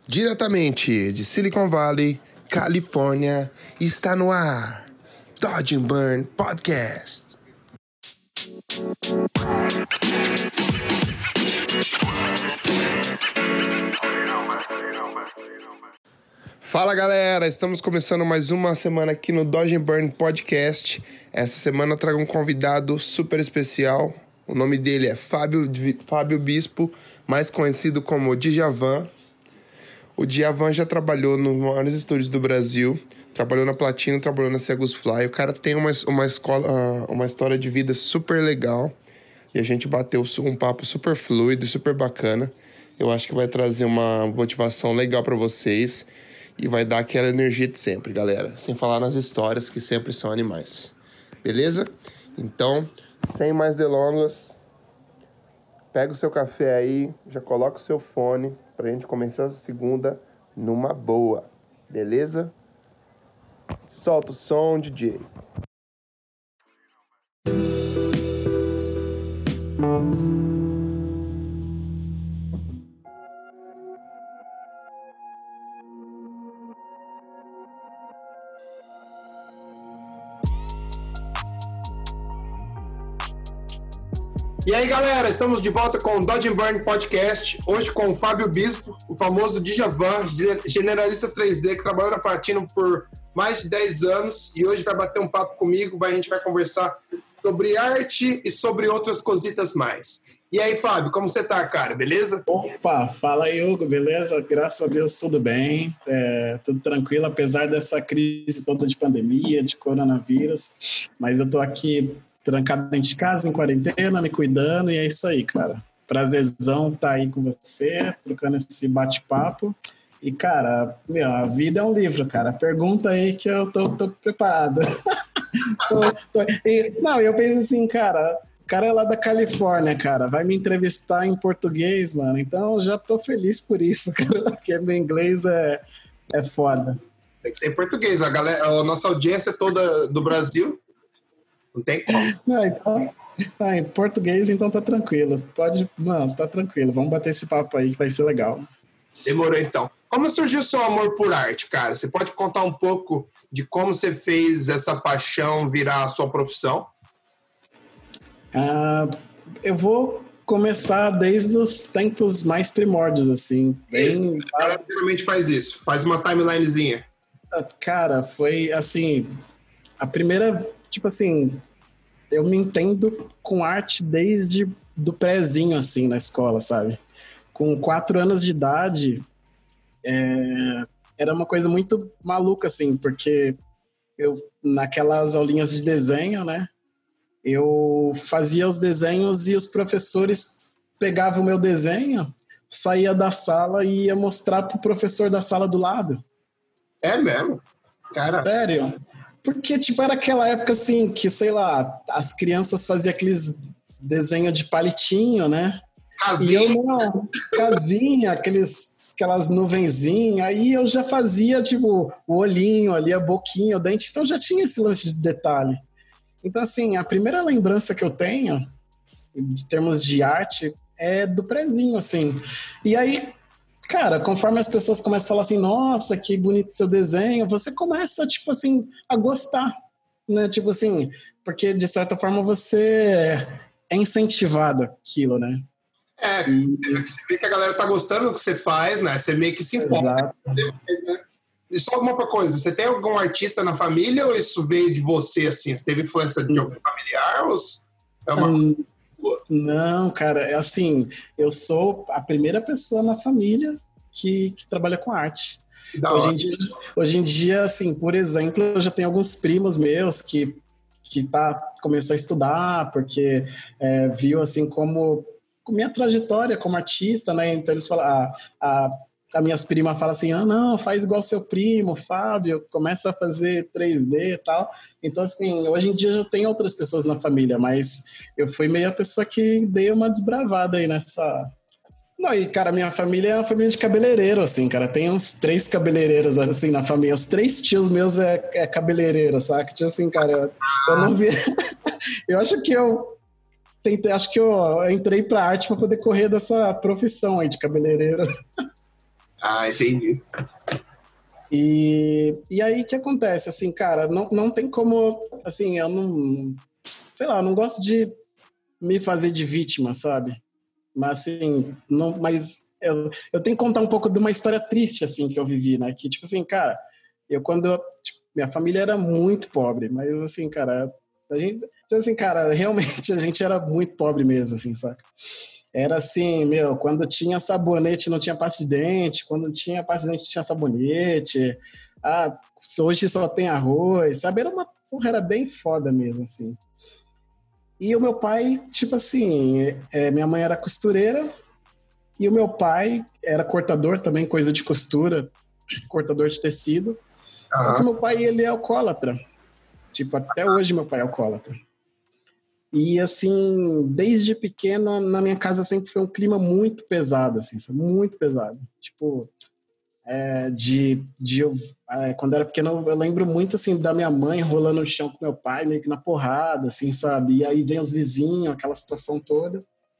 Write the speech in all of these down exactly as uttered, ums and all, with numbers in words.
Diretamente de Silicon Valley, Califórnia, está no ar Dodge and Burn Podcast. Fala galera, estamos começando mais uma semana aqui no Dodge and Burn Podcast. Essa semana eu trago um convidado super especial. O nome dele é Fábio, Fábio Bispo, mais conhecido como Djavan. O Djavan já trabalhou nos maiores estúdios do Brasil, trabalhou na Platino, trabalhou na Segus Fly. O cara tem uma, uma, escola, uma história de vida super legal e a gente bateu um papo super fluido, super bacana. Eu acho que vai trazer uma motivação legal para vocês e vai dar aquela energia de sempre, galera. Sem falar nas histórias que sempre são animais. Beleza? Então, sem mais delongas, pega o seu café aí, já coloca o seu fone pra gente começar essa segunda numa boa, beleza? Solta o som, D J. E aí, galera, estamos de volta com o Dodge and Burn Podcast, hoje com o Fábio Bispo, o famoso Djavan, generalista três D, que trabalhou na Platino por mais de dez anos, e hoje vai bater um papo comigo, a gente vai conversar sobre arte e sobre outras cositas mais. E aí, Fábio, como você tá, cara? Beleza? Opa, fala aí, Hugo, beleza? Graças a Deus, tudo bem, é, tudo tranquilo, apesar dessa crise toda de pandemia, de coronavírus, mas eu tô aqui trancado dentro de casa, em quarentena, me cuidando, e é isso aí, cara. Prazerzão estar tá aí com você, trocando esse bate-papo. E, cara, meu, a vida é um livro, cara. Pergunta aí que eu tô, tô preparado. tô, tô... E, não, eu penso assim, cara, o cara é lá da Califórnia, cara, vai me entrevistar em português, mano. Então, já tô feliz por isso, cara, porque meu inglês é, é foda. Tem que ser em português. A, galera, a nossa audiência toda do Brasil. Não tem como. Não, então, tá, em português, então tá tranquilo. Pode, mano, tá tranquilo. Vamos bater esse papo aí que vai ser legal. Demorou, então. Como surgiu o seu amor por arte, cara? Você pode contar um pouco de como você fez essa paixão virar a sua profissão? Ah, eu vou começar desde os tempos mais primórdios, assim. Bem... Isso, o cara geralmente faz isso. Faz uma timelinezinha. Cara, foi assim... A primeira... Tipo assim, eu me entendo com arte desde do prézinho, assim, na escola, sabe? Com quatro anos de idade, é, era uma coisa muito maluca, assim, porque eu, naquelas aulinhas de desenho, né, eu fazia os desenhos e os professores pegavam o meu desenho, saía da sala e ia mostrar pro professor da sala do lado. É mesmo? Cara. Sério? Porque, tipo, era aquela época, assim, que, sei lá, as crianças faziam aqueles desenhos de palitinho, né? Casinha. E eu, não, casinha, aqueles, aquelas nuvenzinhas. Aí eu já fazia, tipo, o olhinho ali, a boquinha, o dente. Então já tinha esse lance de detalhe. Então, assim, a primeira lembrança que eu tenho, em termos de arte, é do prezinho, assim. E aí... Cara, conforme as pessoas começam a falar assim, nossa, que bonito seu desenho, você começa, tipo assim, a gostar, né? Tipo assim, porque de certa forma você é incentivado aquilo, né? É, e... você vê que a galera tá gostando do que você faz, né? Você meio que se importa. Exato. Né? E só uma coisa, você tem algum artista na família ou isso veio de você, assim? Você teve influência de algum familiar ou é uma... Hum... Não, cara, é assim, eu sou a primeira pessoa na família que, que trabalha com arte. Hoje em, dia, hoje em dia, assim, por exemplo, eu já tenho alguns primos meus que, que tá, começou a estudar, porque é, viu, assim, como minha trajetória como artista, né, então eles falam, a, a, a minhas primas falam assim, ah, não, faz igual seu primo, Fábio, começa a fazer três D e tal. Então, assim, hoje em dia já tem outras pessoas na família, mas eu fui meio a pessoa que dei uma desbravada aí nessa... Não, e, cara, minha família é uma família de cabeleireiro, assim, cara. Tem uns três cabeleireiros, assim, na família. Os três tios meus é, é cabeleireiro, saca? Tipo assim, cara, eu, eu não vi... eu acho que eu... Tentei, acho que eu entrei pra arte pra poder correr dessa profissão aí de cabeleireiro. Ah, entendi. E, e aí, o que acontece? Assim, cara, não, não tem como... Assim, eu não... Sei lá, eu não gosto de me fazer de vítima, sabe? Mas, assim, não, mas eu, eu tenho que contar um pouco de uma história triste, assim, que eu vivi, né? Que, tipo assim, cara, eu quando... Eu, tipo, minha família era muito pobre, mas, assim, cara... A gente, tipo assim, cara, realmente a gente era muito pobre mesmo, assim, saca? Era assim, meu, quando tinha sabonete não tinha pasta de dente, quando tinha pasta de dente tinha sabonete, ah, hoje só tem arroz, sabe? Era uma porra, era bem foda mesmo, assim. E o meu pai, tipo assim, é, minha mãe era costureira e o meu pai era cortador também, coisa de costura, cortador de tecido. Só que o meu pai, ele é alcoólatra. Tipo, até hoje meu pai é alcoólatra. E, assim, desde pequeno, na minha casa sempre foi um clima muito pesado, assim, muito pesado. Tipo, é, de, de eu, é, quando eu era pequeno, eu lembro muito, assim, da minha mãe rolando no chão com meu pai, meio que na porrada, assim, sabe? E aí vem os vizinhos, aquela situação toda.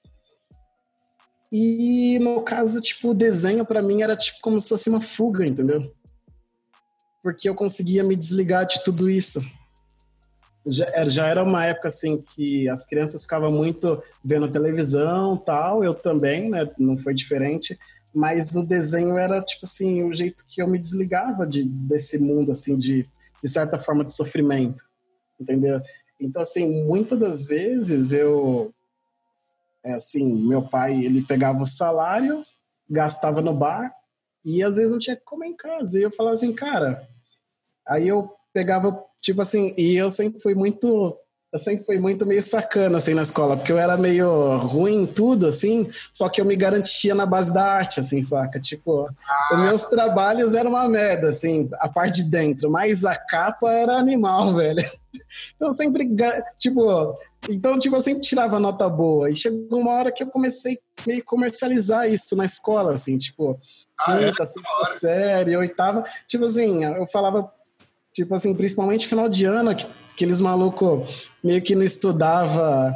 E, no caso, tipo, o desenho pra mim era, tipo, como se fosse uma fuga, entendeu? Porque eu conseguia me desligar de tudo isso. Já, já era uma época assim que as crianças ficavam muito vendo televisão, tal, eu também, né, não foi diferente, mas o desenho era tipo assim, o jeito que eu me desligava de, desse mundo assim de, de certa forma de sofrimento, entendeu? Então assim, muitas das vezes eu é assim, meu pai, ele pegava o salário, gastava no bar e às vezes não tinha que comer em casa. E eu falava assim, cara, aí eu pegava, tipo assim, e eu sempre fui muito, eu sempre fui muito meio sacana, assim, na escola, porque eu era meio ruim em tudo, assim, só que eu me garantia na base da arte, assim, saca? Tipo, os meus trabalhos eram uma merda, assim, a parte de dentro, mas a capa era animal, velho. Então, eu sempre, tipo, então, tipo, eu sempre tirava nota boa, e chegou uma hora que eu comecei meio a comercializar isso na escola, assim, tipo, quinta, sexta série, oitava, tipo assim, eu falava. Tipo assim, principalmente final de ano, que, aqueles malucos meio que não estudava,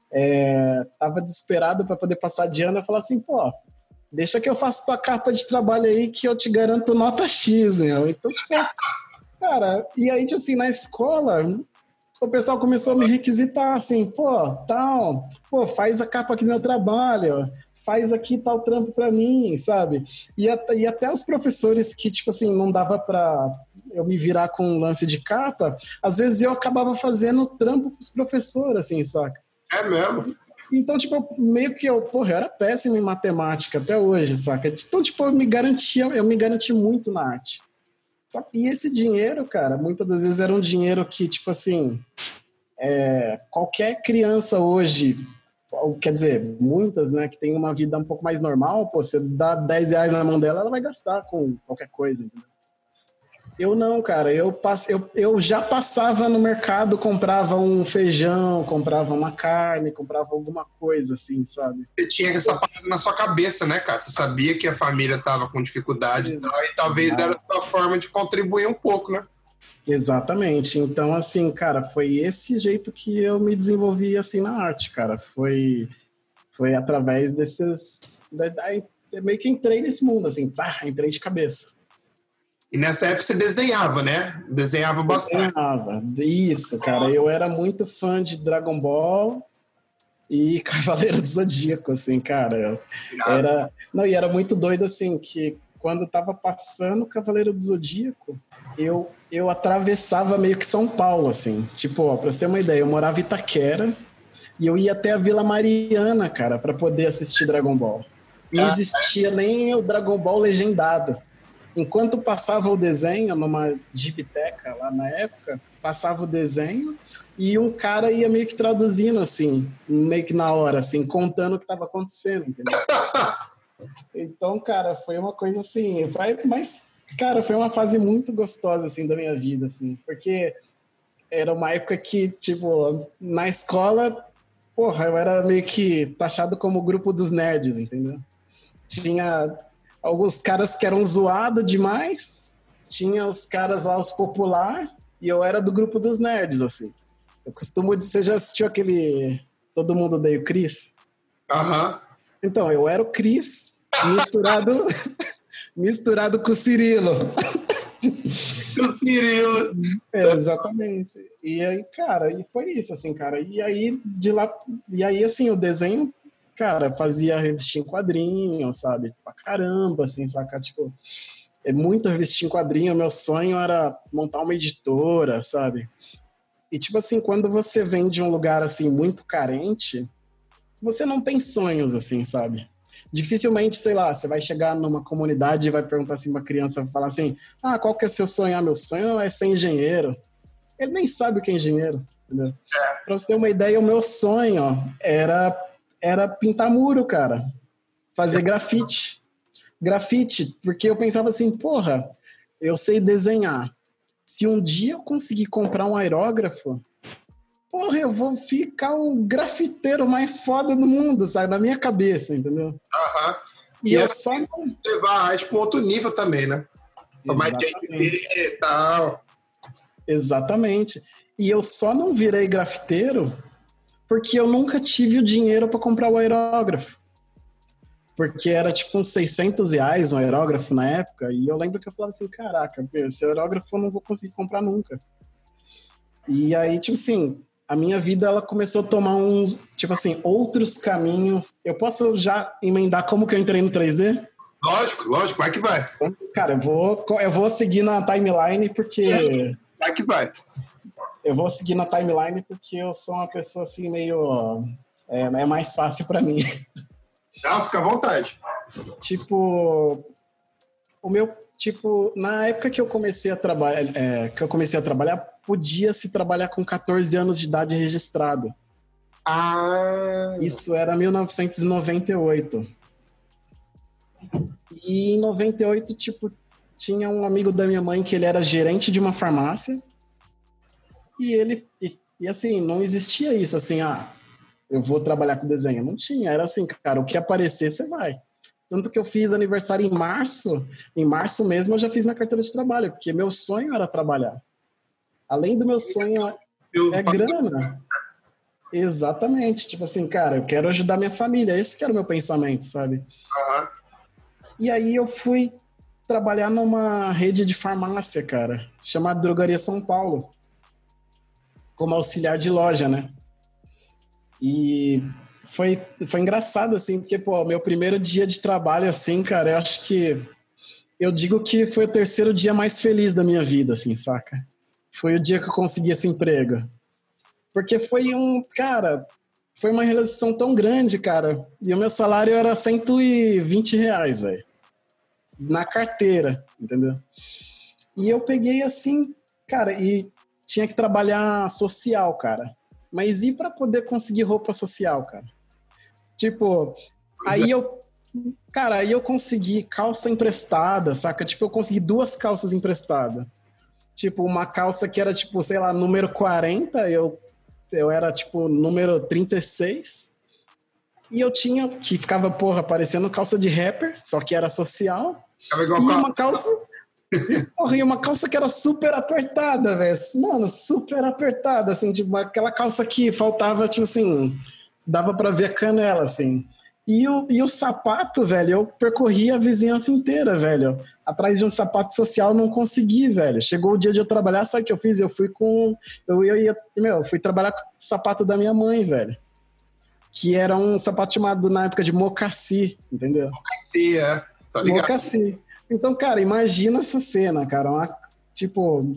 é, tava desesperado para poder passar de ano, eu falava assim, pô, deixa que eu faço tua capa de trabalho aí que eu te garanto nota X, meu. Então, tipo, cara, e aí, tipo assim, na escola, o pessoal começou a me requisitar, assim, pô, tal, pô, faz a capa aqui do meu trabalho, faz aqui tal trampo pra mim, sabe? E, até, e até os professores que, tipo assim, não dava pra eu me virar com um lance de capa, às vezes eu acabava fazendo trampo pros professores, assim, saca? É mesmo? Então, tipo, meio que eu, porra, eu era péssimo em matemática até hoje, saca? Então, tipo, eu me garantia, eu me garanti muito na arte. Só que esse dinheiro, cara, muitas das vezes era um dinheiro que, tipo assim, é, qualquer criança hoje, quer dizer, muitas, né, que tem uma vida um pouco mais normal, pô, você dá dez reais na mão dela, ela vai gastar com qualquer coisa, entendeu? Eu não, cara, eu, pass... eu, eu já passava no mercado, comprava um feijão, comprava uma carne, comprava alguma coisa assim, sabe? Você tinha essa parada na sua cabeça, né, cara? Você sabia que a família estava com dificuldade e tal, e talvez era a sua forma de contribuir um pouco, né? Exatamente. Então, assim, cara, foi esse jeito que eu me desenvolvi, assim, na arte, cara. Foi, foi através desses... Da, da, meio que entrei nesse mundo, assim, pá, entrei de cabeça. E nessa época você desenhava, né? Desenhava bastante. Desenhava. Isso, cara. Eu era muito fã de Dragon Ball e Cavaleiro do Zodíaco, assim, cara. Era... Não, e era muito doido, assim, que quando tava passando Cavaleiro do Zodíaco, eu, eu atravessava meio que São Paulo, assim. Tipo, ó, pra você ter uma ideia, eu morava em Itaquera e eu ia até a Vila Mariana, cara, pra poder assistir Dragon Ball. Não existia nem o Dragon Ball legendado. Enquanto passava o desenho numa gibiteca lá na época, passava o desenho e um cara ia meio que traduzindo assim, meio que na hora, assim, contando o que estava acontecendo, entendeu? Então, cara, foi uma coisa assim, foi, mas, cara, foi uma fase muito gostosa, assim, da minha vida, assim, porque era uma época que, tipo, na escola, porra, eu era meio que taxado como grupo dos nerds, entendeu? Tinha alguns caras que eram zoados demais, tinha os caras lá, os popular, e eu era do grupo dos nerds, assim. Eu costumo dizer, você já assistiu aquele Todo Mundo Odeia o Chris? Aham. Então, eu era o Chris misturado, misturado com o Cirilo. O Cirilo. É, exatamente. E aí, cara, e foi isso, assim, cara. E aí, de lá, e aí, assim, o desenho, cara, fazia revistinha em quadrinho, sabe? Pra caramba, assim, saca? Tipo, é muita revistinha em quadrinho. Meu sonho era montar uma editora, sabe? E, tipo assim, quando você vem de um lugar, assim, muito carente, você não tem sonhos, assim, sabe? Dificilmente, sei lá, você vai chegar numa comunidade e vai perguntar assim, uma criança vai falar assim, ah, qual que é o seu sonho? Ah, meu sonho é ser engenheiro. Ele nem sabe o que é engenheiro, entendeu? É. Pra você ter uma ideia, o meu sonho era, era pintar muro, cara. Fazer é. grafite. Grafite, porque eu pensava assim, porra, eu sei desenhar. Se um dia eu conseguir comprar um aerógrafo, porra, eu vou ficar o grafiteiro mais foda do mundo, sabe? Na minha cabeça, entendeu? Aham. Uh-huh. E, e eu só... levar a arte para outro nível também, né? Exatamente. E tal. Exatamente. E eu só não virei grafiteiro porque eu nunca tive o dinheiro para comprar o aerógrafo. Porque era tipo uns seiscentos reais um aerógrafo na época. E eu lembro que eu falava assim, caraca, esse aerógrafo eu não vou conseguir comprar nunca. E aí, tipo assim... a minha vida, ela começou a tomar uns, tipo assim, outros caminhos. Eu posso já emendar como que eu entrei no três D? Lógico, lógico, vai que vai. Cara, eu vou, eu vou seguir na timeline porque... Vai que vai. Eu vou seguir na timeline porque eu sou uma pessoa assim meio... É, é mais fácil pra mim. Não, fica à vontade. Tipo... O meu... Tipo, na época que eu comecei a trabalhar, é, que eu comecei a trabalhar, podia se trabalhar com catorze anos de idade registrado. Ah. Isso era mil novecentos e noventa e oito. E em noventa e oito, tipo, tinha um amigo da minha mãe que ele era gerente de uma farmácia. E ele, e, e assim, não existia isso, assim, ah, eu vou trabalhar com desenho. Não tinha, era assim, cara, o que aparecer, você vai. Tanto que eu fiz aniversário em março, em março mesmo eu já fiz minha carteira de trabalho, porque meu sonho era trabalhar. Além do meu sonho eu é grana. Exatamente. Tipo assim, cara, eu quero ajudar minha família. Esse que era o meu pensamento, sabe? Uhum. E aí eu fui trabalhar numa rede de farmácia, cara, chamada Drogaria São Paulo. Como auxiliar de loja, né? E... Foi, foi engraçado, assim, porque, pô, meu primeiro dia de trabalho, assim, cara, eu acho que... Eu digo que foi o terceiro dia mais feliz da minha vida, assim, saca? Foi o dia que eu consegui esse emprego. Porque foi um... Cara, foi uma realização tão grande, cara. E o meu salário era cento e vinte reais, velho. Na carteira, entendeu? E eu peguei, assim, cara, e tinha que trabalhar social, cara. Mas e pra poder conseguir roupa social, cara? Tipo, pois aí é. eu... Cara, aí eu consegui calça emprestada, saca? Tipo, eu consegui duas calças emprestadas. Tipo, uma calça que era, tipo, sei lá, número quarenta, eu, eu era, tipo, número trinta e seis. E eu tinha, que ficava, porra, parecendo calça de rapper, só que era social. E uma calça... Porra, e uma calça que era super apertada, velho. Mano, super apertada, assim, tipo, aquela calça que faltava, tipo assim... Dava pra ver a canela, assim. E o, e o sapato, velho, eu percorri a vizinhança inteira, velho. Atrás de um sapato social, não consegui, velho. Chegou o dia de eu trabalhar, sabe o que eu fiz? Eu fui com... Eu, eu ia... Meu, eu fui trabalhar com o sapato da minha mãe, velho. Que era um sapato chamado, na época, de mocassi, entendeu? Mocassi, é. Tá ligado. Mocassi. Então, cara, imagina essa cena, cara. Uma, tipo...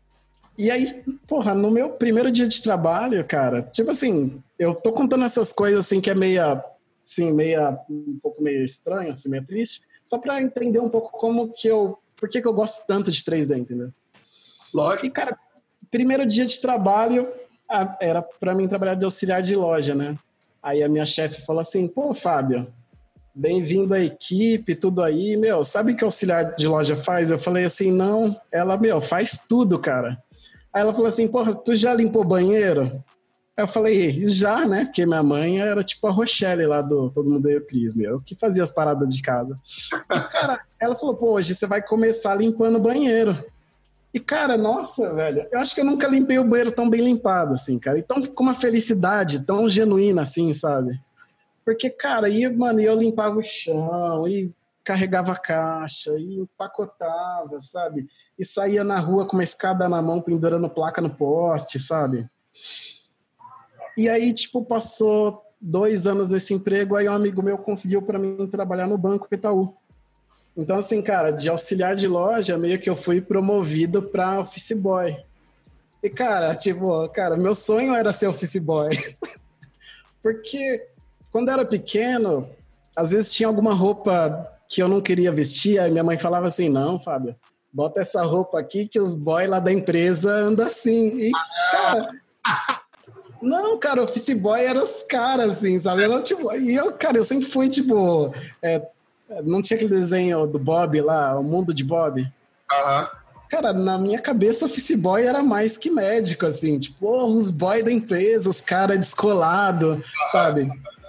E aí, porra, no meu primeiro dia de trabalho, cara, tipo assim... Eu tô contando essas coisas, assim, que é meia, assim, meia, um pouco meio estranho, assim, meio triste, só pra entender um pouco como que eu, por que que eu gosto tanto de três D, entendeu? Lógico. E, cara, primeiro dia de trabalho, era pra mim trabalhar de auxiliar de loja, né? Aí a minha chefe falou assim, pô, Fábio, bem-vindo à equipe, tudo aí, meu, sabe o que o auxiliar de loja faz? Eu falei assim, não, ela, meu, faz tudo, cara. Aí ela falou assim, porra, tu já limpou o banheiro? Aí eu falei, já, né? Porque minha mãe era tipo a Rochelle lá do Todo Mundo Odeia o Chris, meu, que fazia as paradas de casa. E, cara, ela falou, pô, hoje você vai começar limpando o banheiro. E, cara, nossa, velho, eu acho que eu nunca limpei o banheiro tão bem limpado, assim, cara. E tão com uma felicidade tão genuína, assim, sabe? Porque, cara, aí, mano, eu limpava o chão, e carregava a caixa, e empacotava, sabe? E saía na rua com uma escada na mão, pendurando placa no poste, sabe? E aí, tipo, passou dois anos nesse emprego, aí um amigo meu conseguiu para mim trabalhar no Banco Itaú. Então, assim, cara, de auxiliar de loja, meio que eu fui promovido para office boy. E, cara, tipo, cara, meu sonho era ser office boy. Porque quando eu era pequeno, às vezes tinha alguma roupa que eu não queria vestir, aí minha mãe falava assim, não, Fábio, bota essa roupa aqui que os boys lá da empresa andam assim. E, cara... Não, cara, office boy era os caras, assim, sabe? Eu não, tipo, e eu, cara, eu sempre fui, tipo... É, não tinha aquele desenho do Bob lá, o mundo de Bob? Aham. Cara, na minha cabeça, office boy era mais que médico, assim. Tipo, oh, os boys da empresa, os caras descolados, sabe?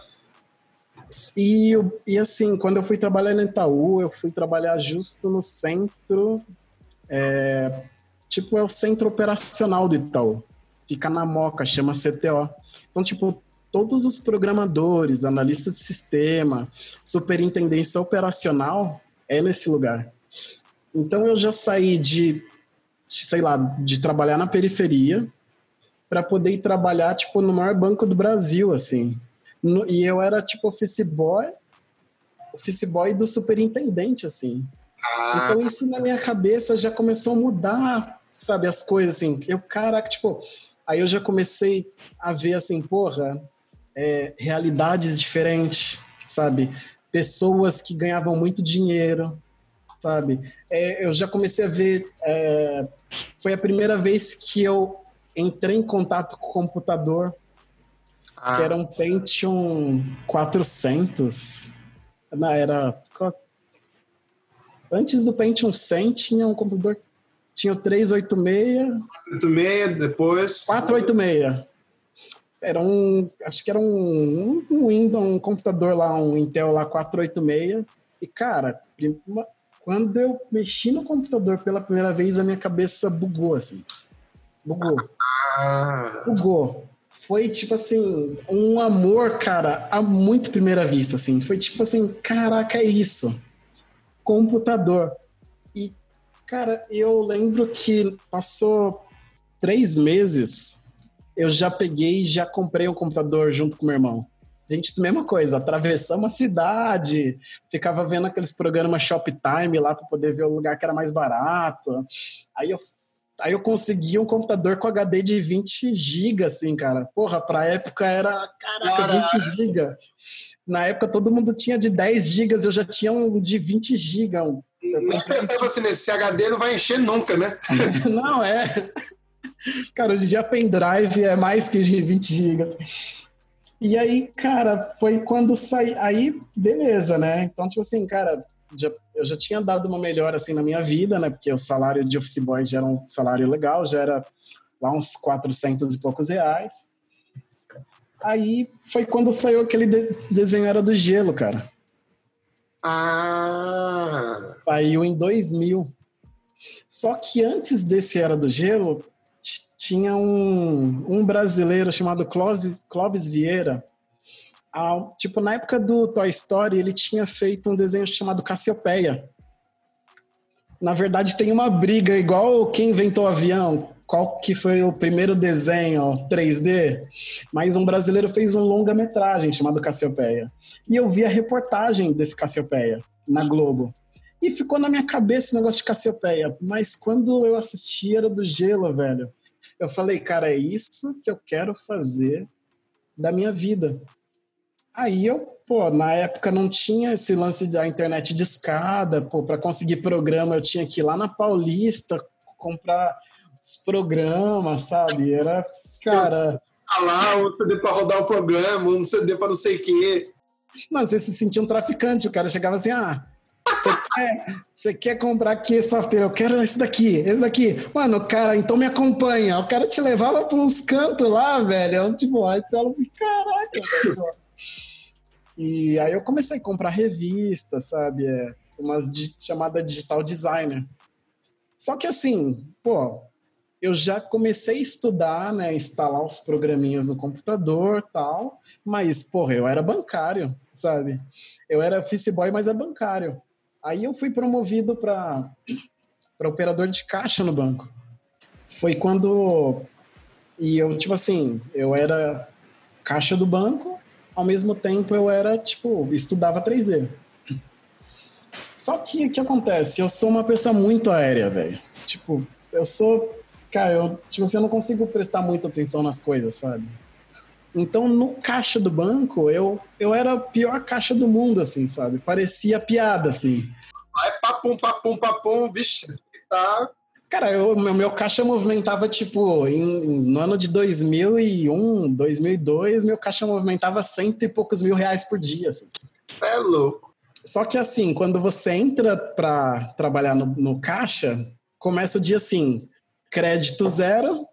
E, e, assim, quando eu fui trabalhar no Itaú, eu fui trabalhar justo no centro... É, tipo, é o centro operacional do Itaú. Fica na Moca, chama C T O. Então, tipo, todos os programadores, analistas de sistema, superintendência operacional é nesse lugar. Então, eu já saí de, sei lá, de trabalhar na periferia para poder ir trabalhar, tipo, no maior banco do Brasil, assim. No, e eu era, tipo, office boy, office boy do superintendente, assim. Ah. Então, isso na minha cabeça já começou a mudar, sabe, as coisas, assim. Eu, caraca, tipo... Aí eu já comecei a ver, assim, porra, é, realidades diferentes, sabe? Pessoas que ganhavam muito dinheiro, sabe? É, eu já comecei a ver... É, foi a primeira vez que eu entrei em contato com o computador, ah. que era um Pentium quatrocentos. Não, era... Antes do Pentium cem, tinha um computador... Tinha o trezentos e oitenta e seis. oitenta e seis, depois... quatrocentos e oitenta e seis. Era um... Acho que era um, um Windows, um computador lá, um Intel lá, quatrocentos e oitenta e seis. E, cara, quando eu mexi no computador pela primeira vez, a minha cabeça bugou, assim. Bugou. Ah. Bugou. Foi, tipo assim, um amor, cara, a muito primeira vista, assim. Foi tipo assim, caraca, é isso. Computador. E, cara, eu lembro que passou três meses, eu já peguei e já comprei um computador junto com meu irmão. Gente, mesma coisa, atravessamos a cidade, ficava vendo aqueles programas Shoptime lá para poder ver o lugar que era mais barato. Aí eu, aí eu consegui um computador com H D de vinte gigas, assim, cara. Porra, pra época era, caraca, vinte gigas. Na época todo mundo tinha de dez gigas, eu já tinha um de vinte gigas. Nem pensava assim, nesse H D não vai encher nunca, né? Não, é. Cara, hoje em dia pendrive é mais que vinte gigas. E aí, cara, foi quando saí... Aí, beleza, né? Então, tipo assim, cara, já, eu já tinha dado uma melhora, assim, na minha vida, né? Porque o salário de office boy já era um salário legal, já era lá uns quatrocentos e poucos reais. Aí, foi quando saiu aquele de- desenho Era do Gelo, cara. Ah! Saiu em dois mil. Só que antes desse Era do Gelo... tinha um, um brasileiro chamado Clóvis, Clóvis Vieira. Ah, tipo, na época do Toy Story, ele tinha feito um desenho chamado Cassiopeia. Na verdade, tem uma briga igual quem inventou o avião, qual que foi o primeiro desenho três D, mas um brasileiro fez um longa-metragem chamado Cassiopeia. E eu vi a reportagem desse Cassiopeia na Globo. E ficou na minha cabeça o negócio de Cassiopeia. Mas quando eu assisti Era do Gelo, velho, eu falei, cara, é isso que eu quero fazer da minha vida. Aí eu, pô, na época não tinha esse lance da internet de escada, pô, para conseguir programa eu tinha que ir lá na Paulista comprar os programas, sabe? Era, cara... lá, um C D para rodar o programa, um C D para não sei o quê. Não, você se sentia um traficante, o cara chegava assim, ah... Você quer, você quer comprar que software? Eu quero esse daqui, esse daqui. Mano, cara, então me acompanha. O cara te levava para uns cantos lá, velho. Eu, tipo, aí você fala assim, caraca, velho. E aí eu comecei a comprar revista, sabe? É, umas di- chamada Digital Designer. Só que assim, pô, eu já comecei a estudar, né? Instalar os programinhas no computador e tal. Mas, porra, eu era bancário, sabe? Eu era office boy, mas é bancário. Aí eu fui promovido para para operador de caixa no banco. Foi quando... E eu, tipo assim, eu era caixa do banco, ao mesmo tempo eu era, tipo, estudava três D. Só que o que acontece? Eu sou uma pessoa muito aérea, velho. Tipo, eu sou... Cara, eu, tipo assim, eu não consigo prestar muita atenção nas coisas, sabe? Então, no caixa do banco, eu, eu era a pior caixa do mundo, assim, sabe? Parecia piada, assim. Vai papum, papum, papum, vixe, tá... Cara, eu, meu, meu caixa movimentava, tipo, em, no ano de dois mil e um, dois mil e dois, meu caixa movimentava cento e poucos mil reais por dia, assim. É louco. Só que, assim, quando você entra pra trabalhar no, no caixa, começa o dia, assim, crédito zero,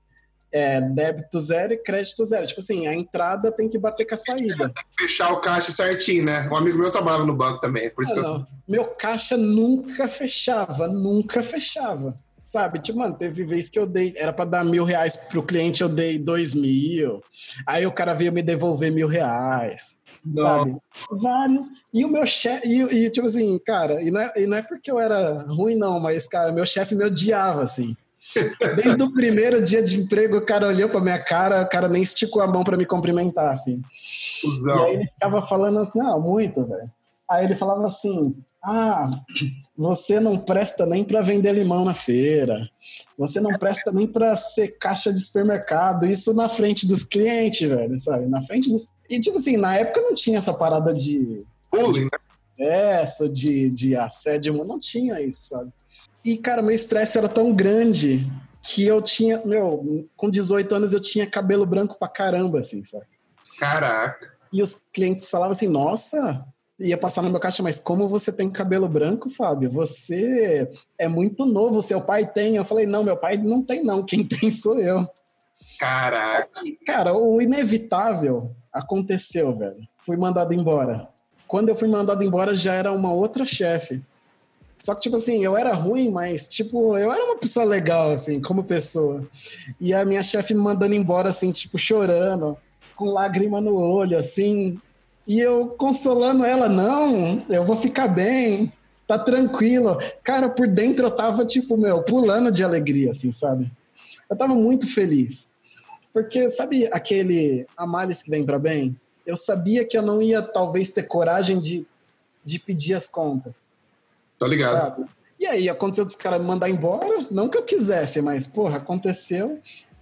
é, débito zero e crédito zero. Tipo assim, a entrada tem que bater com a saída. Tem que fechar o caixa certinho, né? Um amigo meu trabalhava no banco também, por isso Ah, que eu... não. Meu caixa nunca fechava, nunca fechava. Sabe, tipo, mano, teve vez que eu dei, era pra dar mil reais pro cliente, eu dei dois mil. Aí o cara veio me devolver mil reais. Não. Sabe? Vários. E o meu chefe, e, e tipo assim, cara, e não, é, e não é porque eu era ruim, não, mas, cara, meu chefe me odiava, assim. Desde o primeiro dia de emprego, o cara olhou pra minha cara, o cara nem esticou a mão pra me cumprimentar, assim. Usão. E aí ele ficava falando assim, não, muito, velho. Aí ele falava assim, ah, você não presta nem pra vender limão na feira, você não presta nem pra ser caixa de supermercado, isso na frente dos clientes, velho, sabe? Na frente dos... E tipo assim, na época não tinha essa parada de... Bullying, né? Isso, de, de assédio, não tinha isso, sabe? E, cara, meu estresse era tão grande que eu tinha, meu, com dezoito anos eu tinha cabelo branco pra caramba, assim, sabe? Caraca. E os clientes falavam assim, nossa, ia passar no meu caixa, mas como você tem cabelo branco, Fábio? Você é muito novo, seu pai tem. Eu falei, não, meu pai não tem não, quem tem sou eu. Caraca. Só que, cara, o inevitável aconteceu, velho. Fui mandado embora. Quando eu fui mandado embora, já era uma outra chefe. Só que, tipo assim, eu era ruim, mas, tipo, eu era uma pessoa legal, assim, como pessoa. E a minha chefe me mandando embora, assim, tipo, chorando, com lágrima no olho, assim. E eu consolando ela, não, eu vou ficar bem, tá tranquilo. Cara, por dentro eu tava, tipo, meu, pulando de alegria, assim, sabe? Eu tava muito feliz. Porque, sabe aquele a males que vem pra bem? Eu sabia que eu não ia, talvez, ter coragem de, de pedir as contas. Tô ligado. Sabe? E aí, aconteceu dos caras me mandar embora, não que eu quisesse, mas, porra, aconteceu.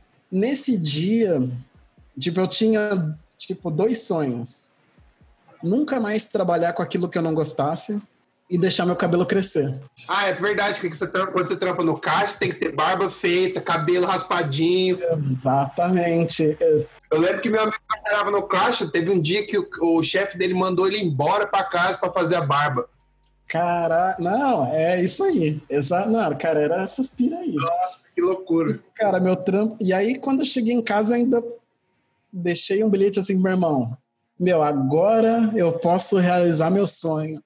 Nesse dia, tipo, eu tinha, tipo, dois sonhos. Nunca mais trabalhar com aquilo que eu não gostasse e deixar meu cabelo crescer. Ah, é verdade, porque você trampa, quando você trampa no caixa, tem que ter barba feita, cabelo raspadinho. Exatamente. Eu lembro que meu amigo trabalhava no caixa, teve um dia que o, o chefe dele mandou ele embora pra casa pra fazer a barba. Cara, não, é isso aí. Exato, não, cara, era essas pira aí. Nossa, que loucura. Cara, meu trampo. E aí, quando eu cheguei em casa, eu ainda deixei um bilhete assim pro meu irmão. Meu, agora eu posso realizar meu sonho.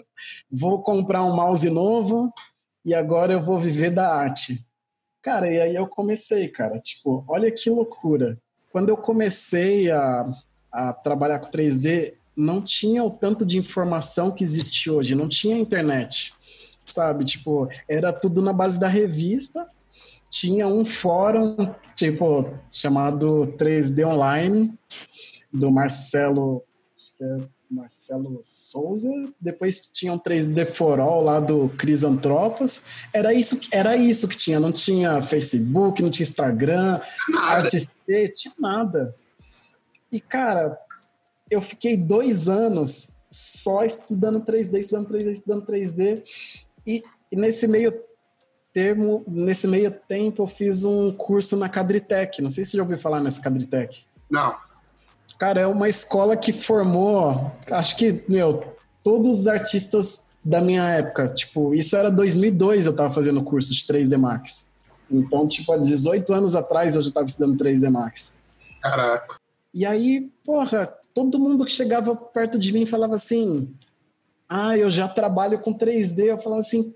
Vou comprar um mouse novo e agora eu vou viver da arte. Cara, e aí eu comecei, cara. Tipo, olha que loucura. Quando eu comecei a, a trabalhar com três D, não tinha o tanto de informação que existe hoje, não tinha internet, sabe? Tipo, era tudo na base da revista, tinha um fórum, tipo, chamado três D Online, do Marcelo, acho que é Marcelo Souza, depois tinha um três D For All lá do Crisantropas, era isso, era isso que tinha, não tinha Facebook, não tinha Instagram, Artist, tinha nada. E, cara... Eu fiquei dois anos só estudando três D, estudando três D, estudando três D. E, e nesse meio termo, nesse meio tempo, eu fiz um curso na Cadritec. Não sei se você já ouviu falar nessa Cadritec. Não. Cara, é uma escola que formou, acho que, meu, todos os artistas da minha época. Tipo, isso era dois mil e dois, eu tava fazendo curso de três D Max. Então, tipo, há dezoito anos atrás eu já tava estudando três D Max. Caraca. E aí, porra... Todo mundo que chegava perto de mim falava assim, ah, eu já trabalho com três D. Eu falava assim,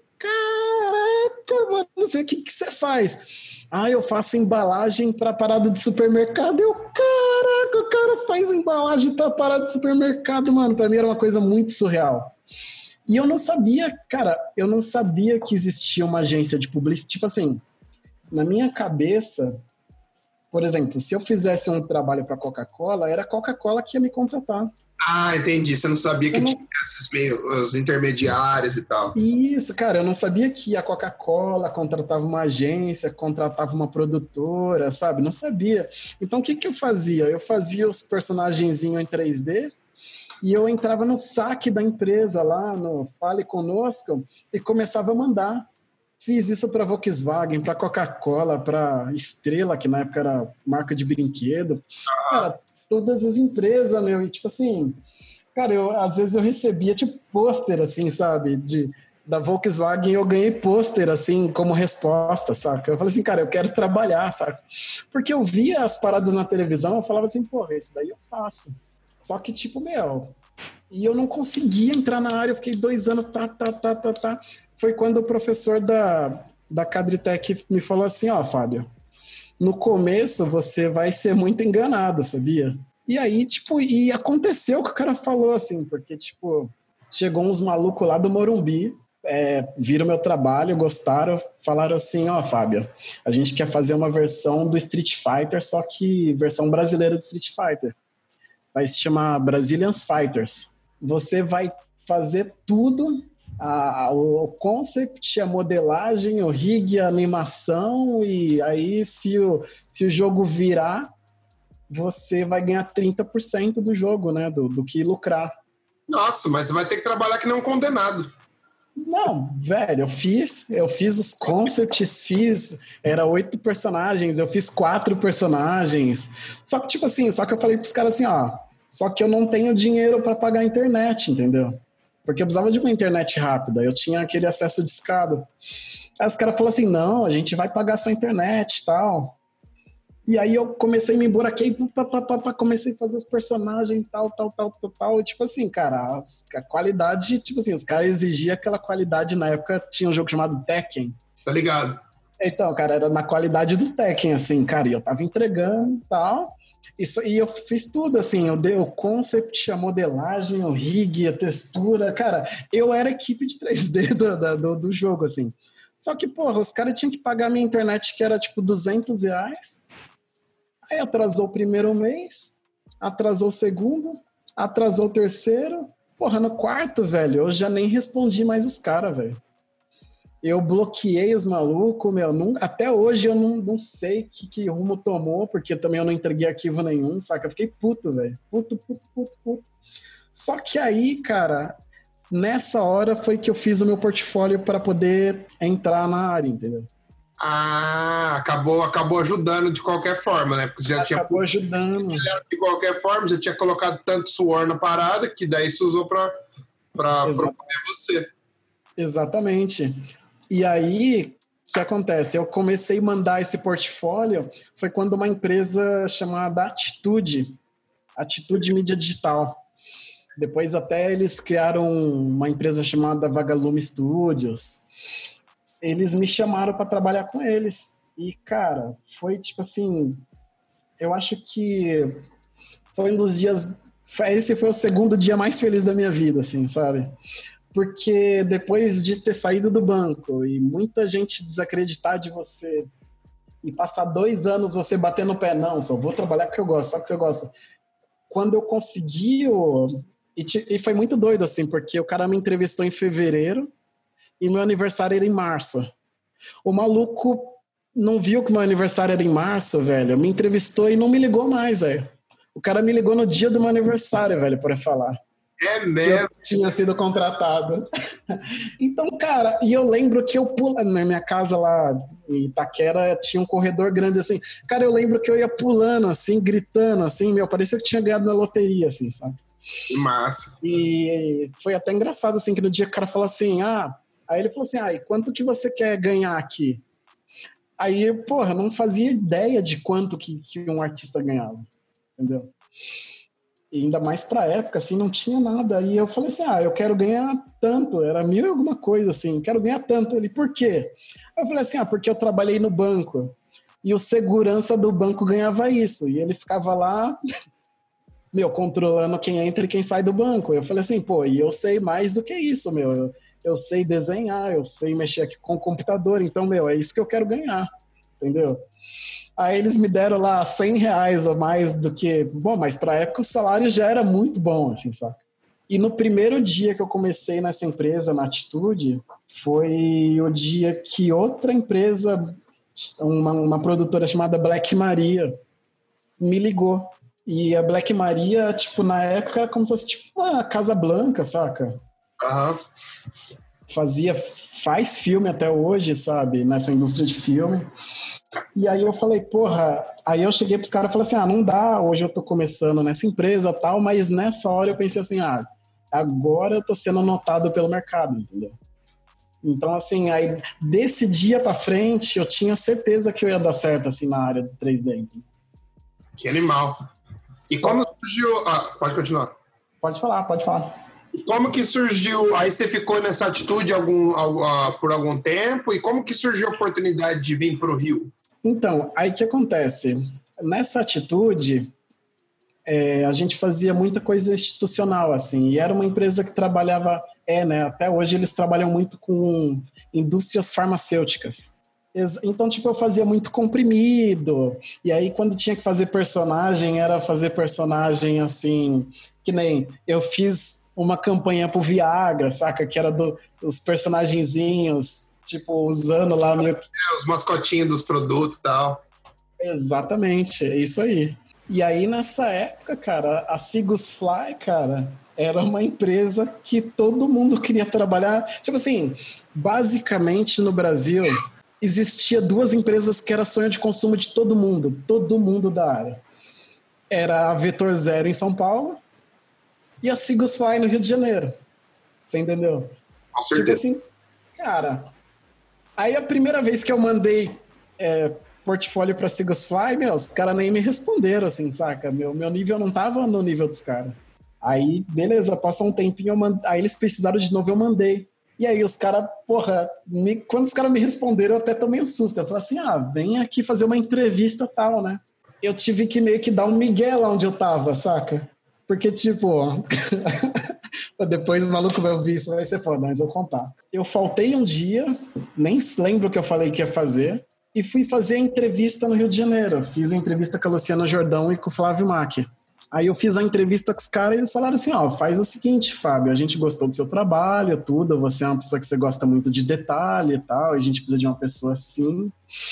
caraca, mano, não sei o que, que você faz. Ah, eu faço embalagem para parada de supermercado. Eu, caraca, o cara faz embalagem para parada de supermercado, mano. Para mim era uma coisa muito surreal. E eu não sabia, cara, eu não sabia que existia uma agência de publicidade. Tipo assim, na minha cabeça, por exemplo, se eu fizesse um trabalho para Coca-Cola, era a Coca-Cola que ia me contratar. Ah, entendi. Você não sabia que Eu tinha não... esses meio, os intermediários e tal. Isso, cara, eu não sabia que a Coca-Cola contratava uma agência, contratava uma produtora, sabe? Não sabia. Então, o que que eu fazia? Eu fazia os personagenzinhos em três D e eu entrava no saque da empresa lá, no Fale Conosco, e começava a mandar. Fiz isso para Volkswagen, para Coca-Cola, para Estrela, que na época era marca de brinquedo. Cara, todas as empresas, meu, e tipo assim, cara, eu, às vezes eu recebia tipo pôster, assim, sabe, de, da Volkswagen, eu ganhei pôster, assim, como resposta, saca? Eu falei assim, cara, eu quero trabalhar, saca? Porque eu via as paradas na televisão, eu falava assim, porra, isso daí eu faço. Só que, tipo, meu, e eu não conseguia entrar na área, eu fiquei dois anos, tá, tá, tá, tá, tá. Foi quando o professor da, da Cadritec me falou assim, ó, Fábio, no começo você vai ser muito enganado, sabia? E aí, tipo, e aconteceu o que o cara falou, assim, porque, tipo, chegou uns malucos lá do Morumbi, é, viram meu trabalho, gostaram, falaram assim, ó, Fábio, a gente quer fazer uma versão do Street Fighter, só que versão brasileira do Street Fighter. Vai se chamar Brazilian Fighters. Você vai fazer tudo, a, o concept, a modelagem, o rig, a animação, e aí se o, se o jogo virar, você vai ganhar trinta por cento do jogo, né? Do, do que lucrar. Nossa, mas você vai ter que trabalhar que nem um condenado. Não, velho, eu fiz, eu fiz os concepts, fiz, era oito personagens, eu fiz quatro personagens. Só que, tipo assim, só que eu falei pros caras assim, ó, só que eu não tenho dinheiro para pagar a internet, entendeu? Porque eu precisava de uma internet rápida, eu tinha aquele acesso discado. Aí os caras falaram assim, não, a gente vai pagar a sua internet e tal. E aí eu comecei a me emburaquei, pá, pá, pá, pá, comecei a fazer os personagens, tal, tal, tal, tal, tal. E, tipo assim, cara, a qualidade, tipo assim, os caras exigiam aquela qualidade. Na época tinha um jogo chamado Tekken. Tá ligado? Então, cara, era na qualidade do Tekken, assim, cara, e eu tava entregando e tal. Isso, e eu fiz tudo, assim, eu dei o concept, a modelagem, o rig, a textura. Cara, eu era equipe de três D do, do, do jogo, assim. Só que, porra, os caras tinham que pagar a minha internet, que era tipo duzentos reais. Aí atrasou o primeiro mês, atrasou o segundo, atrasou o terceiro. Porra, no quarto, velho, eu já nem respondi mais os caras, velho. Eu bloqueei os malucos, meu. Não, até hoje eu não, não sei que, que rumo tomou, porque também eu não entreguei arquivo nenhum, saca? Eu fiquei puto, velho. Puto, puto, puto, puto. Só que aí, cara, nessa hora foi que eu fiz o meu portfólio para poder entrar na área, entendeu? Ah, acabou, acabou ajudando de qualquer forma, né? Porque você já Acabou tinha ajudando. de qualquer forma, já tinha colocado tanto suor na parada que daí você usou para para Exa- promover você. Exatamente. E aí, o que acontece? Eu comecei a mandar esse portfólio, foi quando uma empresa chamada Atitude, Atitude Mídia Digital. Depois até eles criaram uma empresa chamada Vagalume Studios. Eles me chamaram para trabalhar com eles. E, cara, foi tipo assim, eu acho que foi um dos dias, esse foi o segundo dia mais feliz da minha vida, assim, sabe? Porque depois de ter saído do banco e muita gente desacreditar de você e passar dois anos você bater no pé, não, só vou trabalhar porque eu gosto, só porque eu gosto. Quando eu consegui, o... e, te... e foi muito doido, assim, porque o cara me entrevistou em fevereiro e meu aniversário era em março. O maluco não viu que meu aniversário era em março, velho, me entrevistou e não me ligou mais, velho. O cara me ligou no dia do meu aniversário, velho, para falar. É Que eu mesmo? tinha sido contratado. Então, cara, e eu lembro que eu pula na minha casa lá em Itaquera tinha um corredor grande assim. Cara, eu lembro que eu ia pulando assim, gritando assim, meu, parecia que tinha ganhado na loteria assim, sabe? Que massa. E foi até engraçado assim que no dia o cara falou assim: "Ah, aí ele falou assim: "Ah, e quanto que você quer ganhar aqui?" Aí, porra, eu não fazia ideia de quanto que, que um artista ganhava, entendeu? E ainda mais pra época, assim, não tinha nada. E eu falei assim, ah, eu quero ganhar tanto. Era mil e alguma coisa, assim. Quero ganhar tanto. Ele, por quê? Eu falei assim, ah, porque eu trabalhei no banco. E o segurança do banco ganhava isso. E ele ficava lá meu, controlando quem entra e quem sai do banco. Eu falei assim, pô, e eu sei mais do que isso, meu. Eu, eu sei desenhar, eu sei mexer aqui com o computador, então, meu, é isso que eu quero ganhar, entendeu? Aí eles me deram lá cem reais a mais do que... Bom, mas pra época o salário já era muito bom, assim, saca? E no primeiro dia que eu comecei nessa empresa, na Atitude, foi o dia que outra empresa, uma, uma produtora chamada Black Maria, me ligou. E a Black Maria, tipo, na época, era como se fosse tipo uma Casa Blanca, saca? Aham. Fazia, faz filme até hoje, sabe? Nessa indústria de filme. E aí eu falei, porra... Aí eu cheguei pros caras e falei assim, ah, não dá, hoje eu tô começando nessa empresa e tal, mas nessa hora eu pensei assim, ah, agora eu tô sendo notado pelo mercado, entendeu? Então, assim, aí desse dia pra frente, eu tinha certeza que eu ia dar certo, assim, na área do três D. Entendeu? Que animal. E Só... como surgiu... Ah, pode continuar. Pode falar, pode falar. E como que surgiu... Aí você ficou nessa atitude algum, uh, por algum tempo, e como que surgiu a oportunidade de vir pro Rio? Então, aí o que acontece? Nessa atitude, é, a gente fazia muita coisa institucional, assim, e era uma empresa que trabalhava... É, né? Até hoje eles trabalham muito com indústrias farmacêuticas. Então, tipo, eu fazia muito comprimido. E aí, quando tinha que fazer personagem, era fazer personagem, assim... Que nem... Eu fiz uma campanha pro Viagra, saca? Que era do, dos personagenzinhos, tipo, usando lá... No... É, os mascotinhos dos produtos e tal. Exatamente, é isso aí. E aí, nessa época, cara, a Sigus Fly, cara... Era uma empresa que todo mundo queria trabalhar. Tipo assim, basicamente no Brasil... existia duas empresas que era sonho de consumo de todo mundo, todo mundo da área. Era a Vetor Zero em São Paulo e a Sigus Fly no Rio de Janeiro. Você entendeu? Com certeza. Tipo assim, cara... Aí a primeira vez que eu mandei é, portfólio pra Sigus Fly, meu, os caras nem me responderam, assim, saca? Meu, meu nível não tava no nível dos caras. Aí, beleza, passou um tempinho, eu mand... aí eles precisaram de novo, eu mandei. E aí os caras, porra, me... quando os caras me responderam, eu até tomei um susto. Eu falei assim, ah, vem aqui fazer uma entrevista e tal, né? Eu tive que meio que dar um migué lá onde eu tava, saca? Porque, tipo... Depois o maluco vai ouvir isso, vai ser foda, mas eu vou contar. Eu faltei um dia, nem lembro o que eu falei que ia fazer, e fui fazer a entrevista no Rio de Janeiro. Fiz a entrevista com a Luciana Jordão e com o Flávio Mack. Aí eu fiz a entrevista com os caras e eles falaram assim, ó, faz o seguinte, Fábio, a gente gostou do seu trabalho, tudo, você é uma pessoa que você gosta muito de detalhe e tal, a gente precisa de uma pessoa assim.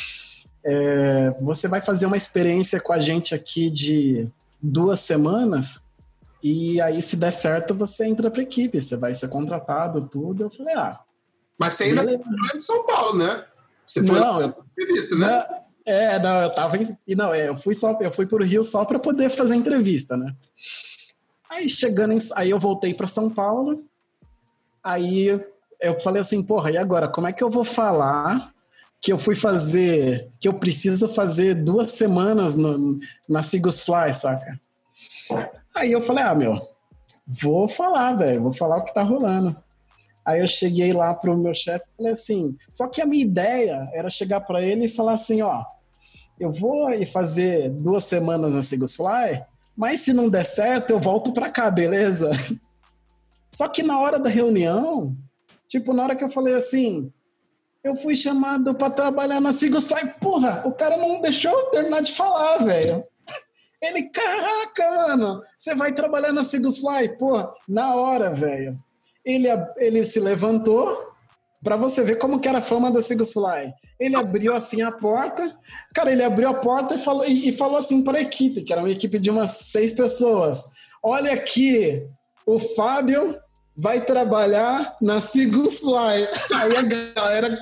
É, você vai fazer uma experiência com a gente aqui de duas semanas e aí, se der certo, você entra pra equipe, você vai ser contratado, tudo. Eu falei, ah... Mas você ainda é de São Paulo, né? Você foi não, lá na entrevista, né? Não, é, não, eu tava em, e não, é, eu fui só, eu fui pro Rio só para poder fazer a entrevista, né? Aí chegando, em, aí eu voltei para São Paulo. Aí eu falei assim, porra, e agora? Como é que eu vou falar que eu fui fazer, que eu preciso fazer duas semanas no, na Sigus Fly, saca? Aí eu falei, ah, meu, vou falar, velho, vou falar o que tá rolando. Aí eu cheguei lá pro meu chefe e falei assim, só que a minha ideia era chegar para ele e falar assim, ó, eu vou ir fazer duas semanas na Sigus Fly, mas se não der certo, eu volto para cá, beleza? Só que na hora da reunião, tipo, na hora que eu falei assim, eu fui chamado para trabalhar na Sigus Fly, porra, o cara não deixou eu terminar de falar, velho. Ele, caraca, mano, você vai trabalhar na Sigus Fly? Porra, na hora, velho. Ele, ele se levantou, pra você ver como que era a fama da Sigus Fly. Ele abriu assim a porta, cara, ele abriu a porta e falou, e, e falou assim para a equipe, que era uma equipe de umas seis pessoas. Olha aqui, o Fábio vai trabalhar na Sigus Fly. Aí a galera,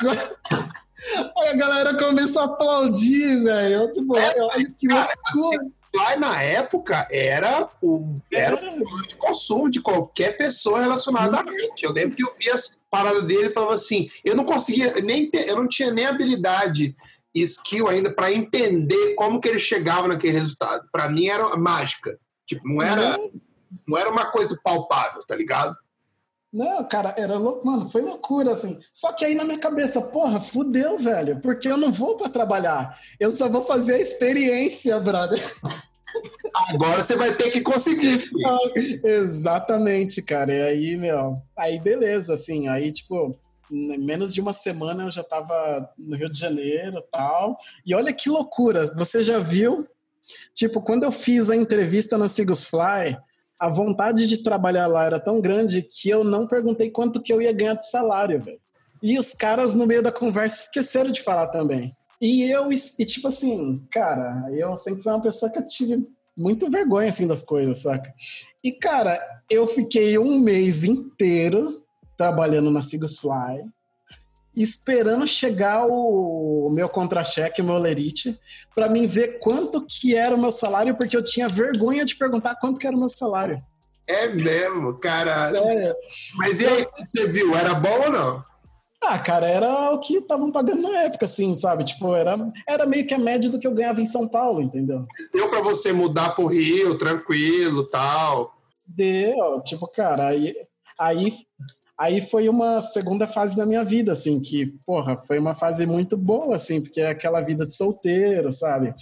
aí a galera começou a aplaudir, velho. Tipo, olha que loucura. Fly na época era o era o de consumo de qualquer pessoa relacionada à arte. Eu lembro que eu vi as paradas dele e falava assim, eu não conseguia nem ter, eu não tinha nem habilidade, skill ainda para entender como que ele chegava naquele resultado. Para mim era mágica, tipo, não era não. não era uma coisa palpável, tá ligado? Não, cara, era louco, mano, foi loucura, assim. Só que aí na minha cabeça, porra, fudeu, velho, porque eu não vou pra trabalhar. Eu só vou fazer a experiência, brother. Agora você vai ter que conseguir, filho. Ah, exatamente, cara. E aí, meu, aí beleza, assim, aí, tipo, em menos de uma semana eu já tava no Rio de Janeiro e tal. E olha que loucura, você já viu? Tipo, quando eu fiz a entrevista na Sigus Fly, a vontade de trabalhar lá era tão grande que eu não perguntei quanto que eu ia ganhar de salário, velho. E os caras, no meio da conversa, esqueceram de falar também. E eu, e tipo assim, cara, eu sempre fui uma pessoa que eu tive muita vergonha, assim, das coisas, saca? E, cara, eu fiquei um mês inteiro trabalhando na Sigus Fly, esperando chegar o meu contra-cheque, o meu lerite, para mim ver quanto que era o meu salário, porque eu tinha vergonha de perguntar quanto que era o meu salário. É mesmo, cara. É. Mas e aí, você viu? Era bom ou não? Ah, cara, era o que estavam pagando na época, assim, sabe? Tipo, era, era meio que a média do que eu ganhava em São Paulo, entendeu? Deu pra você mudar pro Rio, tranquilo, tal? Deu, tipo, cara, aí, aí, aí foi uma segunda fase da minha vida, assim, que, porra, foi uma fase muito boa, assim, porque é aquela vida de solteiro, sabe?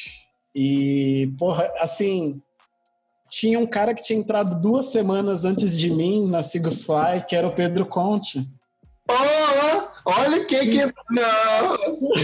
E, porra, assim, tinha um cara que tinha entrado duas semanas antes de mim na Sigus Fly, que era o Pedro Conte. Oh, olha quem que... Nossa!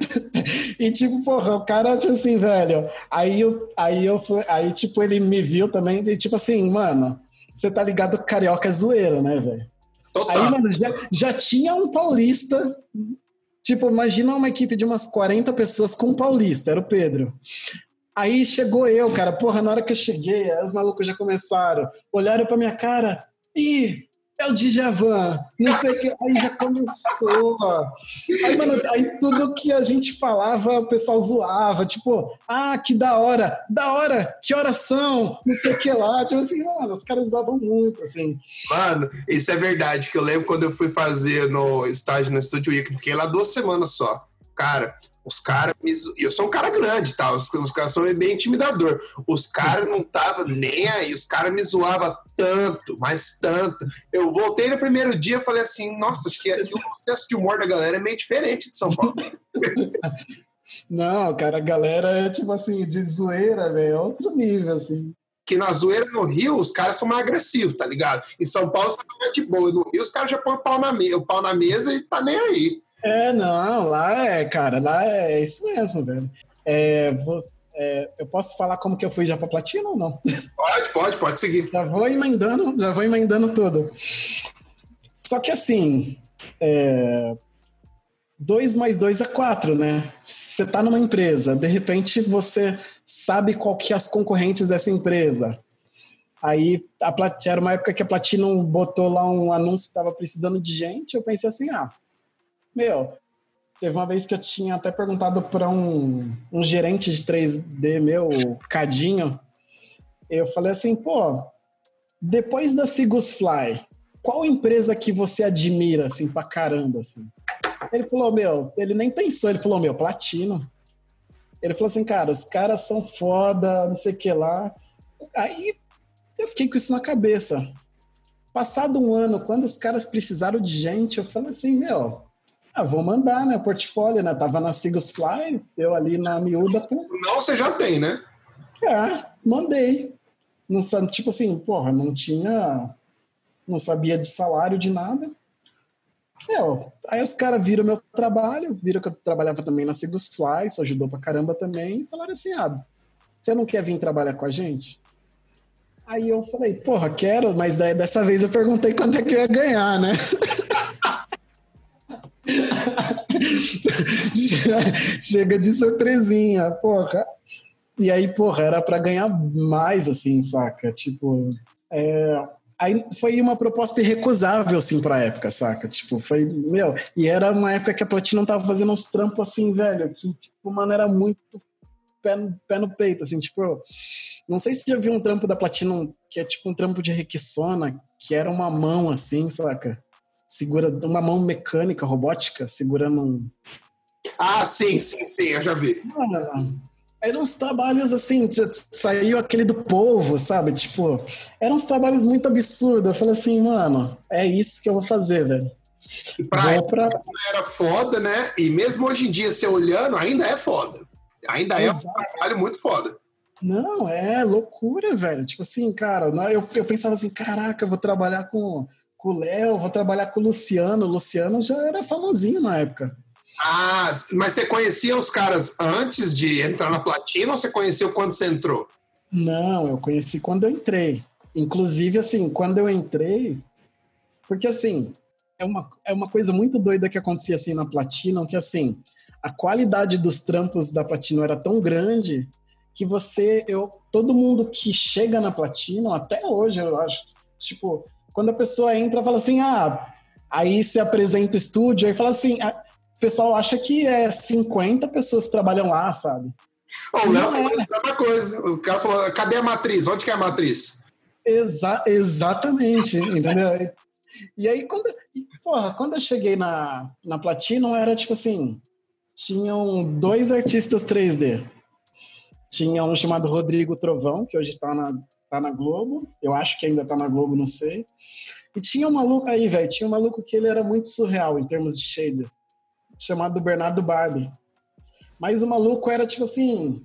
E tipo, porra, o cara, tipo assim, velho, aí eu, aí eu fui, aí tipo, ele me viu também, e tipo assim, mano, você tá ligado que carioca é zoeiro, né, velho? Aí, mano, já, já tinha um paulista, tipo, imagina uma equipe de umas quarenta pessoas com um paulista, era o Pedro. Aí chegou eu, cara, porra, na hora que eu cheguei, os malucos já começaram, olharam pra minha cara, ih, é o Djavan, não sei o que, aí já começou. Aí, mano, aí tudo que a gente falava, o pessoal zoava, tipo, ah, que da hora, da hora, que horas são, não sei o que lá, tipo assim, mano, os caras zoavam muito, assim. Mano, isso é verdade, que eu lembro quando eu fui fazer no estágio no Estúdio Week, fiquei lá duas semanas só. Cara, os caras, eu sou um cara grande, tá? Os, os caras são bem intimidador. Os caras não estavam nem aí, os caras me zoavam tanto, mas tanto. Eu voltei no primeiro dia e falei assim, nossa, acho que aqui o senso de humor da galera é meio diferente de São Paulo. Não, cara, a galera é tipo assim, de zoeira, velho, é outro nível, assim. Que na zoeira no Rio, os caras são mais agressivos, tá ligado? Em São Paulo, os caras são de boa. No Rio, os caras já põem o pau na, me- o pau na mesa e tá nem aí. É, não, lá é, cara, lá é isso mesmo, velho. É, você, é, eu posso falar como que eu fui já pra platina ou não? Pode, pode, pode seguir. Já vou emendando, já vou emendando tudo. Só que assim, é, dois mais dois é quatro, né? Você tá numa empresa, de repente você sabe qual que é as concorrentes dessa empresa. Aí a Plat... era uma época que a Platinum botou lá um anúncio que tava precisando de gente, eu pensei assim, ah, meu, teve uma vez que eu tinha até perguntado para um, um gerente de três D meu, o Cadinho, eu falei assim, pô, depois da Sigus Fly, qual empresa que você admira, assim, pra caramba, assim? Ele falou, meu, ele nem pensou, ele falou, meu, Platino. Ele falou assim, cara, os caras são foda, não sei o que lá. Aí eu fiquei com isso na cabeça. Passado um ano, quando os caras precisaram de gente, eu falei assim, meu, ah, vou mandar, né, o portfólio, né? Tava na Sigus Fly, eu ali na miúda. Pô. Não, você já tem, né? É, mandei. Não, tipo assim, porra, não tinha... Não sabia de salário, de nada. É, ó, aí os caras viram meu trabalho, viram que eu trabalhava também na Sigus Fly, isso ajudou pra caramba também, e falaram assim, ah, você não quer vir trabalhar com a gente? Aí eu falei, porra, quero, mas daí, dessa vez eu perguntei quanto é que eu ia ganhar, né? Chega de surpresinha, porra. E aí, porra, era pra ganhar mais, assim, saca? Tipo, é... aí foi uma proposta irrecusável, assim, pra época, saca? Tipo, foi, meu, e era uma época que a Platinum tava fazendo uns trampos, assim, velho, que, tipo, mano, era muito pé no, pé no peito, assim, tipo, não sei se você já viu um trampo da Platinum, que é tipo um trampo de Requisona, que era uma mão, assim, saca? Segura, uma mão mecânica, robótica, segurando um... Ah, sim, sim, sim, eu já vi. Mano, eram uns trabalhos assim, saiu aquele do povo, sabe? Tipo, eram uns trabalhos muito absurdos. Eu falei assim, mano, é isso que eu vou fazer, velho. E pra época pra... era foda, né? E mesmo hoje em dia, você olhando, ainda é foda. Ainda Exato. É um trabalho muito foda. Não, é loucura, velho. Tipo assim, cara, eu, eu pensava assim, caraca, eu vou trabalhar com, com o Léo, vou trabalhar com o Luciano. O Luciano já era famosinho na época. Ah, mas você conhecia os caras antes de entrar na Platina ou você conheceu quando você entrou? Não, eu conheci quando eu entrei. Inclusive, assim, quando eu entrei... Porque, assim, é uma, é uma coisa muito doida que acontecia, assim, na Platinum, que, assim, a qualidade dos trampos da Platinum era tão grande que você... eu todo mundo que chega na Platinum, até hoje, eu acho, tipo, quando a pessoa entra, fala assim, ah, aí se apresenta o estúdio, aí fala assim, ah, o pessoal acha que é cinquenta pessoas que trabalham lá, sabe? Oh, o Léo falou a mesma coisa. O cara falou, cadê a matriz? Onde que é a matriz? Exa exatamente, entendeu? E aí, quando, porra, quando eu cheguei na, na Platinum, era tipo assim, tinham dois artistas três D. Tinha um chamado Rodrigo Trovão, que hoje tá na, tá na Globo, eu acho que ainda tá na Globo, não sei. E tinha um maluco aí, velho, tinha um maluco que ele era muito surreal em termos de shader, chamado Bernardo Barbie. Mas o maluco era tipo assim,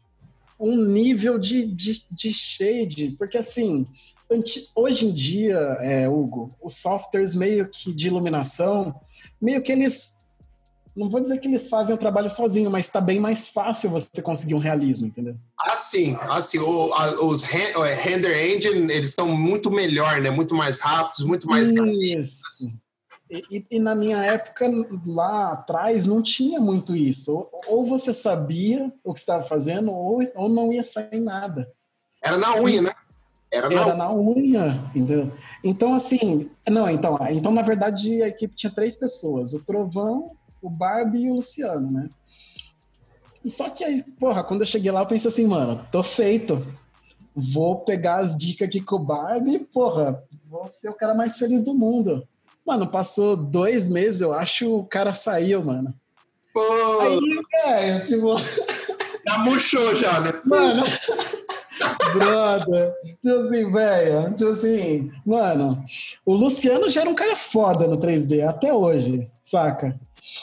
um nível de, de, de shade, porque assim, hoje em dia, é, Hugo, os softwares meio que de iluminação, meio que eles, não vou dizer que eles fazem o trabalho sozinho, mas está bem mais fácil você conseguir um realismo, entendeu? Ah, sim, ah, sim. O, a, os render engine, eles estão muito melhor, né? Muito mais rápidos, muito mais... Isso. E, e, e na minha época, lá atrás, não tinha muito isso. Ou, ou você sabia o que estava fazendo, ou, ou não ia sair nada. Era na unha, e, né? Era na, Era na unha, entendeu? Então, assim... Não, então, então, na verdade, a equipe tinha três pessoas. O Trovão, o Barbie e o Luciano, né? E só que aí, porra, quando eu cheguei lá, eu pensei assim, mano, tô feito. Vou pegar as dicas aqui com o Barbie e, porra, vou ser o cara mais feliz do mundo. Mano, passou dois meses, eu acho, o cara saiu, mano. Pô. Aí, velho, tipo... Já murchou já, né? Mano... Brother, tipo assim, velho, tipo assim, mano, o Luciano já era um cara foda no três D, até hoje, saca?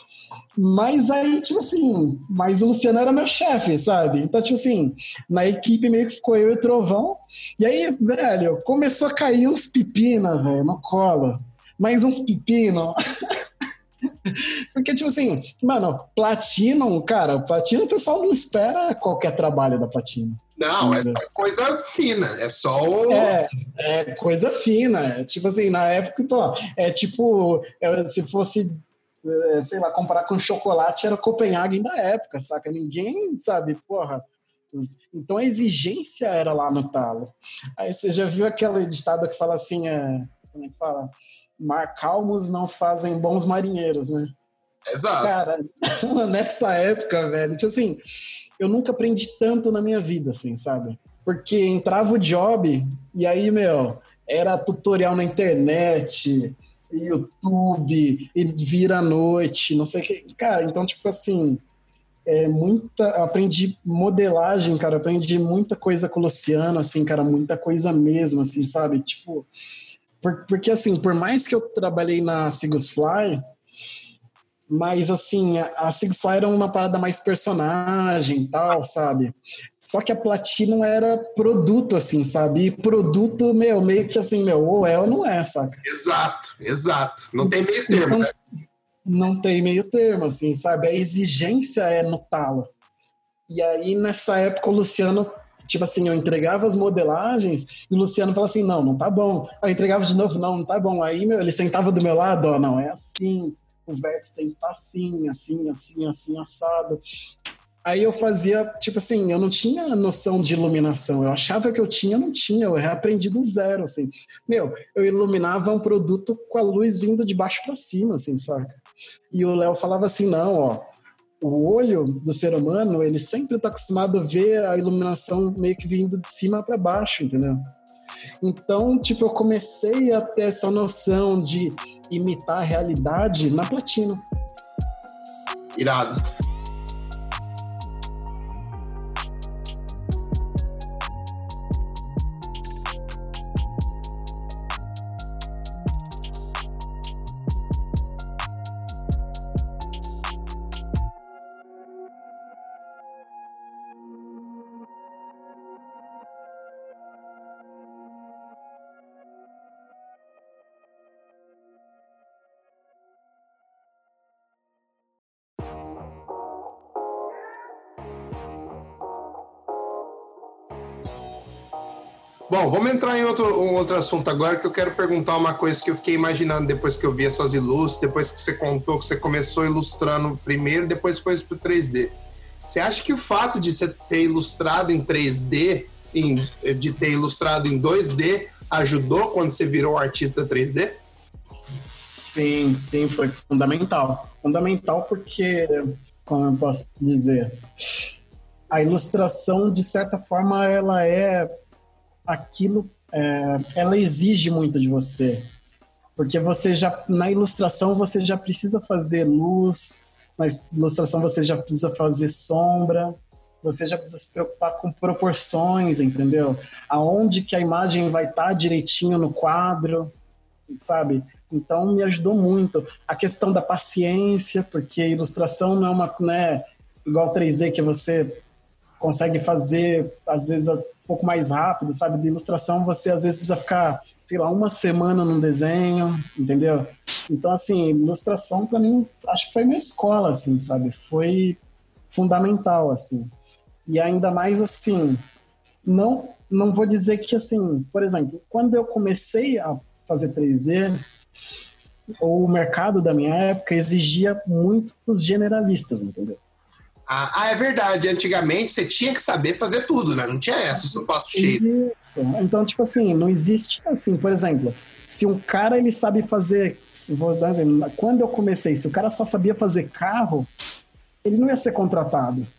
Mas aí, tipo assim, mas o Luciano era meu chefe, sabe? Então, tipo assim, na equipe meio que ficou eu e o Trovão, e aí, velho, começou a cair uns pepina, velho, no colo, mais uns pepino. Porque, tipo assim, mano, Platinum, cara, Platinum o pessoal não espera qualquer trabalho da Platinum. Não, é coisa fina, é só o... É, é coisa fina. Tipo assim, na época, pô, é tipo, é, se fosse, é, sei lá, comparar com chocolate, era Copenhagen da época, saca? Ninguém, sabe, porra. Então a exigência era lá no talo. Aí você já viu aquele ditado que fala assim, é, como é que fala? Mar calmos não fazem bons marinheiros, né? Exato. Cara, nessa época, velho, tipo assim, eu nunca aprendi tanto na minha vida, assim, sabe? Porque entrava o job e aí, meu, era tutorial na internet, YouTube, e vira à noite, não sei o que. Cara, então, tipo assim, é muita... aprendi modelagem, cara, aprendi muita coisa com o Luciano, assim, cara, muita coisa mesmo, assim, sabe? Tipo, por, porque, assim, por mais que eu trabalhei na Sigus Fly, mas, assim, a, a Sigus Fly era uma parada mais personagem e tal, sabe? Só que a Platinum era produto, assim, sabe? E produto, meu, meio que assim, meu, ou é ou não é, saca? Exato, exato. Não tem meio termo, então, né? Não tem meio termo, assim, sabe? A exigência é no talo. E aí, nessa época, o Luciano, tipo assim, eu entregava as modelagens e o Luciano falava assim, não, não tá bom. Aí eu entregava de novo, não, não tá bom. Aí, meu, ele sentava do meu lado, ó, não, é assim, o vértice tem que estar assim, assim, assim, assim, assado. Aí eu fazia, tipo assim, eu não tinha noção de iluminação. Eu achava que eu tinha, eu não tinha. Eu reaprendi do zero, assim. Meu, eu iluminava um produto com a luz vindo de baixo para cima, assim, saca? E o Léo falava assim, não, ó, o olho do ser humano, ele sempre tá acostumado a ver a iluminação meio que vindo de cima para baixo, entendeu? Então, tipo, eu comecei a ter essa noção de imitar a realidade na Platinum. Irado. Bom, vamos entrar em outro, um outro assunto agora, que eu quero perguntar uma coisa que eu fiquei imaginando depois que eu vi as suas ilustras, depois que você contou que você começou ilustrando primeiro, depois foi para o três D. Você acha que o fato de você ter ilustrado em três D, em, de ter ilustrado em dois D, ajudou quando você virou artista três D? Sim, sim, foi fundamental. Fundamental porque, como eu posso dizer, a ilustração, de certa forma, ela é aquilo, é, ela exige muito de você. Porque você já, na ilustração, você já precisa fazer luz, na ilustração você já precisa fazer sombra, você já precisa se preocupar com proporções, entendeu? Aonde que a imagem vai estar direitinho no quadro, sabe? Então me ajudou muito. A questão da paciência, porque ilustração não é uma, né, igual três D que você consegue fazer às vezes um pouco mais rápido, sabe? De ilustração você às vezes precisa ficar, sei lá, uma semana num desenho, entendeu? Então assim, ilustração para mim acho que foi minha escola, assim, sabe? Foi fundamental, assim. E ainda mais assim, não não vou dizer que assim, por exemplo, quando eu comecei a fazer três D, o mercado da minha época exigia muitos generalistas, entendeu? Ah, é verdade. Antigamente você tinha que saber fazer tudo, né? Não tinha essa, se eu faço cheio. Isso. Então, tipo assim, não existe assim, por exemplo, se um cara ele sabe fazer, vou dar um exemplo, quando eu comecei, se o cara só sabia fazer carro, ele não ia ser contratado.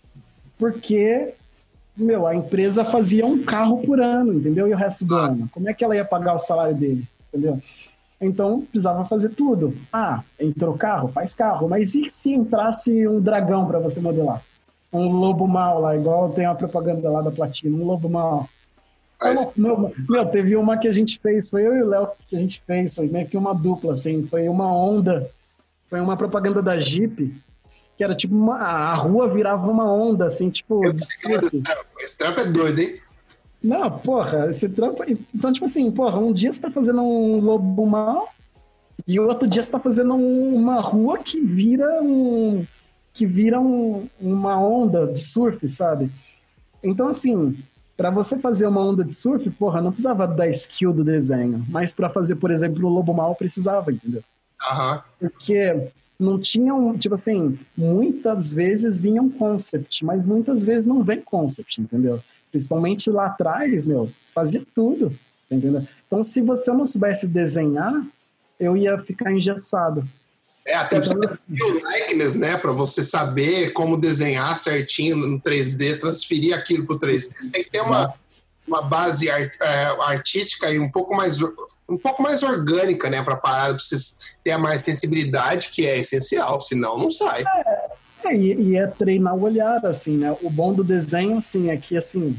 Porque, meu, a empresa fazia um carro por ano, entendeu? E o resto do ah. ano. Como é que ela ia pagar o salário dele, entendeu? Então, precisava fazer tudo. Ah, entrou carro? Faz carro. Mas e se entrasse um dragão para você modelar? Um lobo mau lá, igual tem a propaganda lá da Platina, um lobo mau. Mas... Meu, meu, teve uma que a gente fez, foi eu e o Léo que a gente fez, foi meio que uma dupla, assim, foi uma onda, foi uma propaganda da Jeep, que era tipo, uma, a rua virava uma onda, assim, tipo... Eu de esse trampo é doido, hein? Não, porra, esse trampo... Então, tipo assim, porra, um dia você tá fazendo um lobo mau e o outro dia você tá fazendo um, uma rua que vira um... que vira um, uma onda de surf, sabe? Então, assim, para você fazer uma onda de surf, porra, não precisava da skill do desenho, mas para fazer, por exemplo, o lobo mau precisava, entendeu? Aham. Uhum. Porque não tinham, tipo assim, muitas vezes vinha um concept, mas muitas vezes não vem concept, entendeu? Principalmente lá atrás, meu, fazia tudo, entendeu? Então, se você não soubesse desenhar, eu ia ficar engessado. É, até então, você ter o likeness, né? Para você saber como desenhar certinho no três D, transferir aquilo para o três D. Você tem que ter uma, uma base art, é, artística e um pouco mais, um pouco mais orgânica, né? Para parar, para você ter mais sensibilidade, que é essencial, senão não sai. É, é, e, e é treinar o olhar, assim, né? O bom do desenho, assim, é que, assim,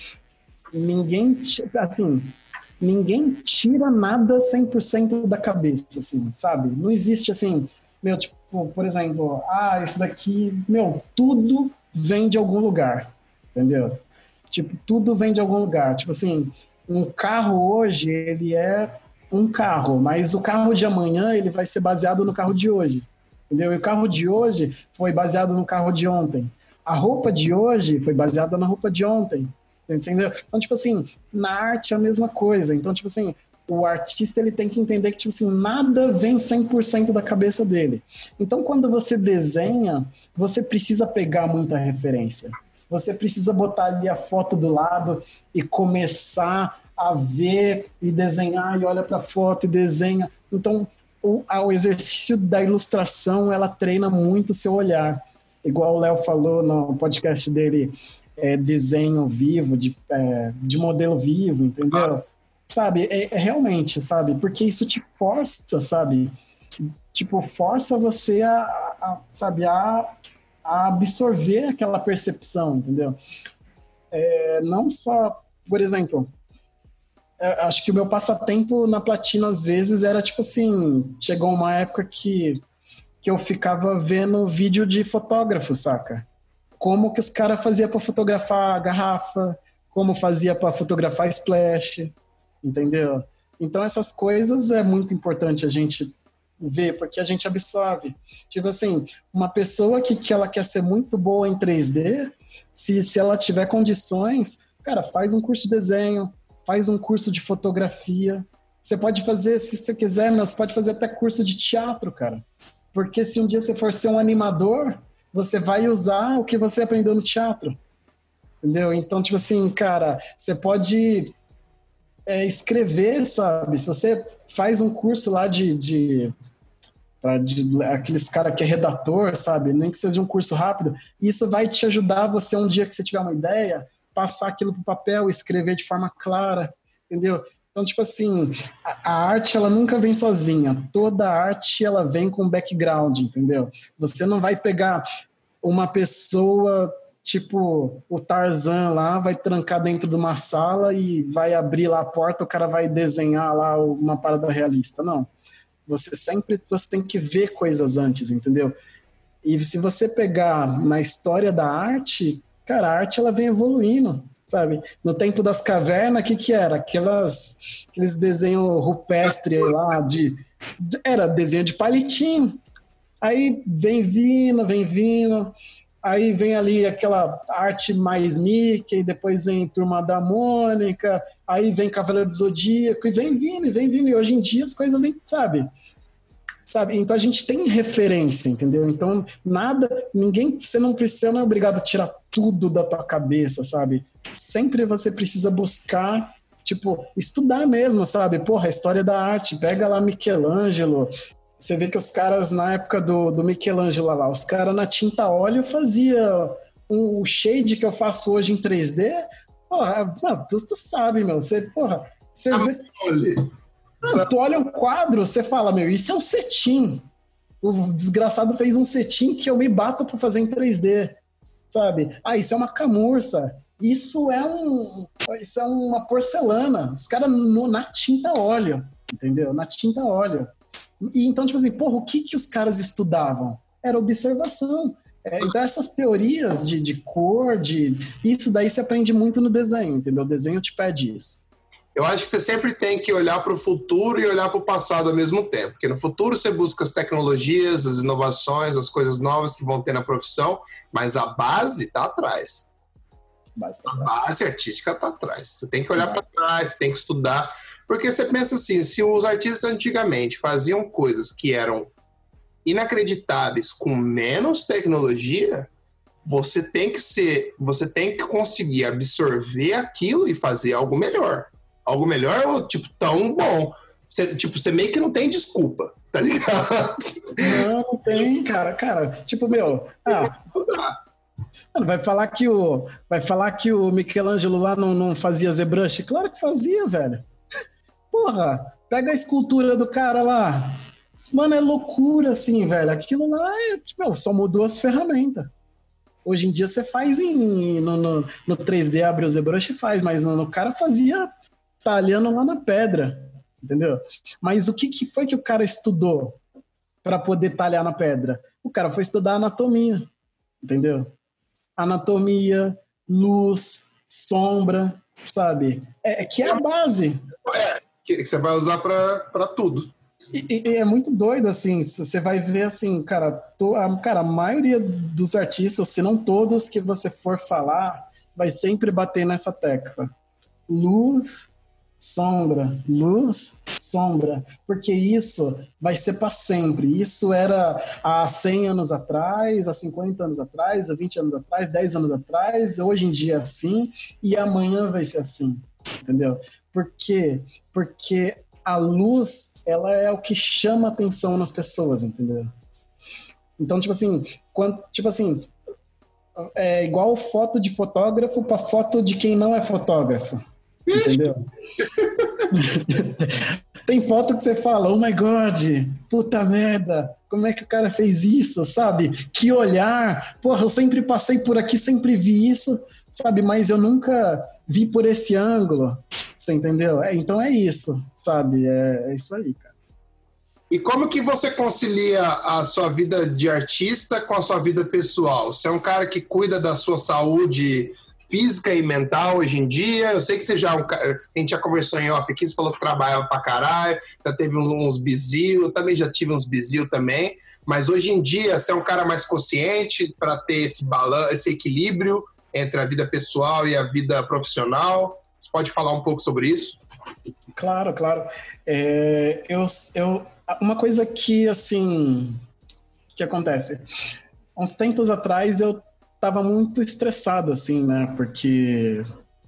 ninguém, assim... ninguém tira nada cem por cento da cabeça, assim, sabe? Não existe, assim, meu, tipo, por exemplo, ah, isso daqui, meu, tudo vem de algum lugar, entendeu? Tipo, tudo vem de algum lugar. Tipo assim, um carro hoje, ele é um carro, mas o carro de amanhã, ele vai ser baseado no carro de hoje, entendeu? E o carro de hoje foi baseado no carro de ontem. A roupa de hoje foi baseada na roupa de ontem. Entendeu? Então, tipo assim, na arte é a mesma coisa. Então, tipo assim, o artista ele tem que entender que, tipo assim, nada vem cem por cento da cabeça dele. Então, quando você desenha, você precisa pegar muita referência. Você precisa botar ali a foto do lado e começar a ver e desenhar, e olha para a foto e desenha. Então, o, o exercício da ilustração, ela treina muito o seu olhar. Igual o Léo falou no podcast dele, É, desenho vivo, de, é, de modelo vivo, entendeu? Ah. Sabe, é, é realmente, sabe? Porque isso te força, sabe? Tipo, força você a, a sabe, a, a absorver aquela percepção, entendeu? É, não só, por exemplo, acho que o meu passatempo na Platina, às vezes, era tipo assim, chegou uma época que, que eu ficava vendo vídeo de fotógrafo, saca? Como que os caras faziam para fotografar a garrafa, como fazia para fotografar splash, entendeu? Então essas coisas é muito importante a gente ver, porque a gente absorve. Tipo assim, uma pessoa que, que ela quer ser muito boa em três D, se, se ela tiver condições, cara, faz um curso de desenho, faz um curso de fotografia. Você pode fazer, se você quiser, mas você pode fazer até curso de teatro, cara. Porque se um dia você for ser um animador, você vai usar o que você aprendeu no teatro. Entendeu? Então, tipo assim, cara, você pode é, escrever, sabe? Se você faz um curso lá de... de De, aqueles cara que é redator, sabe? Nem que seja um curso rápido. Isso vai te ajudar você, um dia que você tiver uma ideia, passar aquilo pro papel, escrever de forma clara, entendeu? Então, tipo assim, a, a arte, ela nunca vem sozinha. Toda arte, ela vem com background, entendeu? Você não vai pegar uma pessoa, tipo o Tarzan lá, vai trancar dentro de uma sala e vai abrir lá a porta, o cara vai desenhar lá uma parada realista. Não. Você sempre você tem que ver coisas antes, entendeu? E se você pegar na história da arte, cara, a arte ela vem evoluindo, sabe? No tempo das cavernas, o que que era? Aquelas, aqueles desenhos rupestres lá, de, era desenho de palitinho. Aí vem vindo, vem vindo, aí vem ali aquela arte mais Mickey, depois vem Turma da Mônica, aí vem Cavaleiro do Zodíaco, e vem vindo, e vem vindo, e hoje em dia as coisas vêm, sabe? Sabe? Então a gente tem referência, entendeu? Então nada, ninguém, você não precisa, não é obrigado a tirar tudo da tua cabeça, sabe? Sempre você precisa buscar, tipo, estudar mesmo, sabe? Porra, a história da arte, pega lá Michelangelo, você vê que os caras, na época do, do Michelangelo lá, os caras na tinta a óleo faziam um, o shade que eu faço hoje em três D. Porra, mano, tu, tu sabe, meu. Você, porra, você vê... Mano, tu olha um quadro, você fala, meu, isso é um cetim. O desgraçado fez um cetim que eu me bato pra fazer em três D, sabe? Ah, isso é uma camurça. Isso é um... Isso é uma porcelana. Os caras na tinta a óleo, entendeu? Na tinta a óleo. E então, tipo assim, porra, o que que os caras estudavam? Era observação. É, então, essas teorias de, de cor, de isso daí se aprende muito no desenho, entendeu? O desenho te pede isso. Eu acho que você sempre tem que olhar para o futuro e olhar para o passado ao mesmo tempo. Porque no futuro você busca as tecnologias, as inovações, as coisas novas que vão ter na profissão, mas a base está atrás. Base tá a atrás. base artística está atrás. Você tem que olhar para trás, você tem que estudar. Porque você pensa assim, se os artistas antigamente faziam coisas que eram inacreditáveis com menos tecnologia, você tem que ser, você tem que conseguir absorver aquilo e fazer algo melhor. Algo melhor ou, tipo, tão bom. Você, tipo, você meio que não tem desculpa, tá ligado? Não, não tem, cara. Cara, tipo, meu... Ah, mano, vai falar que o, vai falar que o Michelangelo lá não, não fazia ZBrush? Claro que fazia, velho. Porra, pega a escultura do cara lá. Mano, é loucura, assim, velho. Aquilo lá, é, meu, só mudou as ferramentas. Hoje em dia você faz em, no, no, no três D, abre o ZBrush e faz, mas no, no cara fazia talhando lá na pedra, entendeu? Mas o que, que foi que o cara estudou para poder talhar na pedra? O cara foi estudar anatomia, entendeu? Anatomia, luz, sombra, sabe? É, que é a base. É, que você vai usar para tudo. E, e é muito doido, assim, você vai ver, assim, cara, to, a, cara, a maioria dos artistas, se não todos que você for falar, vai sempre bater nessa tecla. Luz, sombra, luz, sombra, porque isso vai ser para sempre. Isso era há cem anos atrás, há cinquenta anos atrás, há vinte anos atrás, dez anos atrás, hoje em dia é assim, e amanhã vai ser assim, entendeu? Por quê? Porque a luz, ela é o que chama atenção nas pessoas, entendeu? Então, tipo assim, quando, tipo assim, é igual foto de fotógrafo para foto de quem não é fotógrafo, entendeu? Tem foto que você fala, oh my God, puta merda, como é que o cara fez isso, sabe? Que olhar, porra, eu sempre passei por aqui, sempre vi isso, sabe? Mas eu nunca vi por esse ângulo, você entendeu? É, então é isso, sabe? É, é isso aí, cara. E como que você concilia a sua vida de artista com a sua vida pessoal? Você é um cara que cuida da sua saúde física e mental hoje em dia? Eu sei que você já é um cara, a gente já conversou em off aqui, você falou que trabalhava pra caralho, já teve uns, uns bizil, eu também já tive uns bizil também, mas hoje em dia você é um cara mais consciente para ter esse balanço, esse equilíbrio entre a vida pessoal e a vida profissional? Você pode falar um pouco sobre isso? Claro, claro. É, eu, eu, uma coisa que, assim, que acontece? Uns tempos atrás eu estava muito estressado, assim, né? Porque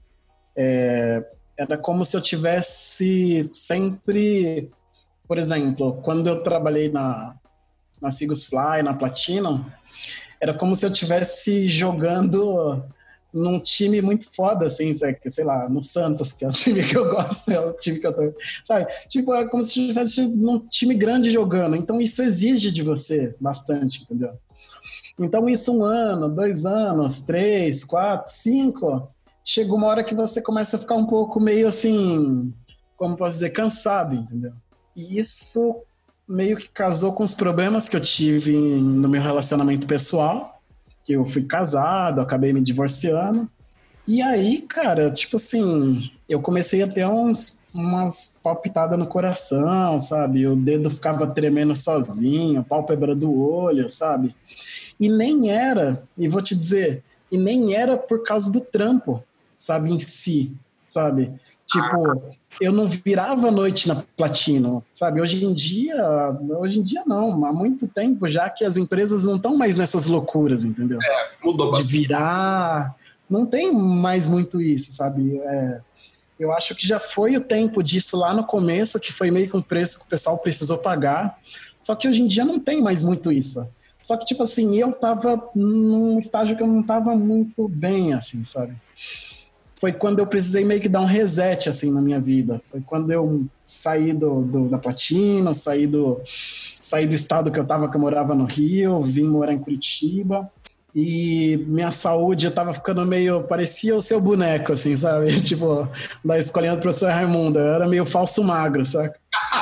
é, era como se eu tivesse sempre... Por exemplo, quando eu trabalhei na, na Sigus Fly, na Platinum, era como se eu estivesse jogando num time muito foda, assim, sei lá, no Santos, que é o time que eu gosto, é o time que eu tô, sabe? Tipo, é como se eu estivesse num time grande jogando, então isso exige de você bastante, entendeu? Então isso um ano, dois anos, três, quatro, cinco, chega uma hora que você começa a ficar um pouco meio assim, como posso dizer, cansado, entendeu? E isso meio que casou com os problemas que eu tive no meu relacionamento pessoal, que eu fui casado, acabei me divorciando. E aí, cara, tipo assim, eu comecei a ter uns, umas palpitadas no coração, sabe? O dedo ficava tremendo sozinho, pálpebra do olho, sabe? E nem era, e vou te dizer, e nem era por causa do trampo, sabe, em si, sabe? Tipo, eu não virava a noite na Platino, sabe? Hoje em dia, hoje em dia não, há muito tempo já que as empresas não estão mais nessas loucuras, entendeu? É, mudou bastante. De virar, não tem mais muito isso, sabe? É, eu acho que já foi o tempo disso lá no começo, que foi meio que um preço que o pessoal precisou pagar, só que hoje em dia não tem mais muito isso. Só que, tipo assim, eu tava num estágio que eu não tava muito bem, assim, sabe? Foi quando eu precisei meio que dar um reset, assim, na minha vida. Foi quando eu saí do, do, da Platina, saí do, saí do estado que eu tava, que eu morava no Rio, vim morar em Curitiba. E minha saúde, eu tava ficando meio... Parecia o seu boneco, assim, sabe? Tipo, da escolinha do professor Raimundo. Eu era meio falso magro, saca?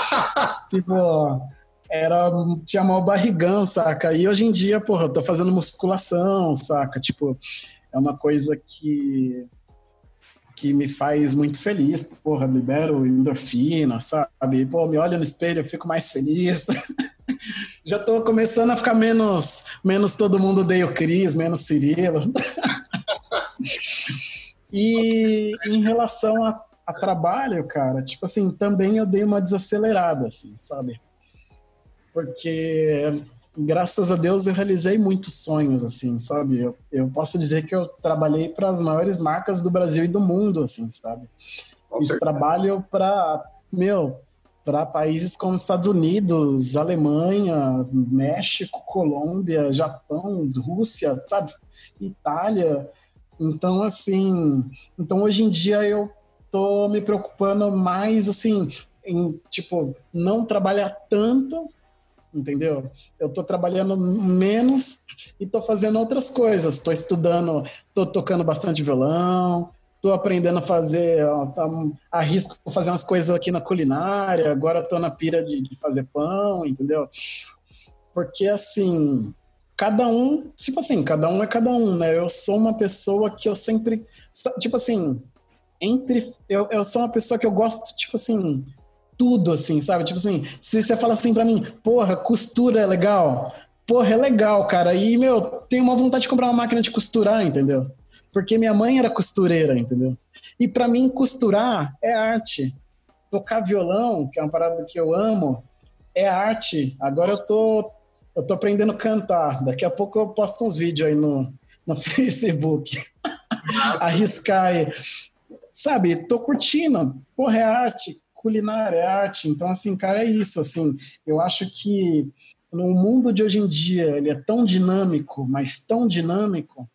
Tipo... Era, tinha mal barrigão, saca? E hoje em dia, porra, eu tô fazendo musculação, saca? Tipo, é uma coisa que... que me faz muito feliz, porra, libero endorfina, sabe? Pô, me olho no espelho, eu fico mais feliz. Já tô começando a ficar menos, menos todo mundo odeia o Cris, menos Cirilo. E em relação a, a trabalho, cara, tipo assim, também eu dei uma desacelerada, assim, sabe? Porque... graças a Deus eu realizei muitos sonhos, assim, sabe? Eu, eu posso dizer que eu trabalhei para as maiores marcas do Brasil e do mundo, assim, sabe? Fiz trabalho para, meu, para países como Estados Unidos, Alemanha, México, Colômbia, Japão, Rússia, sabe? Itália. Então, assim, então hoje em dia eu tô me preocupando mais, assim, em, tipo, não trabalhar tanto, entendeu? Eu tô trabalhando menos e tô fazendo outras coisas. Tô estudando, tô tocando bastante violão, tô aprendendo a fazer, ó, tá, arrisco fazer umas coisas aqui na culinária, agora tô na pira de, de fazer pão, entendeu? Porque, assim, cada um, tipo assim, cada um é cada um, né? Eu sou uma pessoa que eu sempre, tipo assim, entre, eu, eu sou uma pessoa que eu gosto, tipo assim, tudo, assim, sabe? Tipo assim, se você fala assim pra mim, porra, costura é legal? Porra, é legal, cara. E, meu, tenho uma vontade de comprar uma máquina de costurar, entendeu? Porque minha mãe era costureira, entendeu? E pra mim, costurar é arte. Tocar violão, que é uma parada que eu amo, é arte. Agora eu tô, eu tô aprendendo a cantar. Daqui a pouco eu posto uns vídeos aí no, no Facebook. Arriscar aí. Sabe, tô curtindo. Porra, é arte. Culinária, é arte. Então, assim, cara, é isso, assim. Eu acho que no mundo de hoje em dia, ele é tão dinâmico, mas tão dinâmico,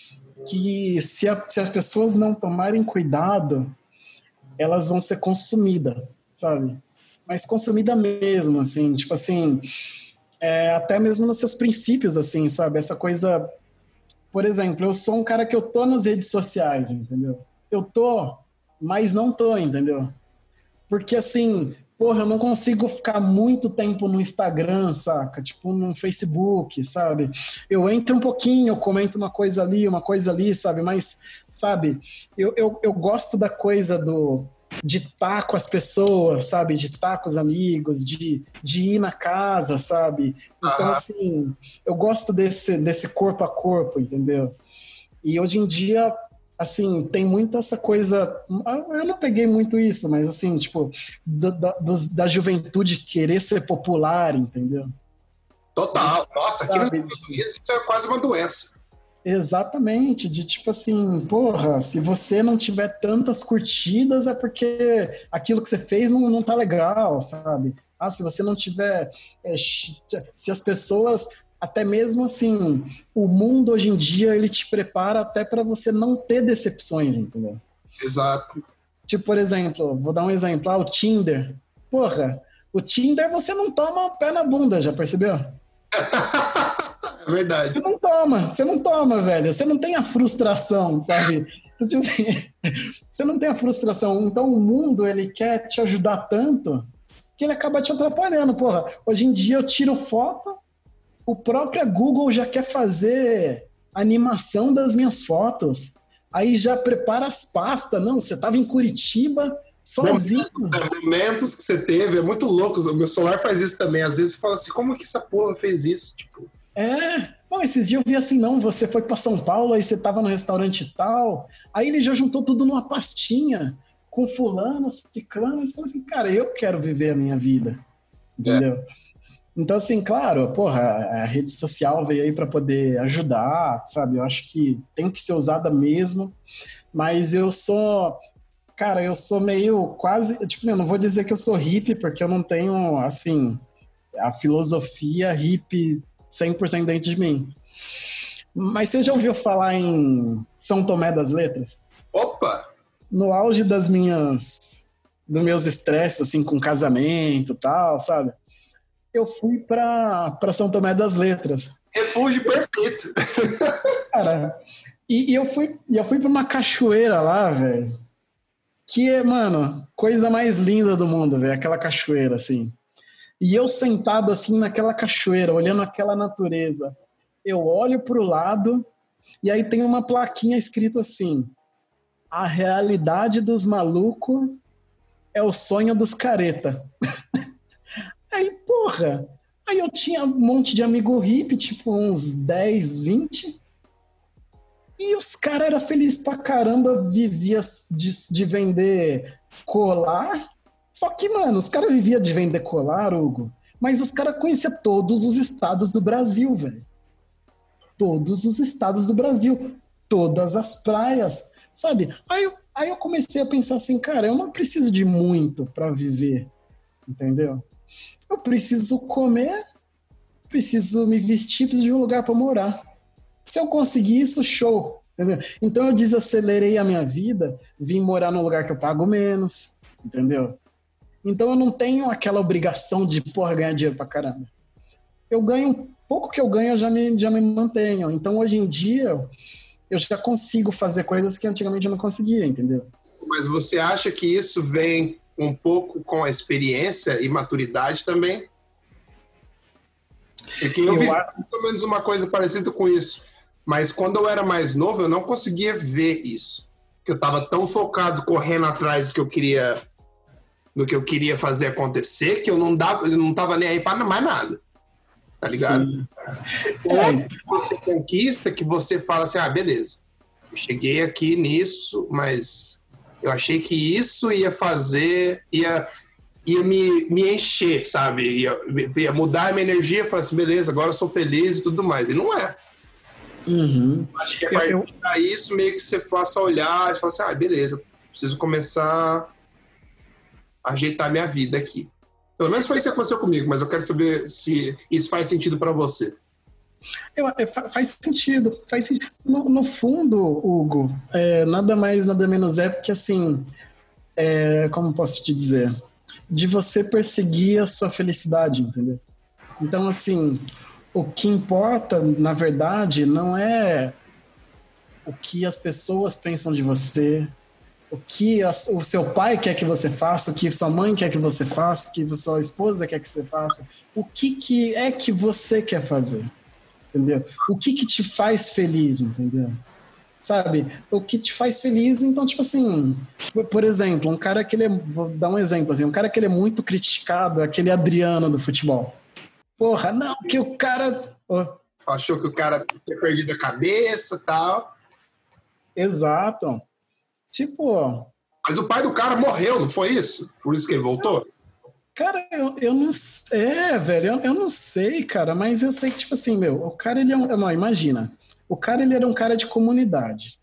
que se, a, se as pessoas não tomarem cuidado, elas vão ser consumidas, sabe? Mas consumida mesmo, assim, tipo assim, é, até mesmo nos seus princípios, assim, sabe? Essa coisa... Por exemplo, eu sou um cara que eu tô nas redes sociais, entendeu? Eu tô, mas não tô, entendeu? Porque, assim, porra, eu não consigo ficar muito tempo no Instagram, saca? Tipo, no Facebook, sabe? Eu entro um pouquinho, eu comento uma coisa ali, uma coisa ali, sabe? Mas, sabe, eu, eu, eu gosto da coisa do... de estar com as pessoas, sabe? De estar com os amigos, de, de ir na casa, sabe? Então, Aham. assim, eu gosto desse, desse corpo a corpo, entendeu? E hoje em dia... assim, tem muito essa coisa. Eu não peguei muito isso, mas assim, tipo, da, da, dos, da juventude querer ser popular, entendeu? Total. Nossa, aqui nos Sabe? Estados Unidos isso é quase uma doença. Exatamente, de tipo assim, porra, se você não tiver tantas curtidas é porque aquilo que você fez não, não tá legal, sabe? Ah, se você não tiver. É, se as pessoas, até mesmo assim, o mundo hoje em dia ele te prepara até para você não ter decepções, entendeu? Exato. Tipo, por exemplo, vou dar um exemplo, ah, o Tinder. Porra, o Tinder você não toma o pé na bunda, já percebeu? É verdade. Você não toma, você não toma, velho. Você não tem a frustração, sabe? Tipo assim, você não tem a frustração. Então o mundo, ele quer te ajudar tanto que ele acaba te atrapalhando, porra. Hoje em dia eu tiro foto, o próprio Google já quer fazer animação das minhas fotos. Aí já prepara as pastas. Não, você estava em Curitiba sozinho. Momentos, momentos que você teve, é muito louco. O meu celular faz isso também. Às vezes você fala assim, como que essa porra fez isso? Tipo... É, não, esses dias eu vi assim, não, você foi para São Paulo, aí você tava no restaurante tal, aí ele já juntou tudo numa pastinha, com fulano, ciclano, e você fala assim, cara, eu quero viver a minha vida, entendeu? É. Então, assim, claro, porra, a rede social veio aí para poder ajudar, sabe? Eu acho que tem que ser usada mesmo, mas eu sou, cara, eu sou meio quase, tipo assim, eu não vou dizer que eu sou hippie, porque eu não tenho, assim, a filosofia hippie cem por cento dentro de mim. Mas você já ouviu falar em São Tomé das Letras? Opa! No auge das minhas, dos meus estresses, assim, com casamento e tal, sabe? Eu fui pra, pra São Tomé das Letras. Refúgio perfeito. Cara, e, e eu fui, eu fui pra uma cachoeira lá, velho, que é, mano, coisa mais linda do mundo, velho, aquela cachoeira, assim. E eu sentado assim naquela cachoeira, olhando aquela natureza, eu olho pro lado e aí tem uma plaquinha escrito assim: a realidade dos malucos é o sonho dos careta. Aí, porra, aí eu tinha um monte de amigo hippie, tipo uns dez, vinte, e os caras eram felizes pra caramba, vivia de, de vender colar. Só que, mano, os caras viviam de vender colar, Hugo, mas os caras conheciam todos os estados do Brasil, velho. Todos os estados do Brasil. Todas as praias, sabe? Aí eu, aí eu comecei a pensar assim, cara, eu não preciso de muito pra viver, entendeu? Eu preciso comer, preciso me vestir, preciso de um lugar pra morar. Se eu conseguir isso, show, entendeu? Então eu desacelerei a minha vida, vim morar num lugar que eu pago menos, entendeu? Então eu não tenho aquela obrigação de, porra, ganhar dinheiro pra caramba. Eu ganho, pouco que eu ganho eu já me, já me mantenho. Então hoje em dia eu já consigo fazer coisas que antigamente eu não conseguia, entendeu? Mas você acha que isso vem um pouco com a experiência e maturidade também? Porque eu, eu vi acho... mais ou menos uma coisa parecida com isso. Mas quando eu era mais novo eu não conseguia ver isso. Porque eu estava tão focado, correndo atrás do que eu queria... do que eu queria fazer acontecer, que eu não dava, eu não tava nem aí para mais nada. Tá ligado? Sim. É. Você conquista que você fala assim, ah, beleza, eu cheguei aqui nisso, mas eu achei que isso ia fazer, ia, ia me, me encher, sabe? Ia, ia mudar a minha energia, falar assim, beleza, agora eu sou feliz e tudo mais. E não é. Uhum. Acho que a partir eu... disso, meio que você faça olhar e fala assim, ah, beleza, preciso começar a ajeitar minha vida aqui. Pelo menos foi isso que aconteceu comigo, mas eu quero saber se isso faz sentido para você. Eu, é, faz sentido. Faz sentido. No, no fundo, Hugo, é, nada mais, nada menos é porque, assim, é, como posso te dizer? De você perseguir a sua felicidade, entendeu? Então, assim, o que importa, na verdade, não é o que as pessoas pensam de você, o que a, o seu pai quer que você faça, o que sua mãe quer que você faça, o que sua esposa quer que você faça, o que, que é que você quer fazer, entendeu? O que que te faz feliz, entendeu? Sabe? O que te faz feliz, então, tipo assim, por exemplo, um cara que ele é, vou dar um exemplo, assim, um cara que ele é muito criticado, é aquele Adriano do futebol. Porra, não, que o cara... Oh. Achou que o cara tinha perdido a cabeça e tal... Exato. Tipo... Mas o pai do cara morreu, não foi isso? Por isso que ele voltou? Cara, eu, eu não sei, é, velho, eu, eu não sei, cara, mas eu sei que, tipo assim, meu, o cara, ele é um, não, imagina, o cara, ele era um cara de comunidade.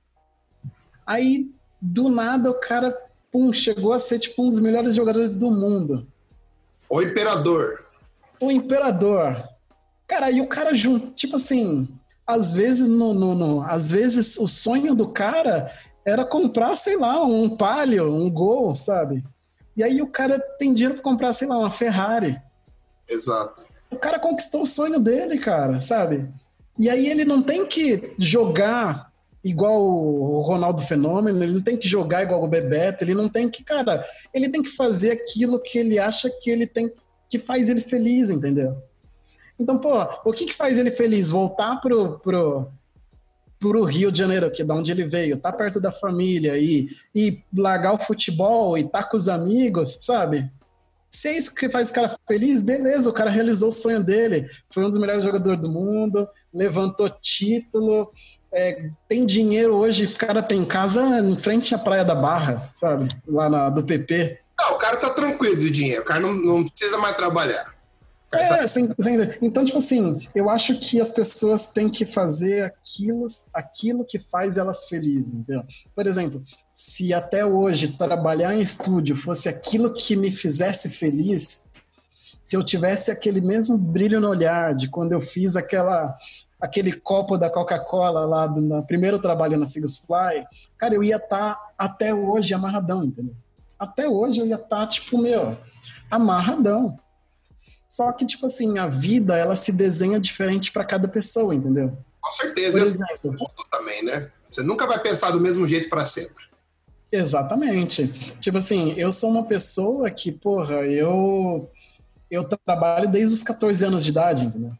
Aí, do nada, o cara, pum, chegou a ser, tipo, um dos melhores jogadores do mundo. O imperador. O imperador. Cara, aí o cara junto, tipo assim, às vezes, no, no, no, às vezes o sonho do cara era comprar, sei lá, um Palio, um Gol, sabe? E aí o cara tem dinheiro para comprar, sei lá, uma Ferrari. Exato. O cara conquistou o sonho dele, cara, sabe? E aí ele não tem que jogar igual o Ronaldo Fenômeno, ele não tem que jogar igual o Bebeto, ele não tem que, cara, ele tem que fazer aquilo que ele acha que ele tem, que faz ele feliz, entendeu? Então, pô, o que que faz ele feliz? Voltar pro, pro, pro Rio de Janeiro, que é de onde ele veio, tá perto da família e, e largar o futebol e tá com os amigos, sabe? Se é isso que faz o cara feliz, beleza, o cara realizou o sonho dele, foi um dos melhores jogadores do mundo, levantou título, é, tem dinheiro hoje, o cara tem casa em frente à Praia da Barra, sabe? Lá na, do P P. Não, o cara tá tranquilo de dinheiro, o cara não, não precisa mais trabalhar. É, sem, sem, então, tipo assim, eu acho que as pessoas têm que fazer aquilo, aquilo que faz elas felizes, entendeu? Por exemplo, se até hoje trabalhar em estúdio fosse aquilo que me fizesse feliz, se eu tivesse aquele mesmo brilho no olhar de quando eu fiz aquela, aquele copo da Coca-Cola lá do no primeiro trabalho na Sigus Fly, cara, eu ia estar tá até hoje amarradão, entendeu? Até hoje eu ia estar, tá, tipo, meu, amarradão. Só que, tipo assim, a vida, ela se desenha diferente para cada pessoa, entendeu? Com certeza. Por Esse exemplo, ponto também, né? Você nunca vai pensar do mesmo jeito para sempre. Exatamente. Tipo assim, eu sou uma pessoa que, porra, eu, eu trabalho desde os catorze anos de idade, entendeu?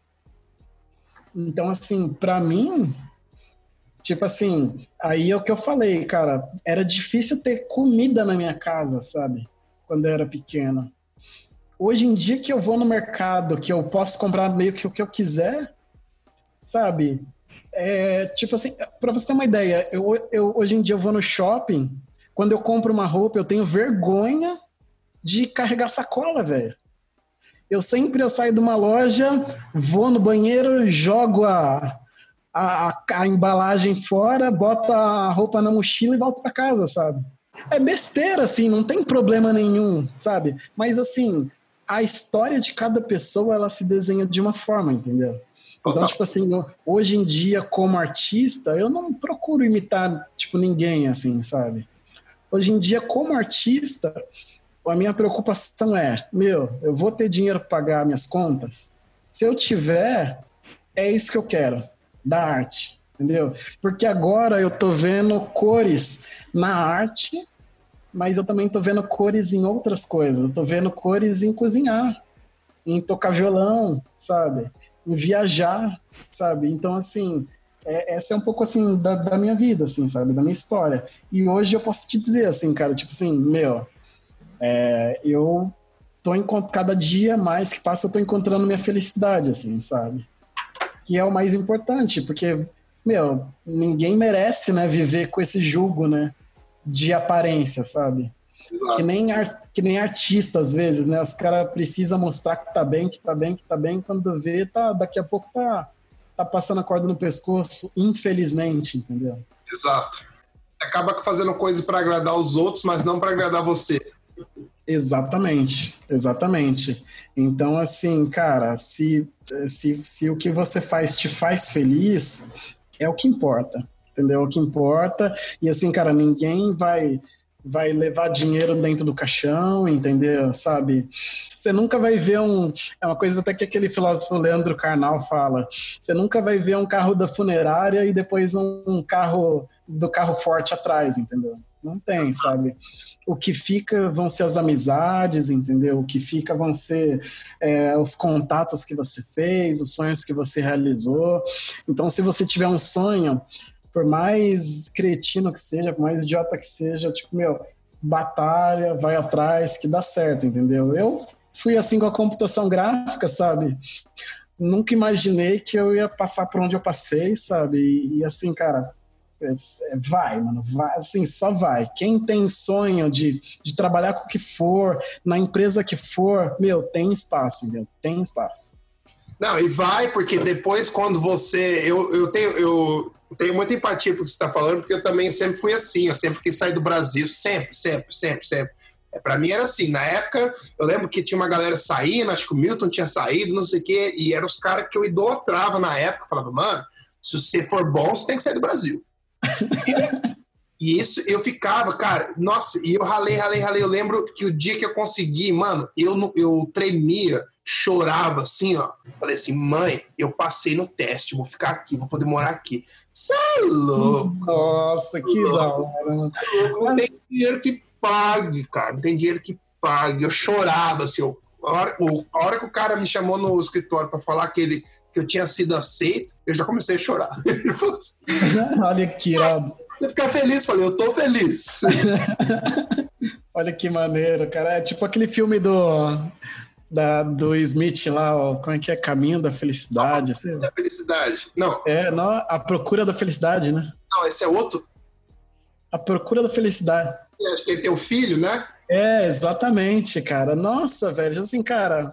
Então, assim, para mim, tipo assim, aí é o que eu falei, cara, era difícil ter comida na minha casa, sabe? Quando eu era pequeno. Hoje em dia que eu vou no mercado, que eu posso comprar meio que o que eu quiser, sabe? É, tipo assim, pra você ter uma ideia, eu, eu, hoje em dia eu vou no shopping, quando eu compro uma roupa, eu tenho vergonha de carregar sacola, velho. Eu sempre eu saio de uma loja, vou no banheiro, jogo a, a, a, a embalagem fora, boto a roupa na mochila e volto pra casa, sabe? É besteira, assim, não tem problema nenhum, sabe? Mas assim... a história de cada pessoa, ela se desenha de uma forma, entendeu? Então, tipo assim, hoje em dia, como artista, eu não procuro imitar, tipo, ninguém, assim, sabe? Hoje em dia, como artista, a minha preocupação é, meu, eu vou ter dinheiro para pagar minhas contas? Se eu tiver, é isso que eu quero, da arte, entendeu? Porque agora eu tô vendo cores na arte, mas eu também tô vendo cores em outras coisas. Eu tô vendo cores em cozinhar, em tocar violão, sabe? Em viajar, sabe? Então, assim, é, essa é um pouco, assim, da, da minha vida, assim, sabe? Da minha história. E hoje eu posso te dizer, assim, cara, tipo assim, meu, é, eu tô encontrando, cada dia mais que passa, eu tô encontrando minha felicidade, assim, sabe? Que é o mais importante, porque, meu, ninguém merece, né, viver com esse jugo, né? De aparência, sabe? Exato. Que nem, ar, que nem artista, às vezes, né? Os caras precisam mostrar que tá bem, que tá bem, que tá bem, quando vê, tá, daqui a pouco tá, tá passando a corda no pescoço, infelizmente, entendeu? Exato. Acaba fazendo coisa para agradar os outros, mas não para agradar você. Exatamente, exatamente. Então, assim, cara, se, se, se o que você faz te faz feliz, é o que importa. Entendeu? O que importa. E assim, cara, ninguém vai, vai levar dinheiro dentro do caixão, entendeu? Sabe? Você nunca vai ver um... É uma coisa até que aquele filósofo Leandro Carnal fala. Você nunca vai ver um carro da funerária e depois um, um carro do carro forte atrás, entendeu? Não tem, sabe? O que fica vão ser as amizades, entendeu? O que fica vão ser é, os contatos que você fez, os sonhos que você realizou. Então, se você tiver um sonho... por mais cretino que seja, por mais idiota que seja, tipo, meu, batalha, vai atrás, que dá certo, entendeu? Eu fui assim com a computação gráfica, sabe? Nunca imaginei que eu ia passar por onde eu passei, sabe? E, e assim, cara, é, vai, mano, vai, assim, só vai. Quem tem sonho de, de trabalhar com o que for, na empresa que for, meu, tem espaço, meu, tem espaço. Não, e vai, porque depois quando você... Eu, eu, tenho, eu tenho muita empatia por que você está falando, porque eu também sempre fui assim, eu sempre quis sair do Brasil, sempre, sempre, sempre, sempre. É, pra mim era assim, na época, eu lembro que tinha uma galera saindo, acho que o Milton tinha saído, não sei o quê, e eram os caras que eu idolatrava na época, falava, mano, se você for bom, você tem que sair do Brasil. E isso eu ficava, cara, nossa, e eu ralei, ralei, ralei. Eu lembro que o dia que eu consegui, mano, eu, eu tremia, chorava assim, ó. Falei assim, mãe, eu passei no teste, vou ficar aqui, vou poder morar aqui. Cê é louco. Nossa, que louco. Da hora, mano. Não tem dinheiro que pague, cara, não tem dinheiro que pague. Eu chorava, assim, eu, a, hora, a hora que o cara me chamou no escritório pra falar que ele. Que eu tinha sido aceito, eu já comecei a chorar. Ele falou assim, olha que irado. Você ficar feliz? Falei, eu tô feliz. Olha que maneiro, cara. É tipo aquele filme do, da, do Smith lá, ó, como é que é? Caminho da Felicidade. Caminho da Felicidade. Não. É, não, A Procura da Felicidade, né? Não, esse é outro. A Procura da Felicidade. Eu acho que ele tem um filho, né? É, exatamente, cara. Nossa, velho, assim, cara...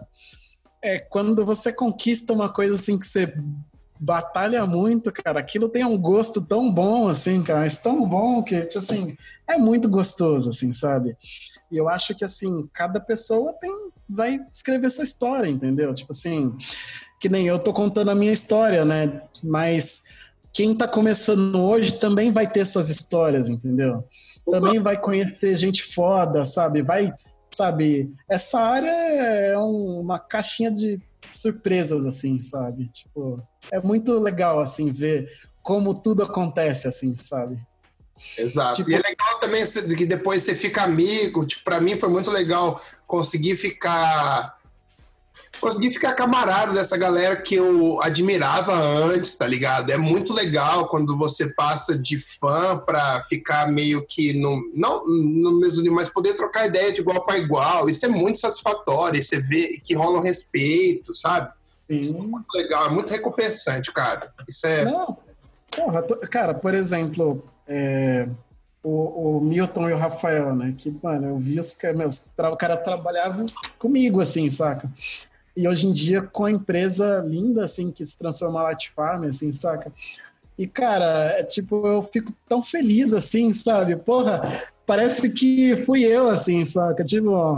É, quando você conquista uma coisa assim que você batalha muito, cara, aquilo tem um gosto tão bom, assim, cara, mas tão bom que, tipo assim, é muito gostoso, assim, sabe? E eu acho que, assim, cada pessoa tem, vai escrever sua história, entendeu? Tipo assim, que nem eu tô contando a minha história, né? Mas quem tá começando hoje também vai ter suas histórias, entendeu? Também vai conhecer gente foda, sabe? Vai... Sabe, essa área é um, uma caixinha de surpresas, assim, sabe? Tipo, é muito legal, assim, ver como tudo acontece, assim, sabe? Exato. Tipo, e é legal também que depois você fica amigo. Tipo, pra mim foi muito legal conseguir ficar... Consegui ficar camarada dessa galera que eu admirava antes, tá ligado? É muito legal quando você passa de fã pra ficar meio que no, não no mesmo nível, mas poder trocar ideia de igual para igual. Isso é muito satisfatório. E você vê que rola um respeito, sabe? Sim. Isso é muito legal, é muito recompensante, cara. Isso é... Não, porra, cara, por exemplo, é, o, o Milton e o Rafael, né? Que, mano, eu vi os meus, o cara trabalhava comigo, assim, saca? E hoje em dia, com a empresa linda, assim, que se transforma na Latifarm, assim, saca? E, cara, é, tipo, eu fico tão feliz, assim, sabe? Porra, parece que fui eu, assim, saca? Tipo,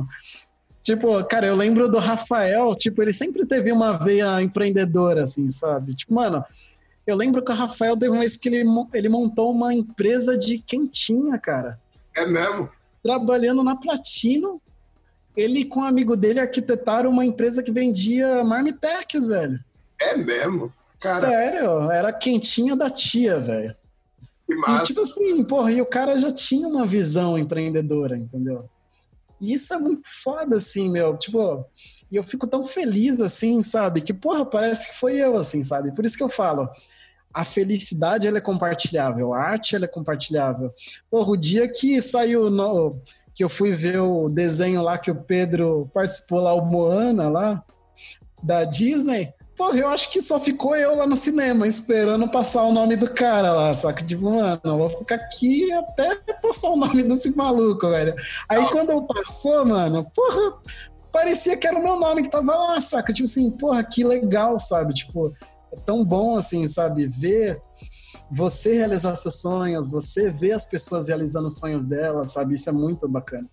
tipo, cara, eu lembro do Rafael, tipo, ele sempre teve uma veia empreendedora, assim, sabe? Tipo, mano, eu lembro que o Rafael teve uma vez que ele, ele montou uma empresa de quentinha, cara. É mesmo? Trabalhando na Platino. Ele com um amigo dele arquitetaram uma empresa que vendia marmitex, velho. É mesmo? Cara, sério, era a quentinha da tia, velho. Que massa. E tipo assim, porra, e o cara já tinha uma visão empreendedora, entendeu? E isso é muito foda, assim, meu. Tipo, e eu fico tão feliz, assim, sabe? Que, porra, parece que foi eu, assim, sabe? Por isso que eu falo, a felicidade, ela é compartilhável. A arte, ela é compartilhável. Porra, o dia que saiu... No... que eu fui ver o desenho lá que o Pedro participou lá, o Moana lá, da Disney, porra, eu acho que só ficou eu lá no cinema, esperando passar o nome do cara lá, saca? Tipo, mano, eu vou ficar aqui até passar o nome desse maluco, velho. Aí oh. quando eu passou, mano, porra, parecia que era o meu nome que tava lá, saca? Tipo assim, porra, que legal, sabe? Tipo, é tão bom, assim, sabe? Ver... você realizar seus sonhos, você ver as pessoas realizando os sonhos delas, sabe? Isso é muito bacana.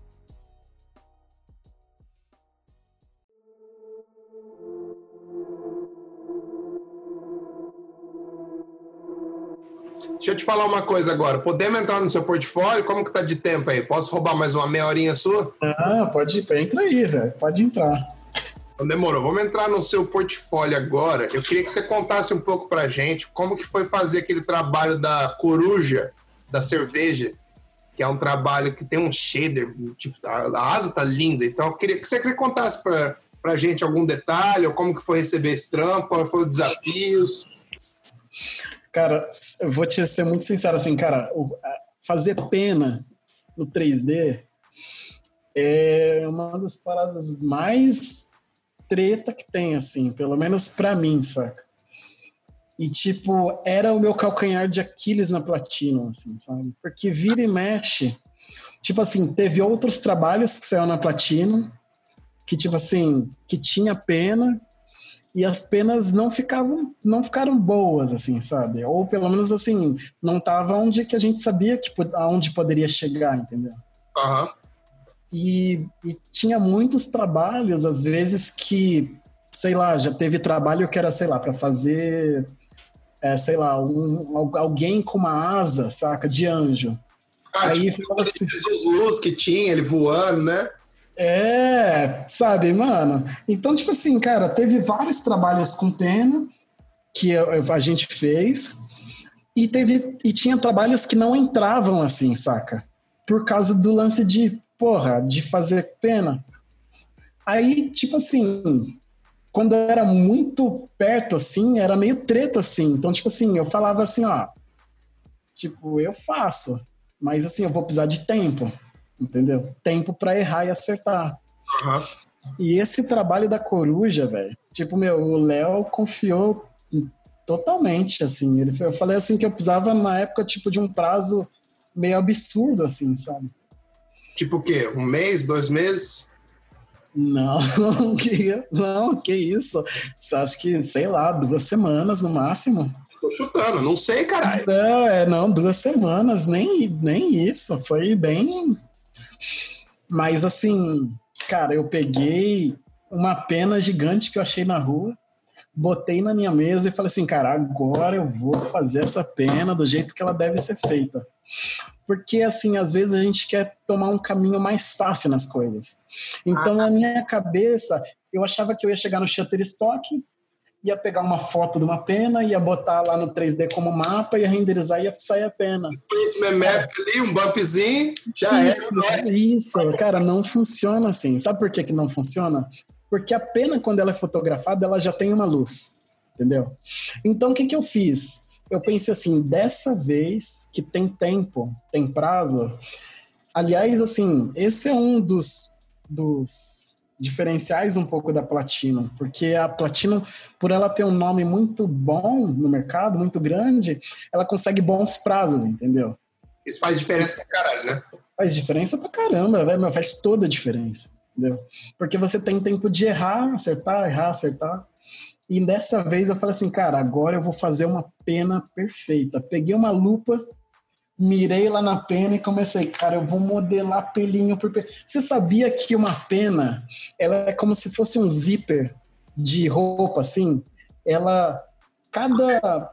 Deixa eu te falar uma coisa agora. Podemos entrar no seu portfólio? Como que tá de tempo aí? Posso roubar mais uma meia horinha sua? Ah, pode ir. Entra aí, velho. Pode entrar. Então demorou. Vamos entrar no seu portfólio agora. Eu queria que você contasse um pouco pra gente como que foi fazer aquele trabalho da coruja, da cerveja, que é um trabalho que tem um shader, tipo, a, a asa tá linda. Então eu queria que você contasse pra, pra gente algum detalhe, ou como que foi receber esse trampo, qual foram os desafios. Cara, eu vou te ser muito sincero, assim, cara, fazer pena no três D é uma das paradas mais treta que tem, assim, pelo menos pra mim, saca? E, tipo, era o meu calcanhar de Aquiles na Platinum, assim, sabe? Porque vira e mexe. Tipo assim, teve outros trabalhos que saiu na Platinum, que, tipo assim, que tinha pena, e as penas não ficavam, não ficaram boas, assim, sabe? Ou pelo menos, assim, não tava onde que a gente sabia que, aonde poderia chegar, entendeu? Aham. Uhum. E, e tinha muitos trabalhos, às vezes, que, sei lá, já teve trabalho que era, sei lá, para fazer... É, sei lá, um, alguém com uma asa, saca, de anjo. Ah, aí tipo, fala assim, Jesus que tinha, ele voando, né? É, sabe, mano? Então, tipo assim, cara, teve vários trabalhos com pena que eu, eu, a gente fez e teve e tinha trabalhos que não entravam assim, saca? Por causa do lance de, porra, de fazer pena. Aí, tipo assim, quando eu era muito perto, assim, era meio treta, assim. Então, tipo assim, eu falava assim, ó, tipo, eu faço, mas assim, eu vou precisar de tempo, entendeu? Tempo pra errar e acertar. Uhum. E esse trabalho da coruja, velho, tipo, meu, o Léo confiou totalmente, assim. Ele, eu falei assim que eu precisava, na época, tipo, de um prazo meio absurdo, assim, sabe? Tipo o quê? Um mês, dois meses? Não, que, não, que isso. Acho que, sei lá, duas semanas no máximo. Tô chutando, não sei, caralho. Não, é, não, duas semanas, nem, nem isso. Foi bem... Mas, assim, cara, eu peguei uma pena gigante que eu achei na rua, botei na minha mesa e falei assim, cara, agora eu vou fazer essa pena do jeito que ela deve ser feita. Porque, assim, às vezes a gente quer tomar um caminho mais fácil nas coisas. Então, ah. na minha cabeça, eu achava que eu ia chegar no Shutterstock, ia pegar uma foto de uma pena, ia botar lá no três D como mapa, ia renderizar e ia sair a pena. Esse map ali, um bumpzinho, já isso, é. Né? Isso, cara, não funciona assim. Sabe por que, que não funciona? Porque a pena, quando ela é fotografada, ela já tem uma luz, entendeu? Então, o que, que eu fiz? Eu pensei assim, dessa vez que tem tempo, tem prazo... Aliás, assim, esse é um dos, dos diferenciais um pouco da Platinum, porque a Platinum, por ela ter um nome muito bom no mercado, muito grande, ela consegue bons prazos, entendeu? Isso faz diferença pra caralho, né? Faz diferença pra caramba, velho, faz toda a diferença, entendeu? Porque você tem tempo de errar, acertar, errar, acertar. E dessa vez eu falei assim, cara, agora eu vou fazer uma pena perfeita. Peguei uma lupa, mirei lá na pena e comecei, cara, eu vou modelar pelinho por pelinho. Você sabia que uma pena, ela é como se fosse um zíper de roupa, assim? Ela, cada...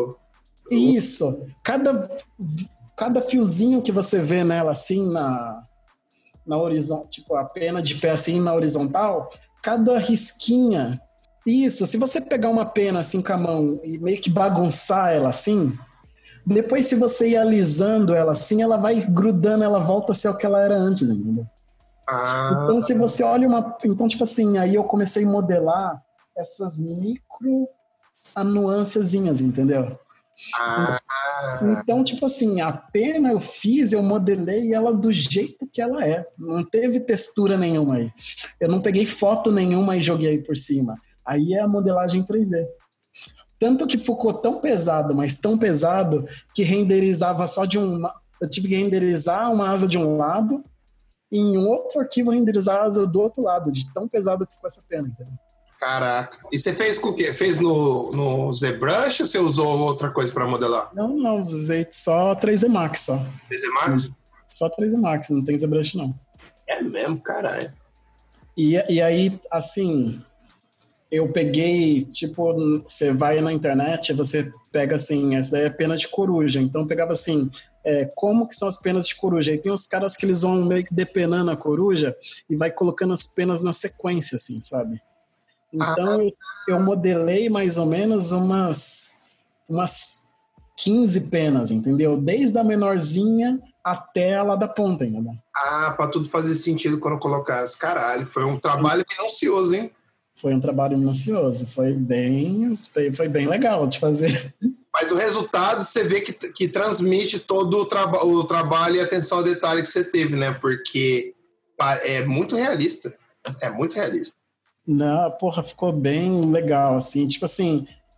Isso, cada... Cada fiozinho que você vê nela, assim, na, na horizontal, tipo, a pena de pé, assim, na horizontal, cada risquinha... Isso, se você pegar uma pena, assim, com a mão e meio que bagunçar ela, assim... Depois, se você ir alisando ela assim, ela vai grudando, ela volta a ser o que ela era antes, entendeu? Ah. Então, se você olha uma... Então, tipo assim, aí eu comecei a modelar essas micro nuancezinhas, entendeu? Ah. Então, tipo assim, a pena eu fiz, eu modelei ela do jeito que ela é. Não teve textura nenhuma aí. Eu não peguei foto nenhuma e joguei por cima. Aí é a modelagem três D. Tanto que ficou tão pesado, mas tão pesado, que renderizava só de um... Eu tive que renderizar uma asa de um lado e em um outro arquivo renderizar a asa do outro lado, de tão pesado que ficou essa pena, entendeu? Caraca. E você fez com o quê? Fez no, no ZBrush ou você usou outra coisa para modelar? Não, não, usei só três D Max, só. três D Max? Só três D Max, não tem ZBrush, não. É mesmo, caralho. E, e aí, assim... Eu peguei, tipo, você vai na internet, você pega assim, essa daí é pena de coruja. Então eu pegava assim, é, como que são as penas de coruja? E tem uns caras que eles vão meio que depenando a coruja e vai colocando as penas na sequência, assim, sabe? Então ah. eu, eu modelei mais ou menos umas, umas quinze penas, entendeu? Desde a menorzinha até a lá da ponta, entendeu? Ah, pra tudo fazer sentido quando colocasse. Caralho, foi um trabalho minucioso, hein? Foi um trabalho minucioso, foi bem, foi bem legal de fazer. Mas o resultado, você vê que, que transmite todo o, traba- o trabalho e atenção ao detalhe que você teve, né? Porque é muito realista. É muito realista. Não, porra, ficou bem legal, assim. Tipo assim,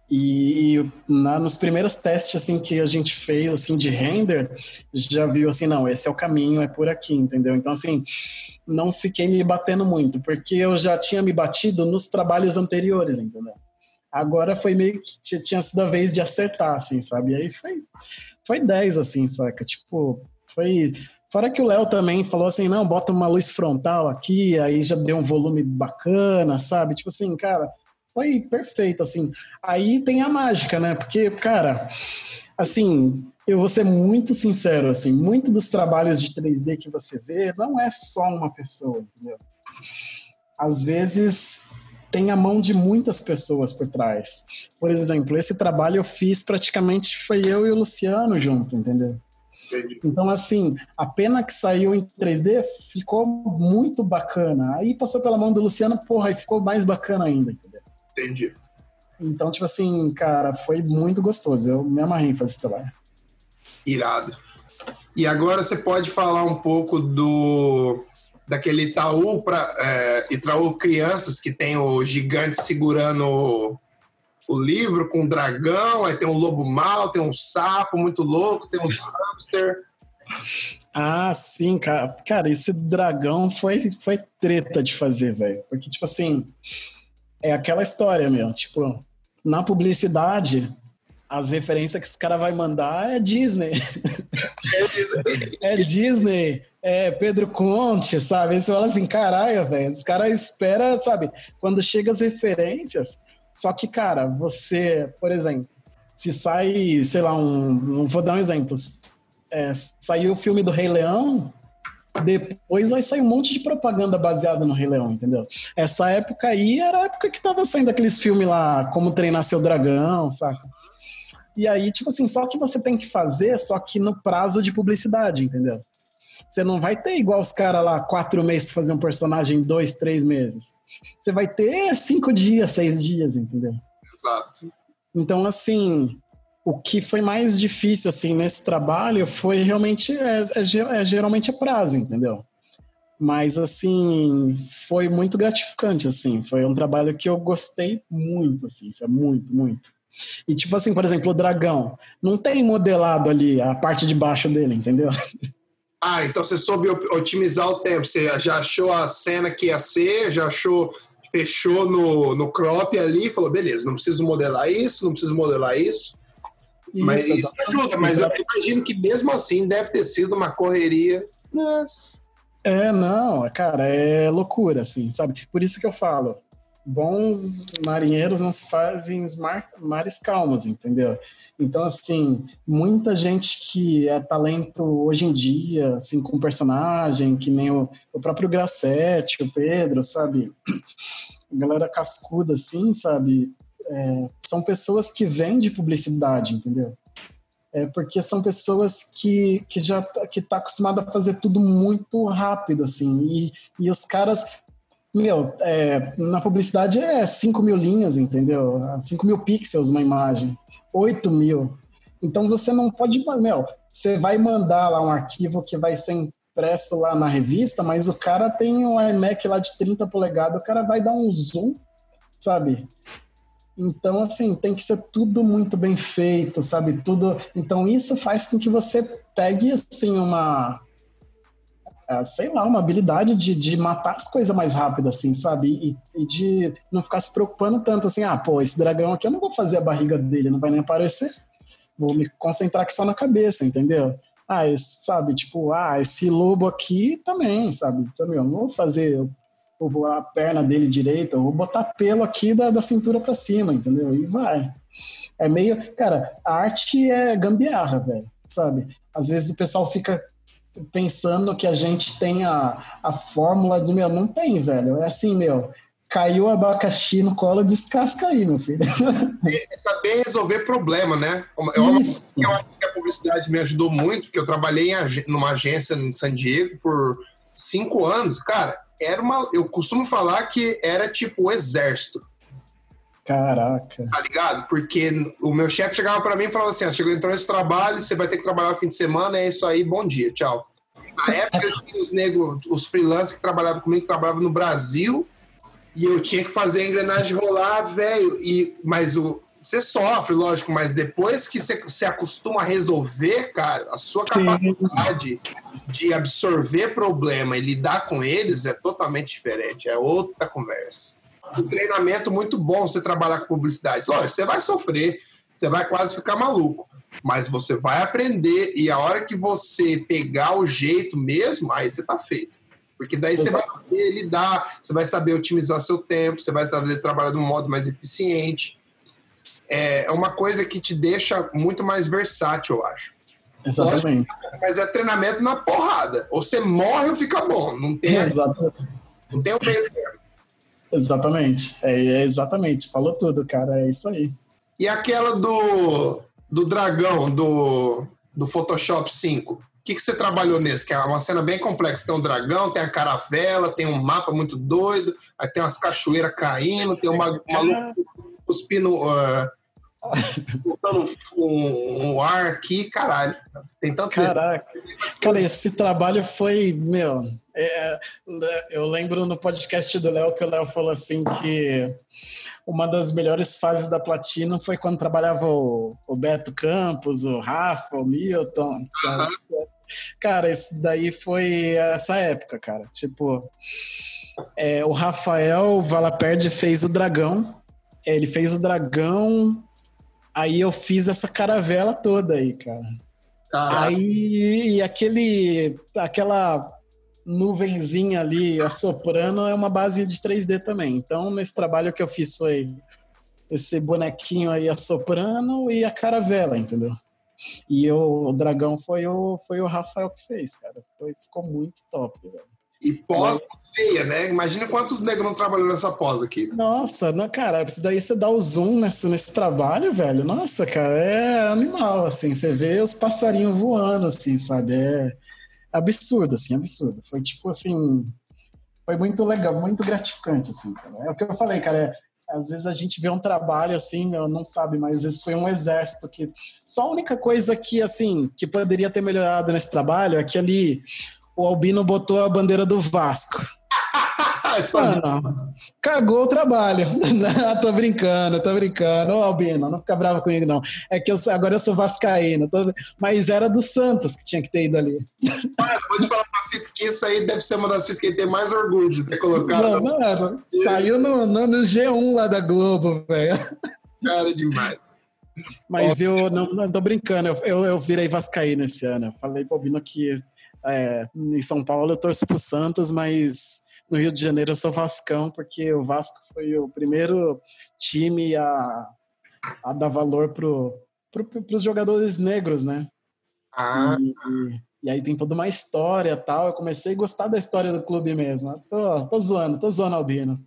E na, nos primeiros testes assim que a gente fez assim de render, já viu assim, não, esse é o caminho, é por aqui, entendeu? Então assim, não fiquei me batendo muito, porque eu já tinha me batido nos trabalhos anteriores, entendeu? Agora foi meio que tinha sido a vez de acertar, assim, sabe? E aí foi, foi dez, assim, saca? Tipo, foi... Fora que o Léo também falou assim, não, bota uma luz frontal aqui, aí já deu um volume bacana, sabe? Tipo assim, cara... Foi perfeito, assim. Aí tem a mágica, né? Porque, cara, assim, eu vou ser muito sincero, assim, muito dos trabalhos de três D que você vê não é só uma pessoa, entendeu? Às vezes tem a mão de muitas pessoas por trás. Por exemplo, esse trabalho eu fiz praticamente, foi eu e o Luciano junto, entendeu? Então, assim, a pena que saiu em três D ficou muito bacana. Aí passou pela mão do Luciano, porra, aí ficou mais bacana ainda, entendeu? Entendi. Então, tipo assim, cara, foi muito gostoso. Eu me amarrei em fazer esse trabalho. Irado. E agora você pode falar um pouco do daquele Itaú para é, Itaú Crianças, que tem o gigante segurando o, o livro com um dragão, aí tem um lobo mau, tem um sapo muito louco, tem uns hamster. Ah, sim, cara. Cara, esse dragão foi, foi treta de fazer, velho. Porque, tipo assim... É aquela história, meu, tipo, na publicidade, as referências que os caras vão mandar é Disney. É Disney. É Disney, é Pedro Conte, sabe? Aí você fala assim, caralho, velho, os caras esperam, sabe? Quando chega as referências, só que, cara, você, por exemplo, se sai, sei lá, um, não vou dar um exemplo, é, saiu o filme do Rei Leão, depois vai sair um monte de propaganda baseada no Rei Leão, entendeu? Essa época aí era a época que tava saindo aqueles filmes lá, Como Treinar Seu Dragão, saca? E aí, tipo assim, só que você tem que fazer, só que no prazo de publicidade, entendeu? Você não vai ter igual os caras lá, quatro meses pra fazer um personagem em dois, três meses. Você vai ter cinco dias, seis dias, entendeu? Exato. Então, assim... O que foi mais difícil, assim, nesse trabalho foi realmente, é, é, é geralmente a prazo, entendeu? Mas, assim, foi muito gratificante, assim, foi um trabalho que eu gostei muito, assim, isso é muito, muito. E, tipo assim, por exemplo, o dragão, não tem modelado ali a parte de baixo dele, entendeu? Ah, então você soube otimizar o tempo, você já achou a cena que ia ser, já achou, fechou no, no crop ali, falou, beleza, não preciso modelar isso, não preciso modelar isso. Mas isso ajuda, mas eu imagino que mesmo assim deve ter sido uma correria. Nossa. É, não, cara, é loucura, assim, sabe? Por isso que eu falo, bons marinheiros não se fazem mar, mares calmos, entendeu? Então, assim, muita gente que é talento hoje em dia, assim, com personagem, que nem o, o próprio Grassetti, o Pedro, sabe? Galera cascuda, assim, sabe? É, são pessoas que vêm de publicidade, entendeu? É porque são pessoas que, que já que tá acostumada a fazer tudo muito rápido, assim, e, e os caras, meu, é, na publicidade é cinco mil linhas, entendeu? cinco mil pixels uma imagem, oito mil. Então você não pode, meu, você vai mandar lá um arquivo que vai ser impresso lá na revista, mas o cara tem um iMac lá de trinta polegadas, o cara vai dar um zoom, sabe? Então, assim, tem que ser tudo muito bem feito, sabe? Tudo. Então, isso faz com que você pegue, assim, uma... sei lá, uma habilidade de, de matar as coisas mais rápido, assim, sabe? E, e de não ficar se preocupando tanto, assim, ah, pô, esse dragão aqui eu não vou fazer a barriga dele, não vai nem aparecer. Vou me concentrar aqui só na cabeça, entendeu? Ah, esse, sabe? Tipo, ah, esse lobo aqui também, sabe? Então, eu não vou fazer... a perna dele direita, eu vou botar pelo aqui da, da cintura pra cima, entendeu? E vai. É meio... Cara, a arte é gambiarra, velho, sabe? Às vezes o pessoal fica pensando que a gente tem a, a fórmula de... Meu, não tem, velho. É assim, meu... Caiu o abacaxi no colo, descasca aí, meu filho. É saber resolver problema, né? Eu, Isso. eu acho que a publicidade me ajudou muito, porque eu trabalhei em, numa agência em San Diego por cinco anos. Cara, era uma, eu costumo falar que era tipo o exército. Caraca. Tá ligado? Porque o meu chefe chegava pra mim e falava assim, ah, chegou, entrou nesse trabalho, você vai ter que trabalhar no fim de semana, é isso aí, bom dia, tchau. Na época eu tinha os negros, os freelancers que trabalhavam comigo, que trabalhavam no Brasil, e eu tinha que fazer a engrenagem rolar, velho. E, mas o, você sofre, lógico, mas depois que você se acostuma a resolver, cara, a sua capacidade Sim. de absorver problema e lidar com eles é totalmente diferente, é outra conversa. Um treinamento muito bom você trabalhar com publicidade. Lógico, você vai sofrer, você vai quase ficar maluco, mas você vai aprender e a hora que você pegar o jeito mesmo, aí você tá feito. Porque daí você vai saber lidar, você vai saber otimizar seu tempo, você vai saber trabalhar de um modo mais eficiente. É uma coisa que te deixa muito mais versátil, eu acho. Exatamente. Lógico, mas é treinamento na porrada. Ou você morre ou fica bom. Não tem, Exatamente. Não tem o meio termo. Exatamente. É, é exatamente. Falou tudo, cara. É isso aí. E aquela do, do dragão, do, do Photoshop cinco? O que, que você trabalhou nesse? Que é uma cena bem complexa. Tem um dragão, tem a caravela, tem um mapa muito doido, aí tem umas cachoeiras caindo, tem uma, um maluco cuspindo, uh, botando um, um, um ar aqui, caralho. Tem tanto... Caraca. Cara, esse trabalho foi, meu... É, eu lembro no podcast do Léo que o Léo falou assim que uma das melhores fases da Platinum foi quando trabalhava o, o Beto Campos, o Rafa, o Milton. Uhum. Cara, isso daí foi essa época, cara. Tipo, é, o Rafael Valaperde fez o dragão. Ele fez o dragão, aí eu fiz essa caravela toda aí, cara. Caraca. Aí e aquele, aquela nuvenzinha ali assoprando é uma base de três D também. Então, nesse trabalho que eu fiz foi esse bonequinho aí assoprando e a caravela, entendeu? E eu, o dragão foi o, foi o Rafael que fez, cara. Foi, ficou muito top, velho. E pós feia, né? Imagina quantos negros não trabalham nessa pós aqui. Nossa, não, cara, isso daí você dá o zoom nesse, nesse trabalho, velho. Nossa, cara, é animal, assim. Você vê os passarinhos voando, assim, sabe? É absurdo, assim, absurdo. Foi tipo assim, foi muito legal, muito gratificante, assim, cara. É o que eu falei, cara, é, às vezes a gente vê um trabalho, assim, não sabe, mas às vezes foi um exército que... Só a única coisa que, assim, que poderia ter melhorado nesse trabalho é que ali o Albino botou a bandeira do Vasco. Mano, cagou o trabalho. Não, tô brincando, tô brincando. Ô, Albino, não fica bravo comigo, não. É que eu, agora eu sou vascaíno. Tô... Mas era do Santos que tinha que ter ido ali. Ah, vou te falar uma fita que isso aí deve ser uma das fitas que ele tem mais orgulho de ter colocado. Não, não era. Saiu no, no, no G um lá da Globo, velho. Cara, demais. Mas eu não, não tô brincando. Eu, eu, eu virei vascaíno esse ano. Eu falei pro Albino que é, em São Paulo eu torço pro Santos, mas... No Rio de Janeiro eu sou vascão, porque o Vasco foi o primeiro time a, a dar valor pro, pro, pros jogadores negros, né? Ah. E, e, e aí tem toda uma história e tal. Eu comecei a gostar da história do clube mesmo. Eu tô, tô zoando, tô zoando Albino.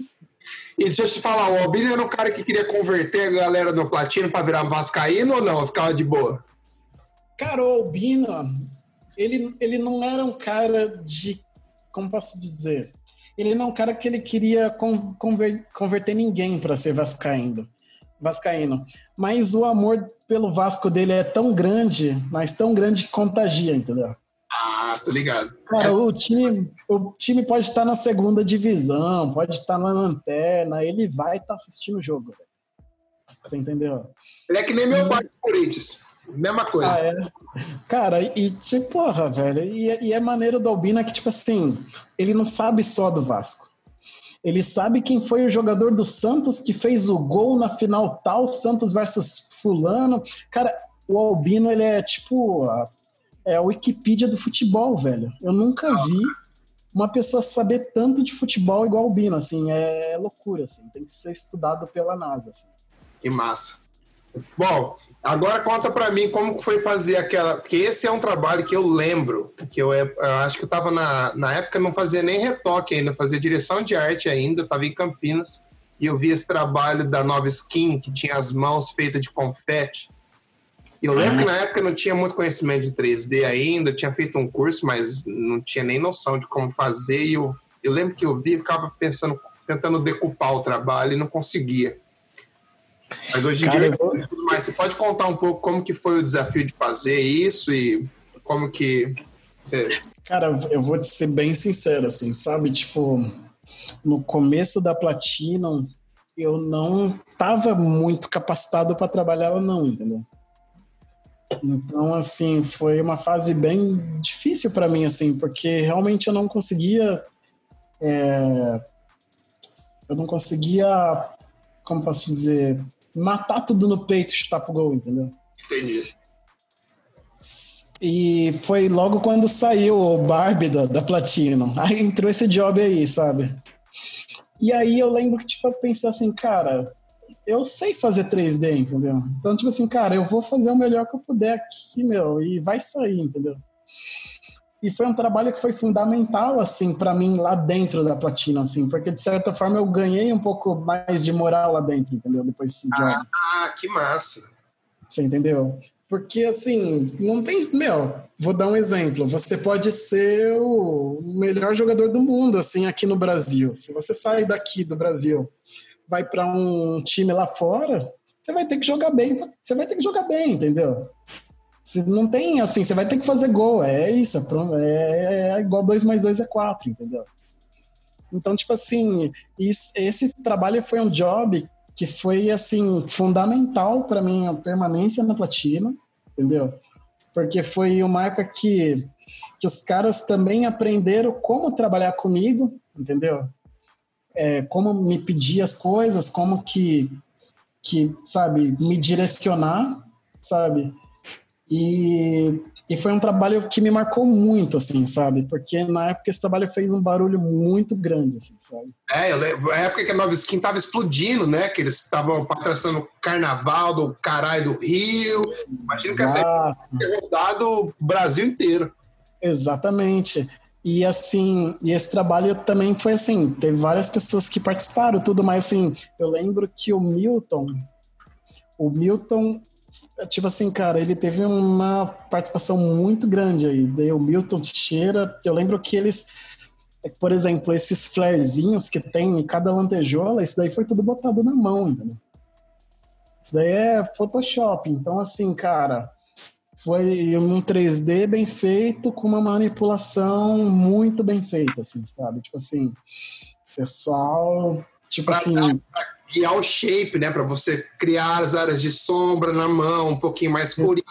E deixa eu te falar, o Albino era um cara que queria converter a galera do Platino para virar vascaíno ou não? Ficava de boa? Cara, o Albino, ele, ele não era um cara de... Como posso dizer? Ele não é um cara que ele queria conver, converter ninguém para ser vascaíno, vascaíno. Mas o amor pelo Vasco dele é tão grande, mas tão grande que contagia, entendeu? Ah, tô ligado. Cara, Essa... o, time, o time pode estar na segunda divisão, pode estar na lanterna, ele vai estar assistindo o jogo. Você entendeu? Ele é que nem meu pai do Corinthians. Mesma coisa. Ah, é? Cara, e tipo, porra, velho, e, e é maneiro do Albino que, tipo assim, ele não sabe só do Vasco. Ele sabe quem foi o jogador do Santos que fez o gol na final tal, Santos versus fulano. Cara, o Albino, ele é tipo, é a Wikipedia do futebol, velho. Eu nunca vi uma pessoa saber tanto de futebol igual o Albino, assim, é loucura, assim, tem que ser estudado pela NASA, assim. Que massa. Bom... Agora conta pra mim como foi fazer aquela... Porque esse é um trabalho que eu lembro, que eu, eu acho que eu tava na... Na época não fazia nem retoque ainda, fazia direção de arte ainda, eu tava em Campinas, e eu vi esse trabalho da Nova Skin, que tinha as mãos feitas de confete. E eu lembro que na época eu não tinha muito conhecimento de três D ainda, eu tinha feito um curso, mas não tinha nem noção de como fazer, e eu, eu lembro que eu vi e ficava pensando, tentando decupar o trabalho e não conseguia. Mas hoje em Cara, dia, vou... mas você pode contar um pouco como que foi o desafio de fazer isso e como que você... Cara, eu vou te ser bem sincero, assim, sabe? Tipo, no começo da Platinum, eu não estava muito capacitado para trabalhar ela não, entendeu? Então, assim, foi uma fase bem difícil para mim, assim, porque realmente eu não conseguia... É, eu não conseguia, como posso dizer, matar tudo no peito e chutar pro gol, entendeu? Entendi. E foi logo quando saiu o Barbie da, da Platinum. Aí entrou esse job aí, sabe? E aí eu lembro que, tipo, eu pensei assim, cara, eu sei fazer três D, entendeu? Então, tipo assim, cara, eu vou fazer o melhor que eu puder aqui, meu, e vai sair, entendeu? E foi um trabalho que foi fundamental, assim, para mim lá dentro da Platinum, assim, porque de certa forma eu ganhei um pouco mais de moral lá dentro, entendeu? Depois desse job. Ah, que massa. Você entendeu? Porque, assim, não tem... Meu, vou dar um exemplo. Você pode ser o melhor jogador do mundo, assim, aqui no Brasil. Se você sai daqui do Brasil, vai para um time lá fora, você vai ter que jogar bem. Você vai ter que jogar bem, entendeu? Se não tem, assim, você vai ter que fazer gol. É isso, é, pronto, é, é igual dois mais dois é quatro, entendeu? Então, tipo assim, isso, esse trabalho foi um job que foi, assim, fundamental para minha permanência na Platina, entendeu? Porque foi uma época que, que os caras também aprenderam como trabalhar comigo, entendeu? É, como me pedir as coisas, como que, que, sabe, me direcionar, sabe? E, e foi um trabalho que me marcou muito, assim, sabe? Porque na época esse trabalho fez um barulho muito grande, assim, sabe? É, eu lembro, a época que a Nova Skin tava explodindo, né? Que eles estavam patrocinando o carnaval do caralho do Rio. Imagina que essa época ter rodado o Brasil inteiro. Exatamente. E assim, e esse trabalho também foi assim, teve várias pessoas que participaram, tudo, mas assim, eu lembro que o Milton, o Milton, tipo assim, cara, ele teve uma participação muito grande aí. Daí o Milton Teixeira, eu lembro que eles, por exemplo, esses flarezinhos que tem em cada lantejola, isso daí foi tudo botado na mão, entendeu? Isso daí é Photoshop. Então, assim, cara, foi um três D bem feito com uma manipulação muito bem feita, assim, sabe? Tipo assim, pessoal, tipo pra assim... Dar, pra guiar o shape, né? Para você criar as áreas de sombra na mão, um pouquinho mais escurinho.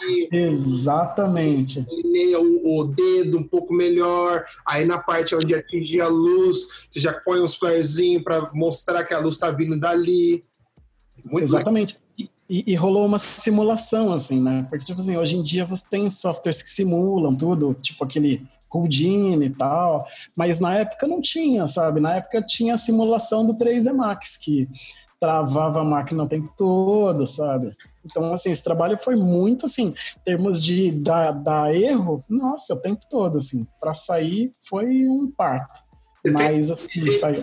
Exatamente. O, o dedo um pouco melhor. Aí na parte onde atingir a luz, você já põe uns flarezinhos para mostrar que a luz está vindo dali. Muito Exatamente. Legal. E, e rolou uma simulação, assim, né? Porque, tipo assim, hoje em dia você tem softwares que simulam tudo, tipo aquele Houdini e tal, mas na época não tinha, sabe? Na época tinha a simulação do três D Max, que travava a máquina o tempo todo, sabe? Então, assim, esse trabalho foi muito, assim, em termos de dar, dar erro, nossa, o tempo todo, assim, para sair foi um parto. Você mas, assim, saiu.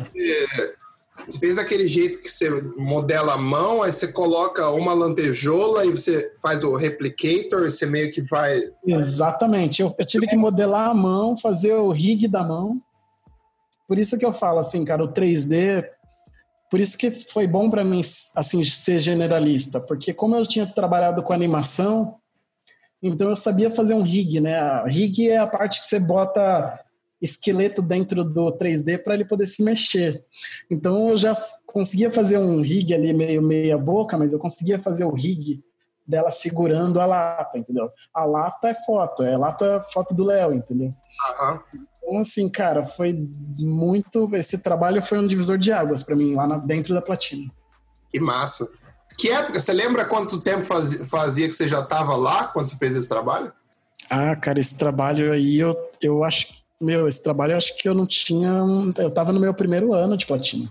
Você fez daquele jeito que você modela a mão, aí você coloca uma lantejola e você faz o replicator, você meio que vai... Exatamente. Eu, eu tive que modelar a mão, fazer o rig da mão. Por isso que eu falo assim, cara, o três D... Por isso que foi bom para mim, assim, ser generalista. Porque como eu tinha trabalhado com animação, então eu sabia fazer um rig, né? A rig é a parte que você bota... esqueleto dentro do três D para ele poder se mexer. Então eu já conseguia fazer um rig ali meio meia boca, mas eu conseguia fazer o rig dela segurando a lata, entendeu? A lata é foto, é lata foto do Léo, entendeu? Uhum. Então assim, cara, foi muito... Esse trabalho foi um divisor de águas para mim, lá na, dentro da Platina. Que massa. Que época? Você lembra quanto tempo fazia, fazia que você já estava lá, quando você fez esse trabalho? Ah, cara, esse trabalho aí, eu, eu acho que Meu, esse trabalho eu acho que eu não tinha... Eu tava no meu primeiro ano de Platina.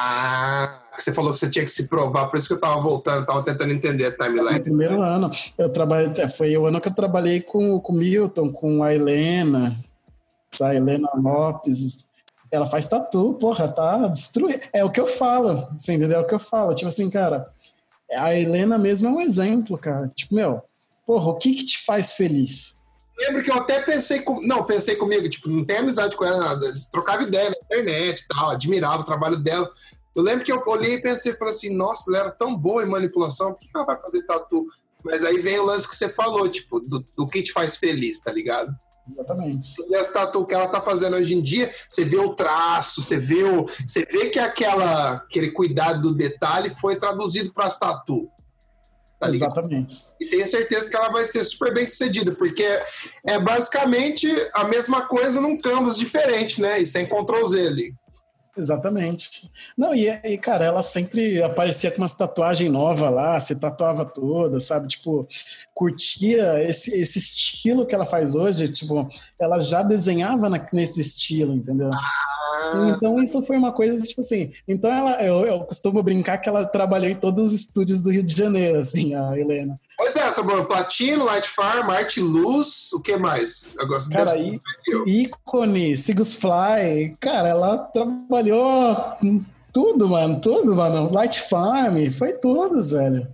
Ah, você falou que você tinha que se provar, por isso que eu tava voltando, tava tentando entender a timeline. No primeiro ano. Eu trabalhei, foi o ano que eu trabalhei com, com o Milton, com a Helena, a Helena Lopes. Ela faz tatu, porra, tá destruída. É o que eu falo, você entendeu? É o que eu falo. Tipo assim, cara, a Helena mesmo é um exemplo, cara. Tipo, meu, porra, o que que te faz feliz? Lembro que eu até pensei com... Não, pensei comigo, tipo, não tem amizade com ela, nada. Trocava ideia na internet e tal, admirava o trabalho dela. Eu lembro que eu olhei e pensei, falei assim, nossa, ela era tão boa em manipulação, por que ela vai fazer tatu? Mas aí vem o lance que você falou, tipo, do, do que te faz feliz, tá ligado? Exatamente. E as tatu que ela tá fazendo hoje em dia, você vê o traço, você vê, o, você vê que aquela, aquele cuidado do detalhe foi traduzido para as tatu. Tá Exatamente. E tenho certeza que ela vai ser super bem sucedida, porque é basicamente a mesma coisa num canvas diferente, né? E sem control Z ali. Exatamente. Não, e, e, cara, ela sempre aparecia com umas tatuagens novas lá, se tatuava toda, sabe? Tipo, curtia esse, esse estilo que ela faz hoje, tipo, ela já desenhava na, nesse estilo, entendeu? Ah. Então isso foi uma coisa, tipo assim, então ela, eu, eu costumo brincar que ela trabalhou em todos os estúdios do Rio de Janeiro, assim, a Helena. Pois é, trabalhou Platino, Light Farm, Arte Luz, o que mais? Eu gosto Cara, aí, Ícone, Sigus Fly, cara, ela trabalhou em tudo, mano, tudo, mano. Light Farm, foi todos, velho.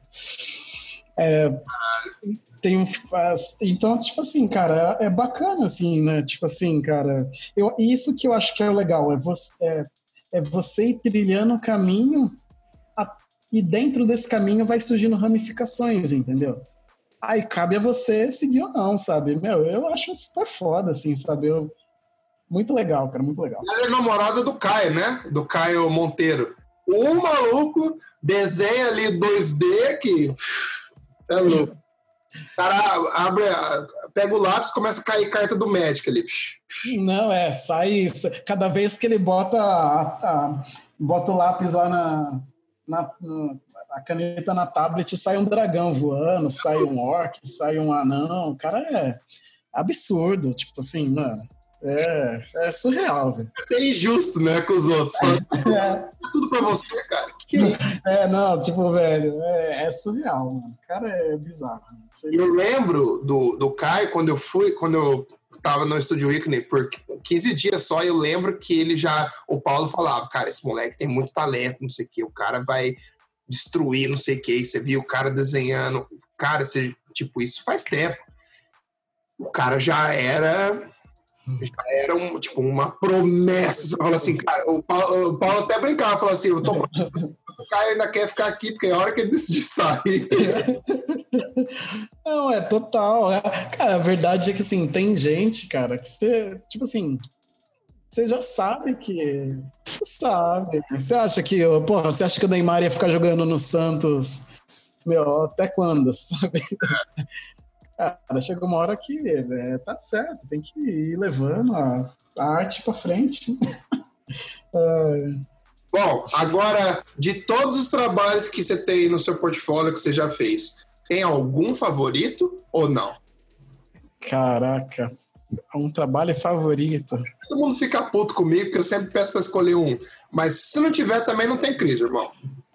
É, tem um, então, tipo assim, cara, é, é bacana, assim, né? Tipo assim, cara, eu, isso que eu acho que é legal, é você, é, é você ir trilhando o caminho a, e dentro desse caminho vai surgindo ramificações, entendeu? Aí cabe a você seguir ou não, sabe? Meu, eu acho super foda, assim, sabe? Eu, muito legal, cara, muito legal. Ela é namorada do Caio, né? Do Caio Monteiro. O maluco desenha ali dois D que é louco. O cara abre, pega o lápis e começa a cair carta do Magic ali. Não, é, sai. Cada vez que ele bota, a, a, bota o lápis lá na, na, na. A caneta na tablet, sai um dragão voando, sai um orc, sai um anão. O cara é absurdo. Tipo assim, mano. É, é surreal, velho. Isso é injusto, né, com os outros. É tudo pra você, cara. Que que é isso? É, não, tipo, velho, é, é surreal, mano. O cara é bizarro. Você... Eu lembro do, do Caio, quando eu fui, quando eu tava no Estúdio Weekly, por quinze dias só, eu lembro que ele já, o Paulo falava, cara, esse moleque tem muito talento, não sei o que, o cara vai destruir, não sei o que, você viu o cara desenhando, cara, você, tipo, isso faz tempo. O cara já era... Já era um, tipo, uma promessa. Você fala assim, cara, o Paulo, o Paulo até brincava, falava assim, eu tô o Caio ainda quer ficar aqui, porque é a hora que ele decidir sair. Não, é total. Cara, a verdade é que, assim, tem gente, cara, que você, tipo assim, você já sabe que... Você sabe. Você acha que, porra, você acha que o Neymar ia ficar jogando no Santos, meu, até quando, sabe? Cara, chegou uma hora que é, tá certo, tem que ir levando a, a arte pra frente. é... Bom, agora, de todos os trabalhos que você tem no seu portfólio que você já fez, tem algum favorito ou não? Caraca, um trabalho favorito. Todo mundo fica puto comigo, porque eu sempre peço pra escolher um. Mas se não tiver, também não tem crise, irmão.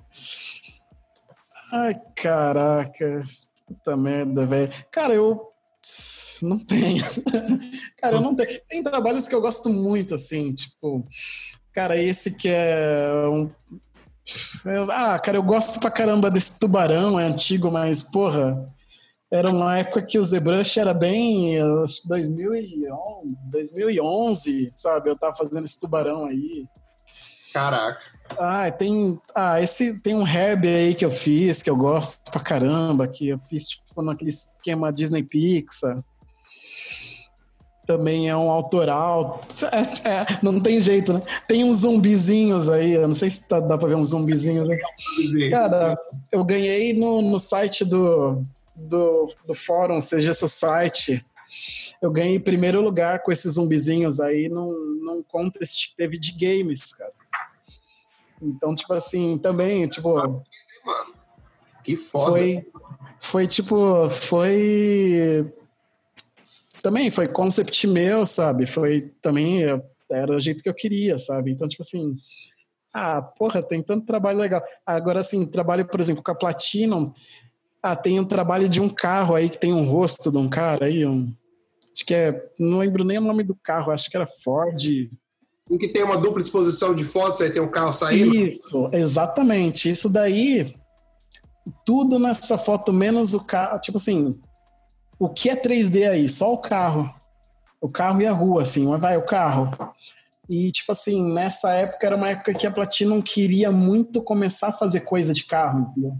Ai, caraca... Puta merda, velho. Cara, eu não tenho. Cara, eu não tenho. Tem trabalhos que eu gosto muito, assim, tipo... Cara, esse que é um... Ah, cara, eu gosto pra caramba desse tubarão, é antigo, mas, porra... Era uma época que o ZBrush era bem... Acho que dois mil e onze, dois mil e onze, sabe? Eu tava fazendo esse tubarão aí. Caraca. Ah, tem, ah, esse tem um herb aí que eu fiz, que eu gosto pra caramba, que eu fiz tipo naquele esquema Disney Pixar. Também é um autoral. É, é, não tem jeito, né? Tem uns zumbizinhos aí, eu não sei se tá, dá pra ver uns zumbizinhos aí. Cara, eu ganhei no, no site do, do, do fórum C G Society. Eu ganhei primeiro lugar com esses zumbizinhos aí num, num contest que teve de games, cara. Então, tipo assim, também, tipo... Mano, que foda. Foi, foi tipo, foi... Também foi concept meu, sabe? Foi também, era o jeito que eu queria, sabe? Então, tipo assim... Ah, porra, tem tanto trabalho legal. Agora, assim, trabalho, por exemplo, com a Platinum. Ah, tem um trabalho de um carro aí que tem um rosto de um cara aí, um... Acho que é... Não lembro nem o nome do carro, acho que era Ford... Um que tem uma dupla exposição de fotos, aí tem um carro saindo. Isso, exatamente. Isso daí, tudo nessa foto, menos o carro. Tipo assim, o que é três D aí? Só o carro. O carro e a rua, assim, mas vai o carro. E, tipo assim, nessa época era uma época que a Platinum queria muito começar a fazer coisa de carro, entendeu?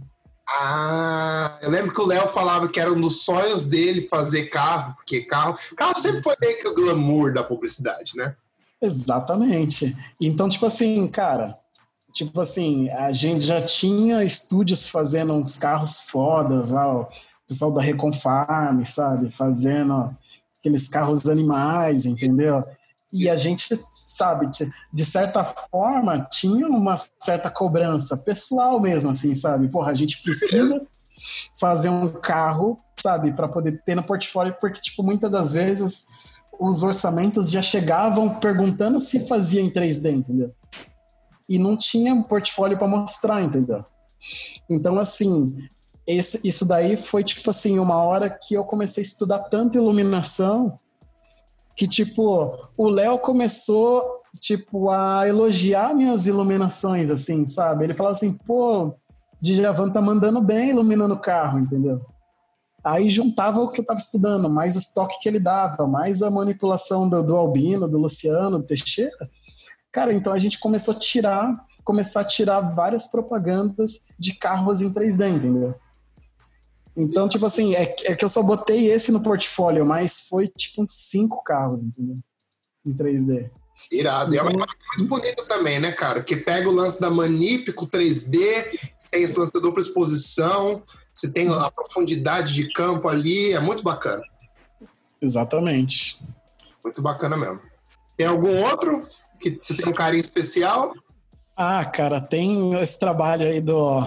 Ah, eu lembro que o Léo falava que era um dos sonhos dele fazer carro, porque carro, carro sempre foi meio que o glamour da publicidade, né? Exatamente. Então, tipo assim, cara, tipo assim, a gente já tinha estúdios fazendo uns carros fodas lá, o pessoal da Reconfarm, sabe? Fazendo aqueles carros animais, entendeu? E Isso. a gente, sabe, de certa forma, tinha uma certa cobrança pessoal mesmo, assim, sabe? Porra, a gente precisa fazer um carro, sabe, para poder ter no portfólio, porque, tipo, muitas das vezes os orçamentos já chegavam perguntando se fazia em três D, entendeu? E não tinha um portfólio para mostrar, entendeu? Então, assim, esse, isso daí foi, tipo assim, uma hora que eu comecei a estudar tanto iluminação que, tipo, o Léo começou, tipo, a elogiar minhas iluminações, assim, sabe? Ele falava assim, pô, Djavan tá mandando bem iluminando o carro, entendeu? Aí juntava o que eu tava estudando, mais os toques que ele dava, mais a manipulação do, do Albino, do Luciano, do Teixeira. Cara, então a gente começou a tirar, começar a tirar várias propagandas de carros em três D, entendeu? Então, tipo assim, é, é que eu só botei esse no portfólio, mas foi tipo uns cinco carros, entendeu? Em três D. Irado. Então, é uma coisa muito bonita também, né, cara? Que pega o lance da Manip com três D, tem esse lance da dupla exposição, você tem a profundidade de campo ali, é muito bacana. Exatamente. Muito bacana mesmo. Tem algum outro que você tem um carinho especial? Ah, cara, tem esse trabalho aí do...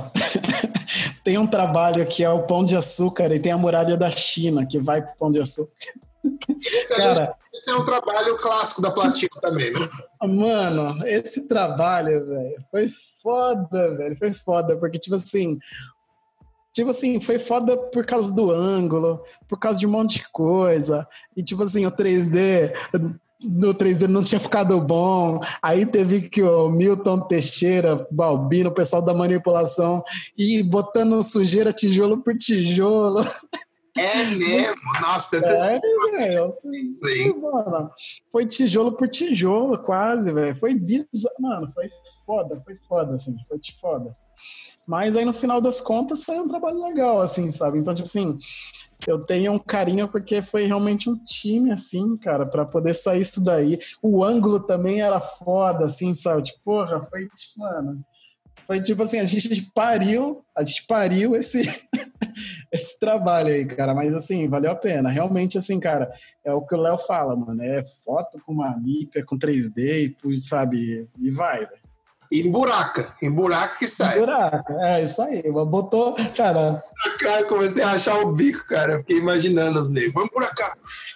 Tem um trabalho que é o Pão de Açúcar e tem a Muralha da China, que vai pro Pão de Açúcar. Esse, cara, esse é um trabalho clássico da Platina também, né? Mano, esse trabalho, velho, foi foda, velho, foi foda, porque, tipo assim, tipo assim, foi foda por causa do ângulo, por causa de um monte de coisa, e, tipo assim, o três D... no três D não tinha ficado bom, aí teve que o Milton Teixeira, Balbino, o pessoal da manipulação, ir botando sujeira tijolo por tijolo. É mesmo? Nossa, eu é, velho. Mano, foi tijolo por tijolo, quase, velho. Foi bizarro, mano, foi foda, foi foda, assim, foi de foda. Mas aí no final das contas saiu um trabalho legal, assim, sabe? Então, tipo assim, eu tenho um carinho porque foi realmente um time, assim, cara, pra poder sair isso daí. O ângulo também era foda, assim, sabe? Tipo, porra, foi tipo, mano. Foi tipo assim, a gente pariu, a gente pariu esse, esse trabalho aí, cara. Mas assim, valeu a pena. Realmente, assim, cara, é o que o Léo fala, mano. É foto com Manip, é com três D, e, sabe? E vai, velho. Emburaca, emburaca que sai. Emburaca, é isso aí. Botou, cara. Cara, comecei a rachar o bico, cara. Fiquei imaginando os negros. Vamos por cá.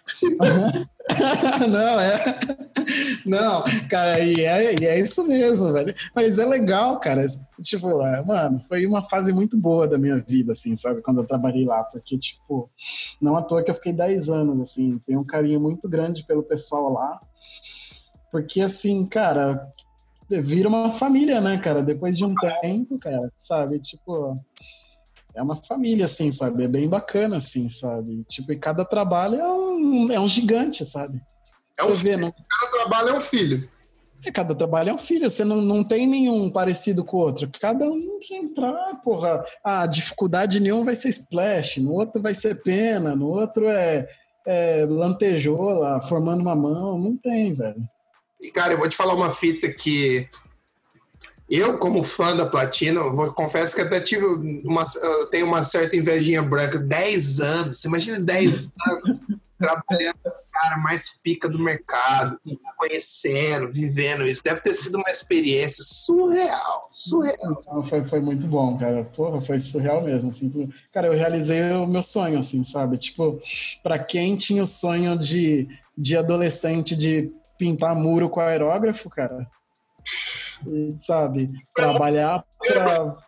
Não, é. Não, cara, e é, e é isso mesmo, velho. Mas é legal, cara. Tipo, é, mano, foi uma fase muito boa da minha vida, assim, sabe? Quando eu trabalhei lá. Porque, tipo, não à toa que eu fiquei dez anos, assim. Tenho um carinho muito grande pelo pessoal lá. Porque, assim, cara, vira uma família, né, cara? Depois de um tempo, cara, sabe? Tipo, é uma família, assim, sabe? É bem bacana, assim, sabe? Tipo, e cada trabalho é um, é um gigante, sabe? É um Você filho. Vê, não... Cada trabalho é um filho. É, cada trabalho é um filho. Você não, não tem nenhum parecido com o outro. Cada um que entrar, porra. Ah, dificuldade nenhuma vai ser splash, no outro vai ser pena, no outro é, é lantejola, formando uma mão. Não tem, velho. E, cara, eu vou te falar uma fita que eu, como fã da Platina, eu confesso que até tive uma, eu tenho uma certa invejinha branca. dez anos, você imagina dez anos trabalhando com o cara mais pica do mercado, conhecendo, vivendo isso. Deve ter sido uma experiência surreal, surreal. Não, foi, foi muito bom, cara. Porra, foi surreal mesmo. Assim. Cara, eu realizei o meu sonho, assim, sabe? Tipo, pra quem tinha o sonho de, de adolescente de pintar muro com aerógrafo, cara, e, sabe, trabalhar pra...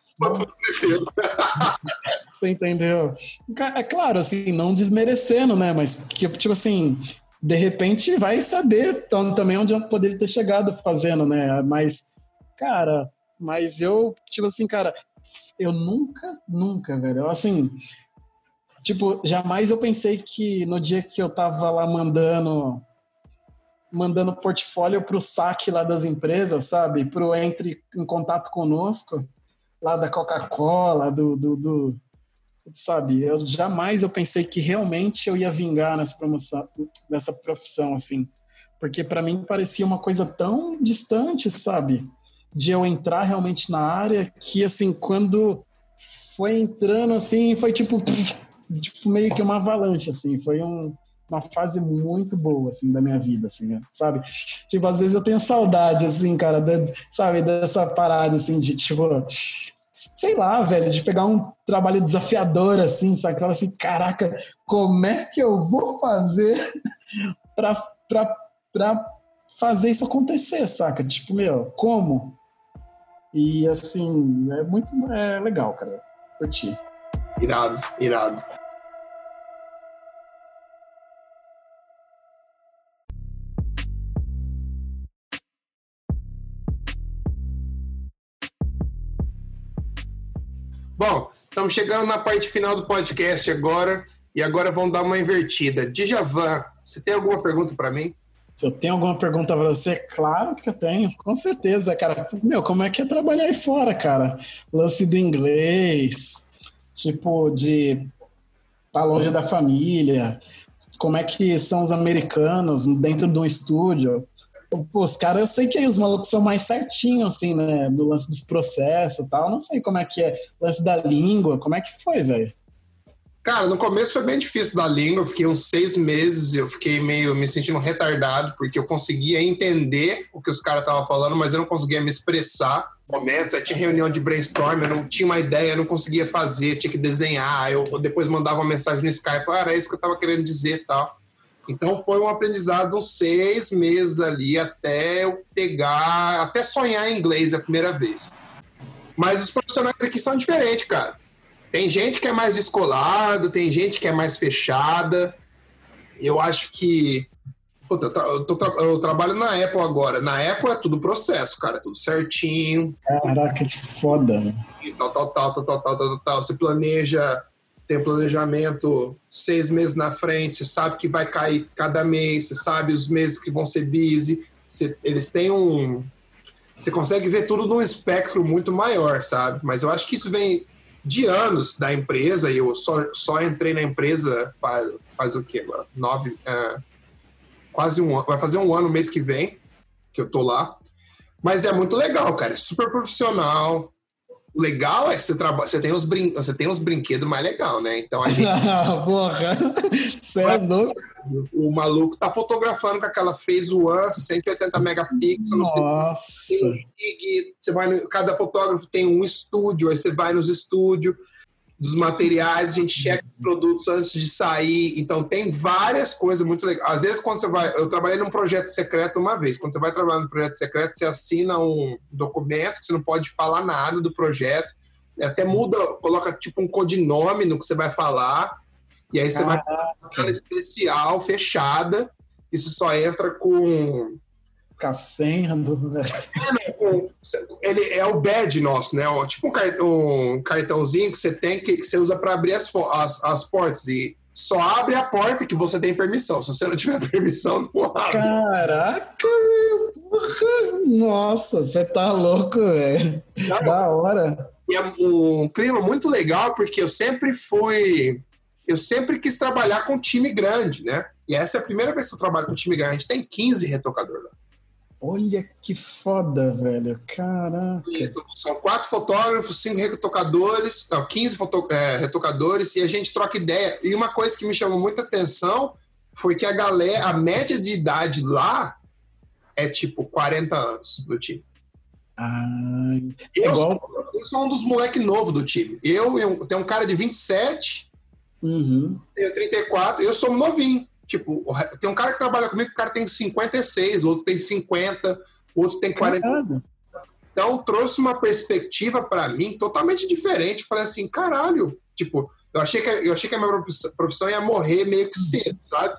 Você entendeu? É claro, assim, não desmerecendo, né, mas que, tipo assim, de repente vai saber então, também onde eu poderia ter chegado fazendo, né, mas, cara, mas eu, tipo assim, cara, eu nunca, nunca, velho, assim, tipo, jamais eu pensei que no dia que eu tava lá mandando mandando portfólio pro saque lá das empresas, sabe? Pro entre em contato conosco, lá da Coca-Cola, do, do, do... Sabe, eu jamais eu pensei que realmente eu ia vingar nessa promoção, nessa profissão, assim. Porque para mim parecia uma coisa tão distante, sabe? De eu entrar realmente na área, que assim, quando foi entrando assim, foi tipo, tipo meio que uma avalanche, assim, foi um, uma fase muito boa, assim, da minha vida, assim, né? Sabe? Tipo, às vezes eu tenho saudade, assim, cara, de, sabe, dessa parada, assim, de tipo, sei lá, velho, de pegar um trabalho desafiador, assim, sabe? Fala assim, caraca, como é que eu vou fazer pra, pra, pra fazer isso acontecer, saca? Tipo, meu, como? E, assim, é muito é legal, cara, curti. Irado, irado. Bom, estamos chegando na parte final do podcast agora, e agora vamos dar uma invertida. Djavan, você tem alguma pergunta para mim? Se eu tenho alguma pergunta para você, claro que eu tenho, com certeza, cara. Meu, como é que é trabalhar aí fora, cara? Lance do inglês, tipo, de estar tá longe da família, como é que são os americanos dentro de um estúdio. Pô, os caras, eu sei que os malucos são mais certinhos, assim, né, no lance dos processos e tal, não sei como é que é, lance da língua, como é que foi, velho? Cara, no começo foi bem difícil da língua, eu fiquei uns seis meses, eu fiquei meio me sentindo retardado, porque eu conseguia entender o que os caras estavam falando, mas eu não conseguia me expressar. Momentos, aí tinha reunião de brainstorm, eu não tinha uma ideia, eu não conseguia fazer, tinha que desenhar, eu depois mandava uma mensagem no Skype, ah, era isso que eu estava querendo dizer e tal. Então foi um aprendizado uns seis meses ali, até eu pegar, até sonhar em inglês a primeira vez. Mas os profissionais aqui são diferentes, cara. Tem gente que é mais descolada, tem gente que é mais fechada. Eu acho que... Puta, eu, tra- eu, tô tra- eu trabalho na Apple agora. Na Apple é tudo processo, cara. É tudo certinho. Caraca, que foda, né? Tal, tal, tal, tal, tal, tal, tal, tal. Você planeja, tem planejamento seis meses na frente, você sabe que vai cair cada mês, você sabe os meses que vão ser busy. Você, eles têm um... Você consegue ver tudo num espectro muito maior, sabe? Mas eu acho que isso vem... de anos da empresa, e eu só, só entrei na empresa faz, faz o quê agora? Nove, é, quase um ano, vai fazer um ano mês que vem que eu tô lá, mas é muito legal, cara, é super profissional. O legal é que você, traba, você, tem os brin, você tem os brinquedos mais legal, né? Então a gente... Porra, você é louco. O maluco tá fotografando com aquela Phase One, cento e oitenta megapixels, não sei. Nossa. Você vai no, cada fotógrafo tem um estúdio, aí você vai nos estúdios dos materiais, a gente checa os produtos antes de sair, então tem várias coisas muito legais. Às vezes quando você vai, eu trabalhei num projeto secreto uma vez, quando você vai trabalhar num projeto secreto, você assina um documento que você não pode falar nada do projeto, até muda, coloca tipo um codinome no que você vai falar, e aí você Caraca. vai para uma sala especial, fechada, e você só entra com... Com a senha do... Ele é o badge nosso, né? Tipo um cartãozinho que você tem, que você usa para abrir as, as, as portas, e só abre a porta que você tem permissão. Se você não tiver permissão, não abre. Caraca, porra. Nossa, você tá louco, velho. Da hora. E é um clima muito legal, porque eu sempre fui... Eu sempre quis trabalhar com time grande, né? E essa é a primeira vez que eu trabalho com time grande. A gente tem quinze retocadores lá. Olha que foda, velho. Caraca. Então, são quatro fotógrafos, cinco retocadores, não, quinze foto, é, retocadores, e a gente troca ideia. E uma coisa que me chamou muita atenção foi que a galera, a média de idade lá é tipo quarenta anos do time. Ah, eu, igual... sou, eu sou um dos moleques novos do time. Eu, eu tenho um cara de vinte e sete, uhum. tenho trinta e quatro, eu sou novinho. Tipo, tem um cara que trabalha comigo, o cara tem cinquenta e seis, o outro tem cinquenta, o outro tem quarenta. Caralho. Então, trouxe uma perspectiva para mim totalmente diferente. Falei assim, caralho, tipo, eu achei que, eu achei que a minha profissão ia morrer meio que cedo, sabe?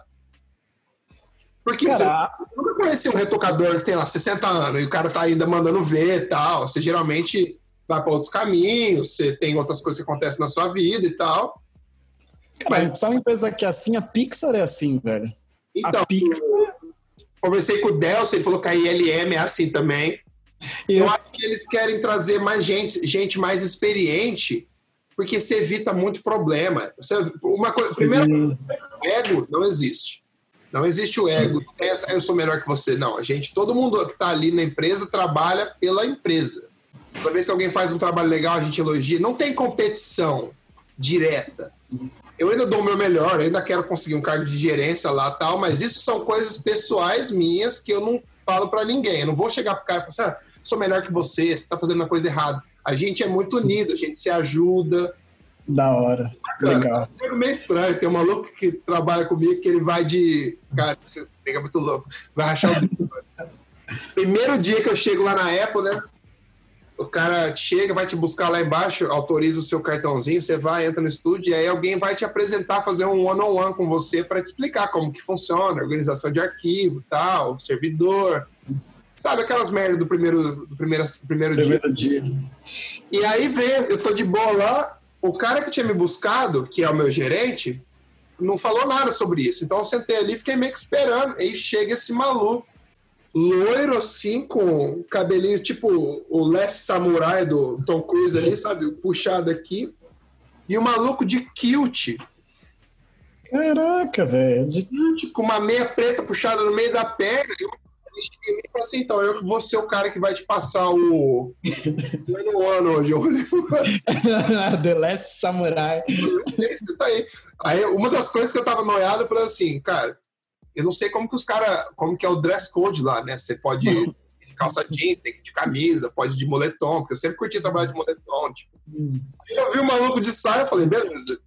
Porque Caraca. Você nunca conheci um retocador que tem lá sessenta anos e o cara tá ainda mandando ver e tal. Você geralmente vai para outros caminhos, você tem outras coisas que acontecem na sua vida e tal. Cara, mas sabe uma empresa que é assim? A Pixar é assim, Então, a Pixar... conversei com o Delcio, ele falou que a I L M é assim também. Eu acho que eles querem trazer mais gente, gente mais experiente, porque você evita muito problema. Você, uma coisa, primeiro, ego não existe. Não existe o ego. Não tem essa, eu sou melhor que você. Não, a gente, todo mundo que está ali na empresa trabalha pela empresa. Toda vez que alguém faz um trabalho legal, a gente elogia. Não tem competição direta. Eu ainda dou o meu melhor, ainda quero conseguir um cargo de gerência lá tal, mas isso são coisas pessoais minhas que eu não falo para ninguém. Eu não vou chegar pro cara e falar assim, ah, sou melhor que você, você está fazendo uma coisa errada. A gente é muito unido, a gente se ajuda. Da hora. Cara, legal. É meio estranho. Tem um maluco que trabalha comigo que ele vai de... Cara, você fica muito louco. Vai rachar o bico. Primeiro dia que eu chego lá na Apple, né? O cara chega, vai te buscar lá embaixo, autoriza o seu cartãozinho, você vai, entra no estúdio, e aí alguém vai te apresentar, fazer um one-on-one com você para te explicar como que funciona, organização de arquivo, tal, servidor, sabe aquelas merdas do primeiro, do primeiro, primeiro, Primeiro dia. dia. E aí vem, eu tô de boa lá, o cara que tinha me buscado, que é o meu gerente, não falou nada sobre isso. Então eu sentei ali e fiquei meio que esperando. Aí chega esse maluco, loiro assim, com cabelinho tipo o Last Samurai do Tom Cruise ali, sabe? Puxado aqui. E o maluco de kilt. Caraca, velho. De... Kilt, com uma meia preta puxada no meio da perna. E eu falei assim, então, eu vou ser o cara que vai te passar o... no ano hoje. Eu olhei The Last Samurai. Você tá aí. Aí, uma das coisas que eu tava noiado, eu falei assim, cara, eu não sei como que os caras, como que é o dress code lá, né? Você pode ir de calça jeans, tem que ir de camisa, pode ir de moletom, porque eu sempre curti trabalhar de moletom, tipo. Aí eu vi o maluco de saia, eu falei, beleza.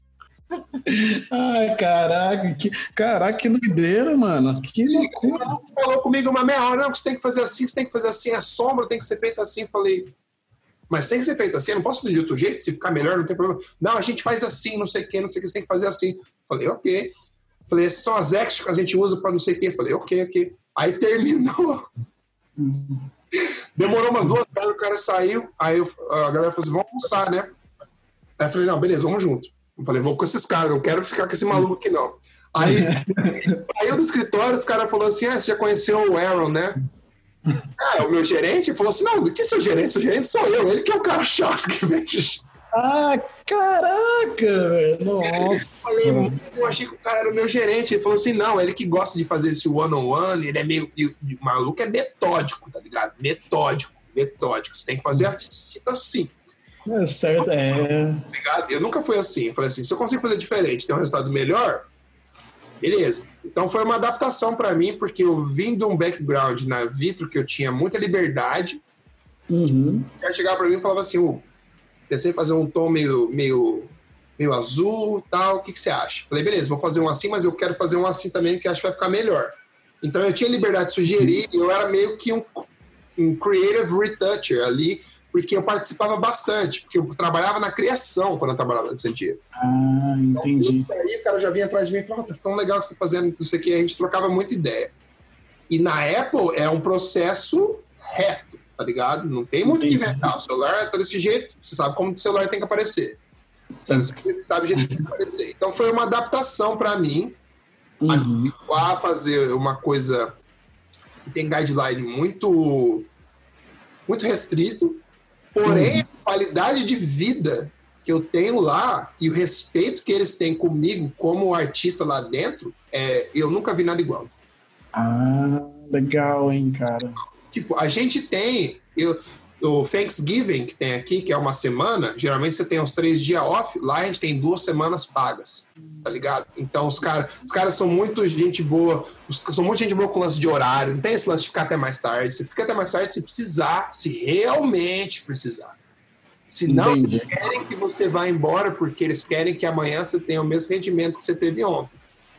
Ai, caraca, que, caraca, que doideira, mano. Que loucura. Ele falou comigo uma meia hora, não, você tem que fazer assim, você tem que fazer assim, a sombra tem que ser feita assim. Falei, mas tem que ser feito assim, eu não posso fazer de outro jeito, se ficar melhor, não tem problema. Não, a gente faz assim, não sei o que, não sei o que, você tem que fazer assim. Falei, ok. Falei, essas são as extras que a gente usa para não sei o que. Falei, ok, ok. Aí terminou. Demorou umas duas horas, o cara saiu, aí eu, a galera falou assim, vamos almoçar, né? Aí eu falei, não, beleza, vamos junto. Eu falei, vou com esses caras, não quero ficar com esse maluco aqui, não. Aí, saiu do escritório, os caras falaram assim, ah, você já conheceu o Aaron, né? Ah, é o meu gerente? Ele falou assim, não, que seu gerente? Seu gerente sou eu, ele que é o cara chato que vem. Ah, caraca, velho. Nossa. Eu, falei, eu achei que o cara era o meu gerente. Ele falou assim, não, ele que gosta de fazer esse one-on-one, ele é meio... O maluco é metódico, tá ligado? Metódico, metódico. Você tem que fazer a visita assim. É certo, é. Eu nunca fui assim. Eu falei assim, se eu consigo fazer diferente, ter um resultado melhor, beleza. Então foi uma adaptação para mim, porque eu vim de um background na Vitro que eu tinha muita liberdade. Uhum. O cara chegava para mim e falava assim, oh, pensei em fazer um tom meio, meio, meio azul, tal, o que, que você acha? Falei, beleza, vou fazer um assim, mas eu quero fazer um assim também, que acho que vai ficar melhor. Então eu tinha liberdade de sugerir, eu era meio que um, um creative retoucher ali, porque eu participava bastante, porque eu trabalhava na criação quando eu trabalhava nesse dia. Ah, entendi. Então, aí o cara já vinha atrás de mim e falava, tá ficando legal o que você tá fazendo, não sei o que, a gente trocava muita ideia. E na Apple é um processo reto, tá ligado? Não tem muito o que inventar. O celular tá desse jeito, você sabe como o celular tem que aparecer. Você sabe o jeito que tem que aparecer. Então foi uma adaptação para mim, uhum. a fazer uma coisa que tem guideline muito, muito restrito, porém, uhum. a qualidade de vida que eu tenho lá e o respeito que eles têm comigo como artista lá dentro, é, eu nunca vi nada igual. Ah, legal, hein, cara. Tipo, a gente tem eu, o Thanksgiving que tem aqui, que é uma semana, geralmente você tem uns três dias off, lá a gente tem duas semanas pagas, tá ligado? Então os caras os caras são muito gente boa, são muito gente boa com lance de horário, não tem esse lance de ficar até mais tarde, você fica até mais tarde se precisar, se realmente precisar. Se não, eles querem que você vá embora porque eles querem que amanhã você tenha o mesmo rendimento que você teve ontem.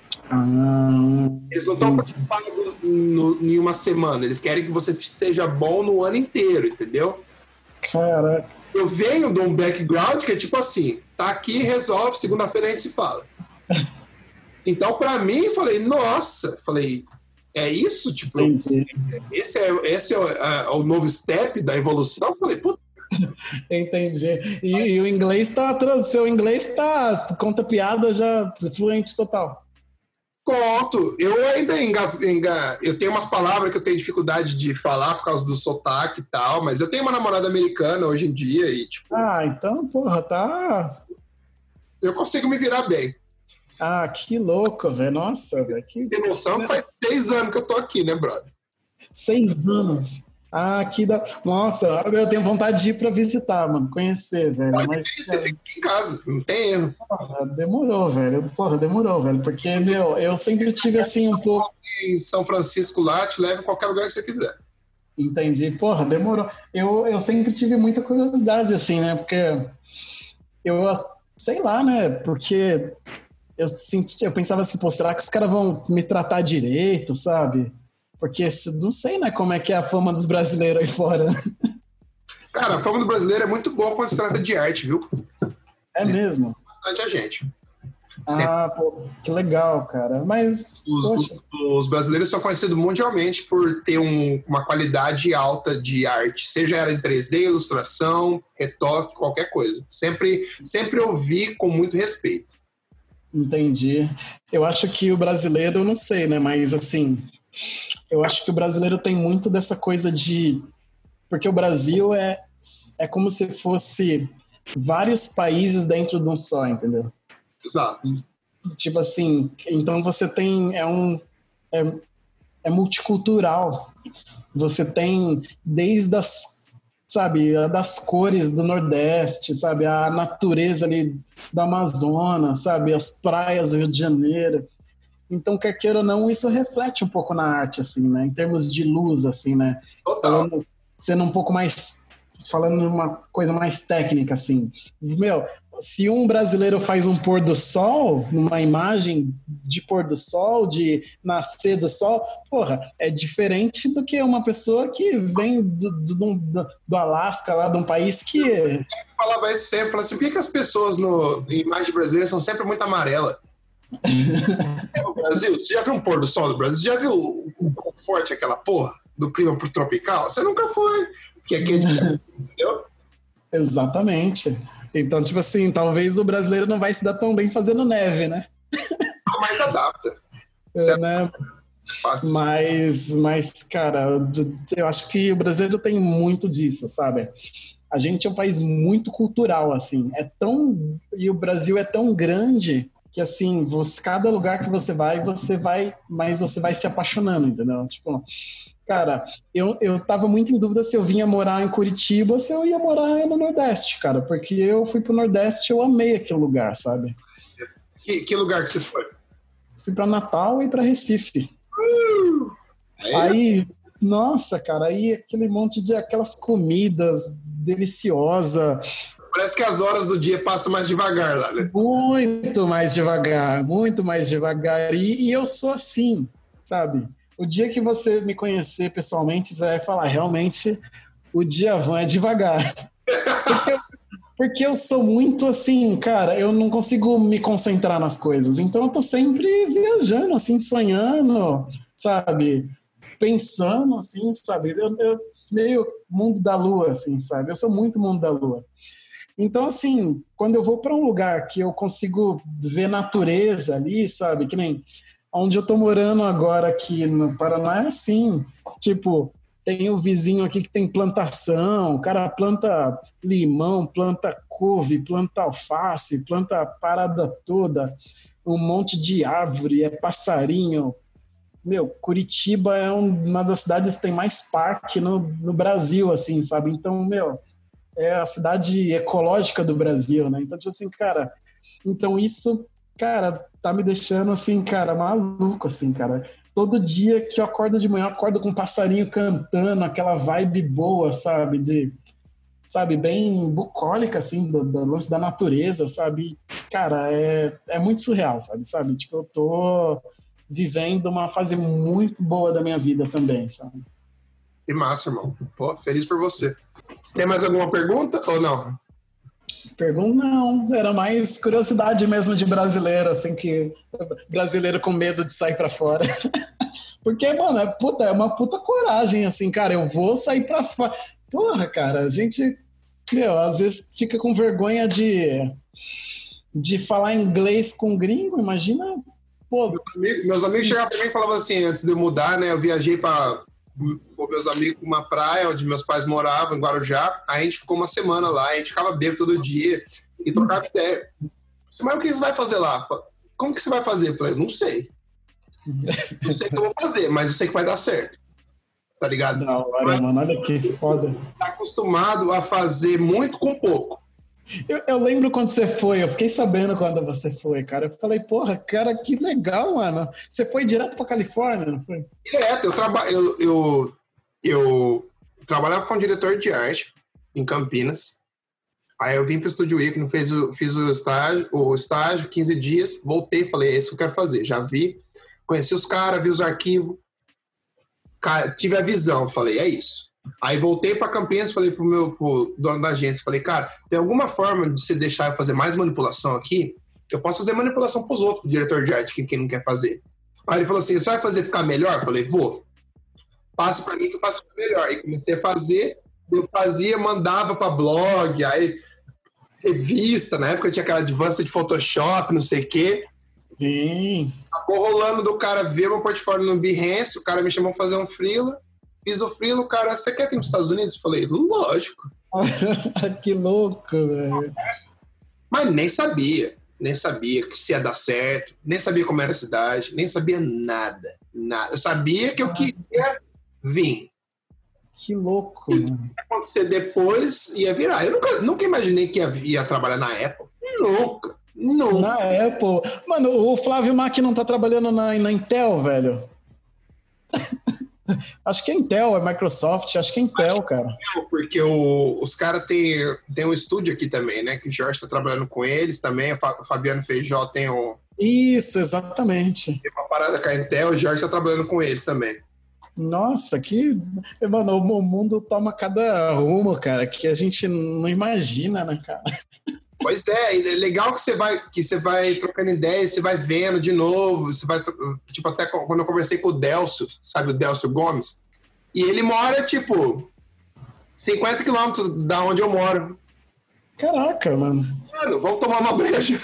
Ah, eles não estão preocupados em uma semana, eles querem que você seja bom no ano inteiro, entendeu? Caraca. Eu venho de um background que é tipo assim, tá aqui, resolve, segunda-feira a gente se fala. Então, pra mim, falei, nossa, falei, é isso? Tipo, Entendi. esse é, esse é o, é o novo step da evolução? Eu falei, puta. Entendi. E, e o inglês tá, seu inglês tá, conta piada já fluente total. Conto. Eu ainda engas... enga... eu tenho umas palavras que eu tenho dificuldade de falar por causa do sotaque e tal, mas eu tenho uma namorada americana hoje em dia e, tipo... Ah, então, porra, tá... Eu consigo me virar bem. Ah, que louco, velho. Nossa, velho. Que... Tem noção que faz seis anos que eu tô aqui, né, brother? Seis anos. Ah, que da... Nossa, eu tenho vontade de ir pra visitar, mano. Conhecer, velho. Pode Mas, vir, você fica em casa, não tem erro. porra, demorou, velho. Porra, demorou, velho. Porque, meu, eu sempre tive, assim, um pouco... Em São Francisco lá, te leva em qualquer lugar que você quiser. Entendi. Porra, demorou. Eu, eu sempre tive muita curiosidade, assim, né? Porque eu, sei lá, né? Porque eu, senti, eu pensava assim, pô, será que os caras vão me tratar direito, sabe? Porque não sei, né, como é que é a fama dos brasileiros aí fora. Cara, a fama do brasileiro é muito boa quando se trata de arte, viu? É mesmo? Bastante a gente. Ah, pô, que legal, cara. Mas, os, poxa... os, os brasileiros são conhecidos mundialmente por ter um, uma qualidade alta de arte, seja ela em três D, ilustração, retoque, qualquer coisa. Sempre, sempre ouvi com muito respeito. Entendi. Eu acho que o brasileiro, eu não sei, né, mas assim... Eu acho que o brasileiro tem muito dessa coisa de... Porque o Brasil é, é como se fosse vários países dentro de um só, entendeu? Exato. Tipo assim, então você tem... É, um, é, é multicultural. Você tem desde as... Sabe, das cores do Nordeste, sabe? A natureza ali do Amazonas, sabe? As praias do Rio de Janeiro... Então, quer queira ou não, isso reflete um pouco na arte, assim, né? Em termos de luz, assim, né? Total. Falando, sendo um pouco mais... Falando uma coisa mais técnica, assim. Meu, se um brasileiro faz um pôr do sol, numa imagem de pôr do sol, de nascer do sol, porra, é diferente do que uma pessoa que vem do, do, do, do Alasca, lá de um país que... Eu falava isso sempre, falava assim, por que, que as pessoas no, em imagem brasileira são sempre muito amarelas? No Brasil, você já viu um pôr do sol do Brasil? Você já viu o, o quão forte é aquela porra do clima pro tropical? Você nunca foi, porque aqui é diferente, entendeu? Exatamente. Então, tipo assim, talvez o brasileiro não vai se dar tão bem fazendo neve, né? Não, mas adapta. É, né? Fácil. Mas, mas, cara, eu acho que o brasileiro tem muito disso, sabe? A gente é um país muito cultural, assim. É tão... E o Brasil é tão grande... que assim, você, cada lugar que você vai, você vai, mas você vai se apaixonando, entendeu? Tipo, cara, eu, eu tava muito em dúvida se eu vinha morar em Curitiba ou se eu ia morar no Nordeste, cara, porque eu fui pro Nordeste e eu amei aquele lugar, sabe? Que, que lugar que você foi? Fui pra Natal e pra Recife. Uh, aí, aí, nossa, cara, aí aquele monte de, aquelas comidas deliciosas. Parece que as horas do dia passam mais devagar lá, né? Muito mais devagar, muito mais devagar. E, e eu sou assim, sabe? O dia que você me conhecer pessoalmente, você vai falar, realmente, o Djavan é devagar. Porque eu, porque eu sou muito assim, cara, eu não consigo me concentrar nas coisas. Então eu tô sempre viajando, assim, sonhando, sabe? Pensando, assim, sabe? Eu, eu meio mundo da lua, assim, sabe? Eu sou muito mundo da lua. Então, assim, quando eu vou para um lugar que eu consigo ver natureza ali, sabe? Que nem onde eu tô morando agora aqui no Paraná é assim, tipo, tem o vizinho aqui que tem plantação, o cara planta limão, planta couve, planta alface, planta a parada toda, um monte de árvore, é passarinho. Meu, Curitiba é uma das cidades que tem mais parque no, no Brasil, assim, sabe? Então, meu... é a cidade ecológica do Brasil, né? Então, tipo assim, cara... Então, isso, cara, tá me deixando, assim, cara, maluco, assim, cara. Todo dia que eu acordo de manhã, eu acordo com um passarinho cantando, aquela vibe boa, sabe? De, sabe, bem bucólica, assim, do, do lance da natureza, sabe? Cara, é, é muito surreal, sabe? sabe? Tipo, eu tô vivendo uma fase muito boa da minha vida também, sabe? Que massa, irmão. Pô, feliz por você. Tem mais alguma pergunta ou não? Pergunta não, era mais curiosidade mesmo de brasileiro, assim, que brasileiro com medo de sair pra fora. Porque, mano, é, puta, é uma puta coragem, assim, cara, eu vou sair pra fora. Porra, cara, a gente, meu, às vezes fica com vergonha de, de falar inglês com gringo, imagina, Pô, meus amigos, meus amigos chegavam pra mim e falavam assim, antes de eu mudar, né? Eu viajei pra, com meus amigos pra uma praia onde meus pais moravam, em Guarujá. Aí a gente ficou uma semana lá, a gente ficava bêbado todo dia e trocava ideia. Mas o que você vai fazer lá? Como que você vai fazer? Eu falei, não sei. Não sei o que eu vou fazer, mas eu sei que vai dar certo. Tá ligado? Da hora, mano. Olha que foda. Tá acostumado a fazer muito com pouco. Eu, eu lembro quando você foi, eu fiquei sabendo quando você foi, cara. Eu falei, porra, cara, que legal, mano. Você foi direto pra Califórnia, não foi? Direto, eu, traba eu, eu, eu trabalhava com diretor de arte em Campinas. Aí eu vim pro Estúdio Ícone, fiz o, fiz o estágio, o estágio, quinze dias, voltei, falei, é isso que eu quero fazer. Já vi, conheci os caras, vi os arquivos, tive a visão, falei, é isso. Aí voltei para Campinas, falei pro meu pro dono da agência, falei, cara, tem alguma forma de você deixar eu fazer mais manipulação aqui? Eu posso fazer manipulação pros outros, diretor de arte, quem, quem não quer fazer. Aí ele falou assim, você vai fazer ficar melhor? Eu falei, vou. Passa para mim que eu faço ficar melhor. Aí comecei a fazer, eu fazia, mandava para blog, aí revista, na época eu tinha aquela advance de Photoshop, não sei o quê. Sim. Acabou rolando do cara ver meu portfólio no Behance, o cara me chamou pra fazer um freela. Fiz o freela, o cara, você quer vir para os Estados Unidos? Eu falei, lógico. Que louco, velho. Mas nem sabia, nem sabia que se ia dar certo, nem sabia como era a cidade, nem sabia nada, nada. Eu sabia que eu queria vir. Que louco, e mano. O que ia acontecer depois ia virar. Eu nunca, nunca imaginei que ia, ia trabalhar na Apple. Nunca, nunca. Na Apple. Mano, o Flávio Mac não tá trabalhando na, na Intel, velho. Acho que é Intel, é Microsoft, acho que é Intel, cara. Porque o, os caras têm tem um estúdio aqui também, né? Que o Jorge está trabalhando com eles também. O Fabiano Feijó tem, um, Isso, exatamente. tem uma parada com a Intel, o Jorge está trabalhando com eles também. Nossa, que. Mano, o mundo toma cada rumo, cara, que a gente não imagina, né, cara? Pois é, é legal que você vai, que você vai trocando ideias, você vai vendo de novo, você vai, tipo, até quando eu conversei com o Delcio, sabe, o Delcio Gomes, e ele mora, tipo, cinquenta quilômetros da onde eu moro. Caraca, mano. Mano, vamos tomar uma breja.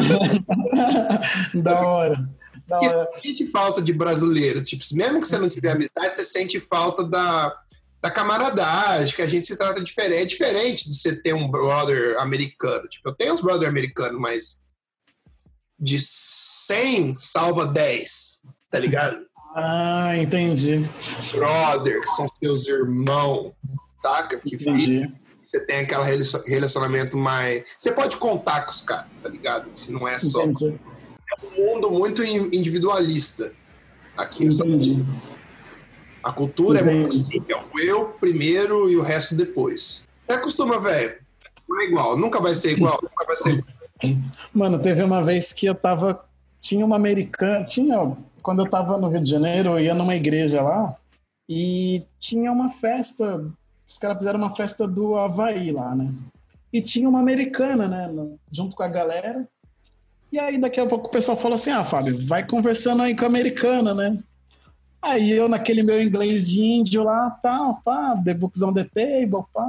Da hora. Da Porque hora. você sente falta de brasileiro, tipo, mesmo que você não tiver amizade, você sente falta da... da camaradagem, que a gente se trata diferente. É diferente de você ter um brother americano. Tipo, eu tenho uns brother americanos, mas de cem, salva dez, tá ligado? Ah, entendi. Brother, que são seus irmãos, saca? Que Entendi. você tem aquele relacionamento mais... Você pode contar com os caras, tá ligado? Se não é só... Entendi. É um mundo muito individualista. Aqui, Entendi. a cultura Entendi. é muito assim, é o eu primeiro e o resto depois. Você acostuma, velho. Não é igual, nunca vai ser igual, nunca vai ser igual. Mano, teve uma vez que eu tava... Tinha uma americana... Tinha... Quando eu tava no Rio de Janeiro, eu ia numa igreja lá e tinha uma festa... Os caras fizeram uma festa do Havaí lá, né? E tinha uma americana, né? Junto com a galera. E aí, daqui a pouco, o pessoal falou assim, ah, Fábio, vai conversando aí com a americana, né? Aí eu, naquele meu inglês de índio lá, tá, pá, the books on the table, pá.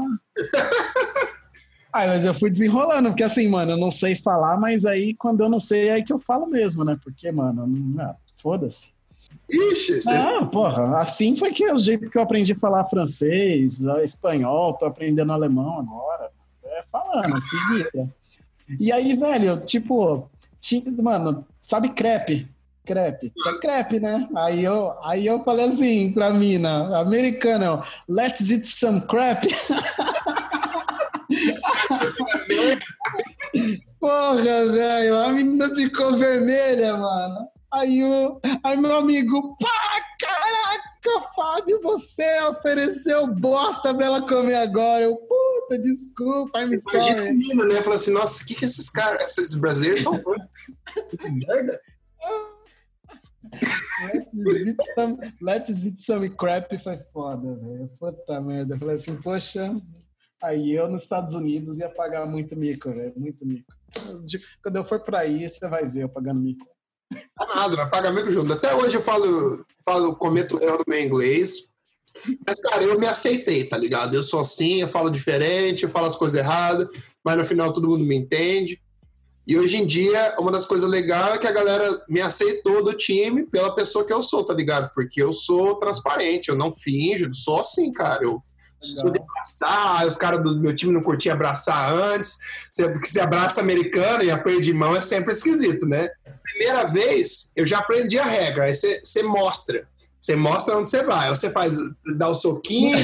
Aí, mas eu fui desenrolando, porque assim, mano, eu não sei falar, mas aí, quando eu não sei, é aí que eu falo mesmo, né? Porque, mano, não, foda-se. Ixi, vocês... Ah, porra, assim foi que é o jeito que eu aprendi a falar francês, espanhol, tô aprendendo alemão agora. É falando, se vira. E aí, velho, tipo, tinha, mano, sabe crepe? Crepe, tinha crepe, né? Aí eu, aí eu falei assim pra mina, americana, ó, let's eat some crepe. Porra, velho, a menina ficou vermelha, mano. Aí, o, aí meu amigo, pá, caraca, Fábio, você ofereceu bosta pra ela comer agora. Eu, puta, desculpa, I'm Imagina a sorry. menina, né? Fala assim, nossa, o que que esses caras, esses brasileiros são doidos? Que merda. Let's eat some, let's eat some crap foi foda, velho. Puta merda. Eu falei assim, poxa, aí eu nos Estados Unidos ia pagar muito mico, velho, muito mico. Quando eu for pra aí, você vai ver eu pagando mico. Não é nada, né? Paga amigo junto. Até hoje eu falo, falo cometo erro no meu inglês. Mas, cara, eu me aceitei, tá ligado? Eu sou assim, eu falo diferente, eu falo as coisas erradas, mas no final todo mundo me entende. E hoje em dia, uma das coisas legais é que a galera me aceitou do time pela pessoa que eu sou, tá ligado? Porque eu sou transparente, eu não finjo, sou assim, cara. Eu sou de abraçar, os caras do meu time não curtiam abraçar antes, porque se abraça americano e aperto de mão é sempre esquisito, né? Primeira vez, eu já aprendi a regra, aí você, você mostra. Você mostra onde você vai. Aí você faz, dá o soquinho,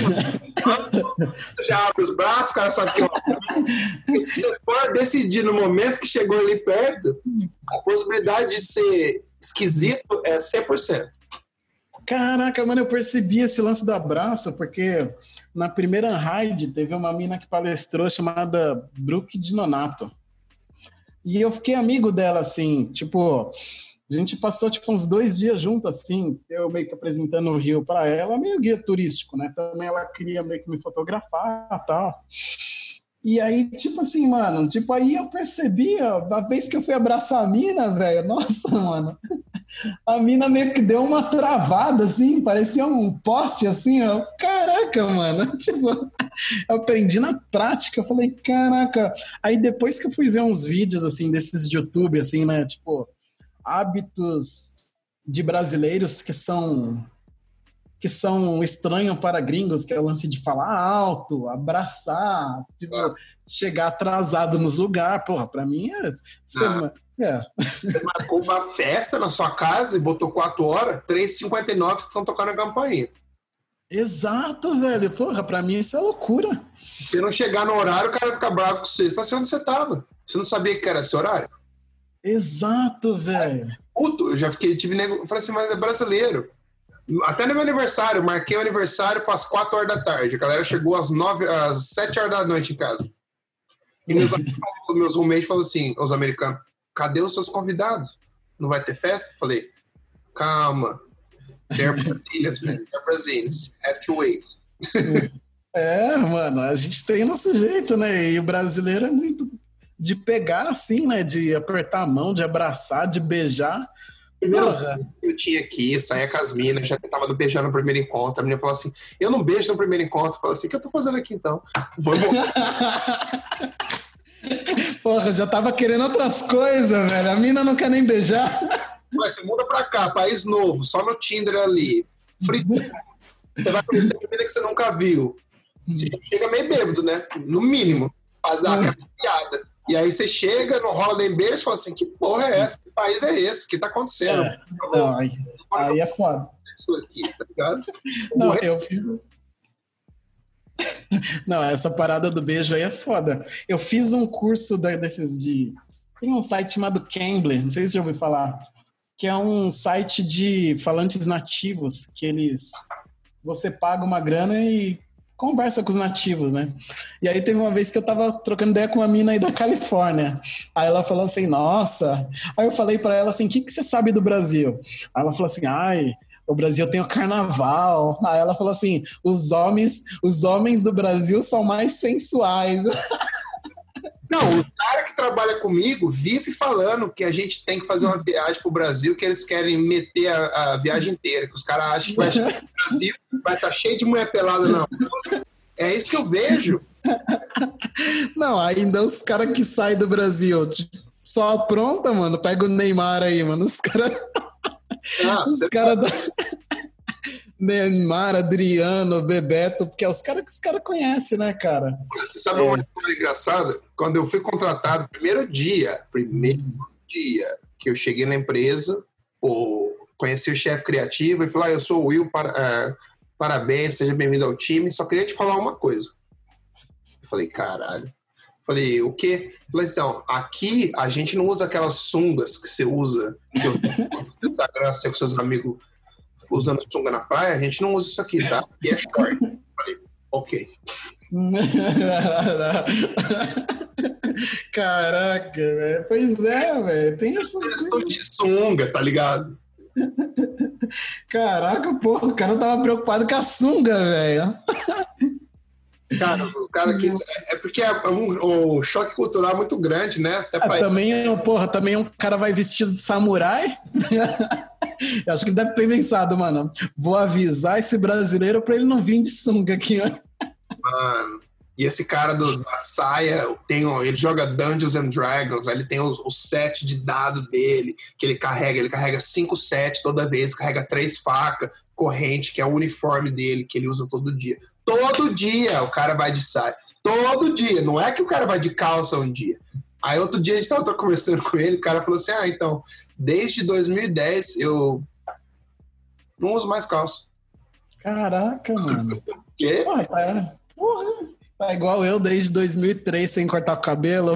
você já abre os braços, o cara sabe que... Se você for decidir no momento que chegou ali perto, a possibilidade de ser esquisito é cem por cento. Caraca, mano, eu percebi esse lance do abraço, porque na primeira raid teve uma mina que palestrou chamada Brooke de Nonato. E eu fiquei amigo dela, assim, tipo... A gente passou, tipo, uns dois dias juntos, assim, eu meio que apresentando o Rio para ela, meio guia turístico, né? Também ela queria meio que me fotografar e tal. E aí, tipo assim, mano, tipo, aí eu percebi, ó, a vez que eu fui abraçar a mina, velho, nossa, mano, a mina meio que deu uma travada, assim, parecia um poste, assim, ó, caraca, mano, tipo, eu aprendi na prática, eu falei, caraca. Aí depois que eu fui ver uns vídeos, assim, desses de YouTube, assim, né, tipo... hábitos de brasileiros que são que são estranhos para gringos, que é o lance de falar alto, abraçar, tipo, ah. chegar atrasado nos lugares. Porra, pra mim é... Você, ah. é. Você marcou uma festa na sua casa e botou quatro horas, três e cinquenta e nove que estão tocando a campainha. Exato, velho. Porra, pra mim isso é loucura. Se não chegar no horário, o cara vai ficar bravo com você. Ele fala assim, onde você tava? Você não sabia que era esse horário? Exato, velho. Puto, eu já fiquei, tive nego... Eu falei assim, mas é brasileiro. Até no meu aniversário, eu marquei o aniversário para as quatro horas da tarde. A galera chegou às nove, às sete horas da noite em casa. E meus, meus roommates falaram assim, os americanos, cadê os seus convidados? Não vai ter festa? Eu falei, calma. They're Brazilians, man. They're Brazilians. Have to wait. É, mano, a gente tem nosso jeito, né? E o brasileiro é muito... de pegar assim, né? De apertar a mão, de abraçar, de beijar. Primeiro, eu tinha que sair com as minas, já tava no beijar no primeiro encontro. A menina falou assim: eu não beijo no primeiro encontro. Eu falei assim: o que eu tô fazendo aqui então? Vamos. Porra, já tava querendo outras coisas, velho. A mina não quer nem beijar. Ué, você muda pra cá, país novo, só no Tinder ali. Frito. Você vai conhecer a menina que você nunca viu. Você chega meio bêbado, né? No mínimo. Fazer aquela piada. E aí você chega, não rola nem beijo, e fala assim, que porra é essa? Que país é esse? O que tá acontecendo? É, não, aí, aí é foda. Isso aqui, tá ligado? Não, eu fiz... Não, essa parada do beijo aí é foda. Eu fiz um curso desses de... Tem um site chamado Cambly, não sei se você já ouviu falar, que é um site de falantes nativos, que eles... Você paga uma grana e... conversa com os nativos, né? E aí teve uma vez que eu tava trocando ideia com uma mina aí da Califórnia. Aí ela falou assim, nossa... Aí eu falei pra ela assim, o que, que você sabe do Brasil? Aí ela falou assim, ai, o Brasil tem o carnaval. Aí ela falou assim, os homens, os homens do Brasil são mais sensuais. Não, o cara que trabalha comigo vive falando que a gente tem que fazer uma viagem pro Brasil, que eles querem meter a, a viagem inteira, que os caras acham que vai chegar no Brasil, vai estar tá cheio de mulher pelada, não. É isso que eu vejo. Não, ainda os caras que saem do Brasil, só pronta, mano, pega o Neymar aí, mano, os caras... Ah, os caras da... Neymar, Adriano, Bebeto, porque é os caras que os caras conhecem, né, cara? Você sabe é. uma história engraçada? Quando eu fui contratado, primeiro dia, primeiro dia que eu cheguei na empresa, o, conheci o chefe criativo, ele falou, ah, eu sou o Will, para, uh, parabéns, seja bem-vindo ao time, só queria te falar uma coisa. Eu falei, caralho. Falei, o quê? Falei assim, ó, aqui a gente não usa aquelas sungas que você usa, que eu no Instagram, você com seus amigos usando sunga na praia, a gente não usa isso aqui, tá? E é short. Falei, ok. Caraca, velho. Pois é, velho. Tem essas Eu estou de sunga, tá ligado? Caraca, porra, o cara tava preocupado com a sunga, velho. Cara, o cara aqui... É porque é um, um choque cultural muito grande, né? Até pra ah, também, porra, também um cara vai vestido de samurai... Eu acho que ele deve ter pensado, mano, vou avisar esse brasileiro pra ele não vir de sunga aqui, ó. Mano, E esse cara do, da saia, tem, ele joga Dungeons and Dragons, aí ele tem o, o set de dado dele, que ele carrega, ele carrega cinco sets toda vez, carrega três facas, corrente, que é o uniforme dele, que ele usa todo dia. Todo dia o cara vai de saia. Todo dia. Não é que o cara vai de calça um dia. Aí outro dia a gente tava conversando com ele, o cara falou assim, ah, então, desde dois mil e dez eu não uso mais calça. Caraca, mano. Quê? Porra, tá, porra, tá igual eu desde dois mil e três sem cortar o cabelo.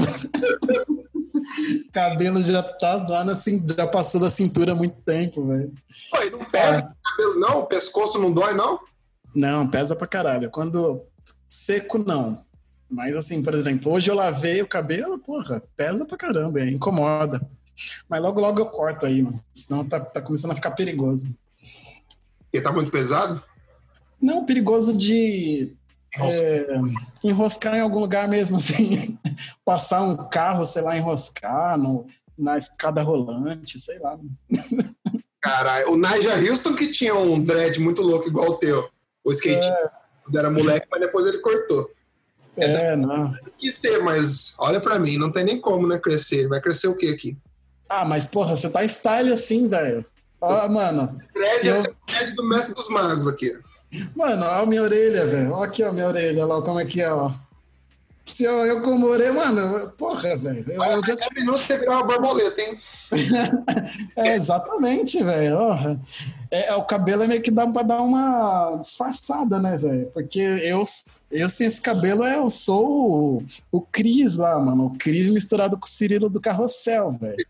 O cabelo já tá lá na cintura, já passou da cintura há muito tempo, velho. Pô, e não pesa ah. o cabelo não? O pescoço não dói, não? Não, pesa pra caralho. Quando seco, não. Mas assim, por exemplo, hoje eu lavei o cabelo, porra, pesa pra caramba, é, incomoda. Mas logo, logo eu corto aí, mano. Senão tá, tá começando a ficar perigoso. Porque tá muito pesado? Não, perigoso de é, enroscar em algum lugar mesmo, assim. Passar um carro, sei lá, enroscar no, na escada rolante, sei lá. Caralho, o Nigel Houston que tinha um dread muito louco igual o teu. O skate. É. Quando era moleque, mas depois ele cortou. É, é não. Eu quis ter, mas olha pra mim, não tem nem como, né, crescer. Vai crescer o quê aqui? Ah, mas porra, você tá style assim, velho. Ó, mano. Dread é o dread do mestre dos magos aqui. Mano, ó a minha orelha, velho. Ó aqui, ó, minha orelha, olha lá como é que é, ó. Se eu, eu como orelha, mano, porra, velho. Eu, eu já... minutos você virar uma borboleta, hein? É, exatamente, velho. É, é, o cabelo é meio que dá pra dar uma disfarçada, né, velho? Porque eu, eu sem esse cabelo, é, eu sou o, o Cris lá, mano. O Cris misturado com o Cirilo do Carrossel, velho.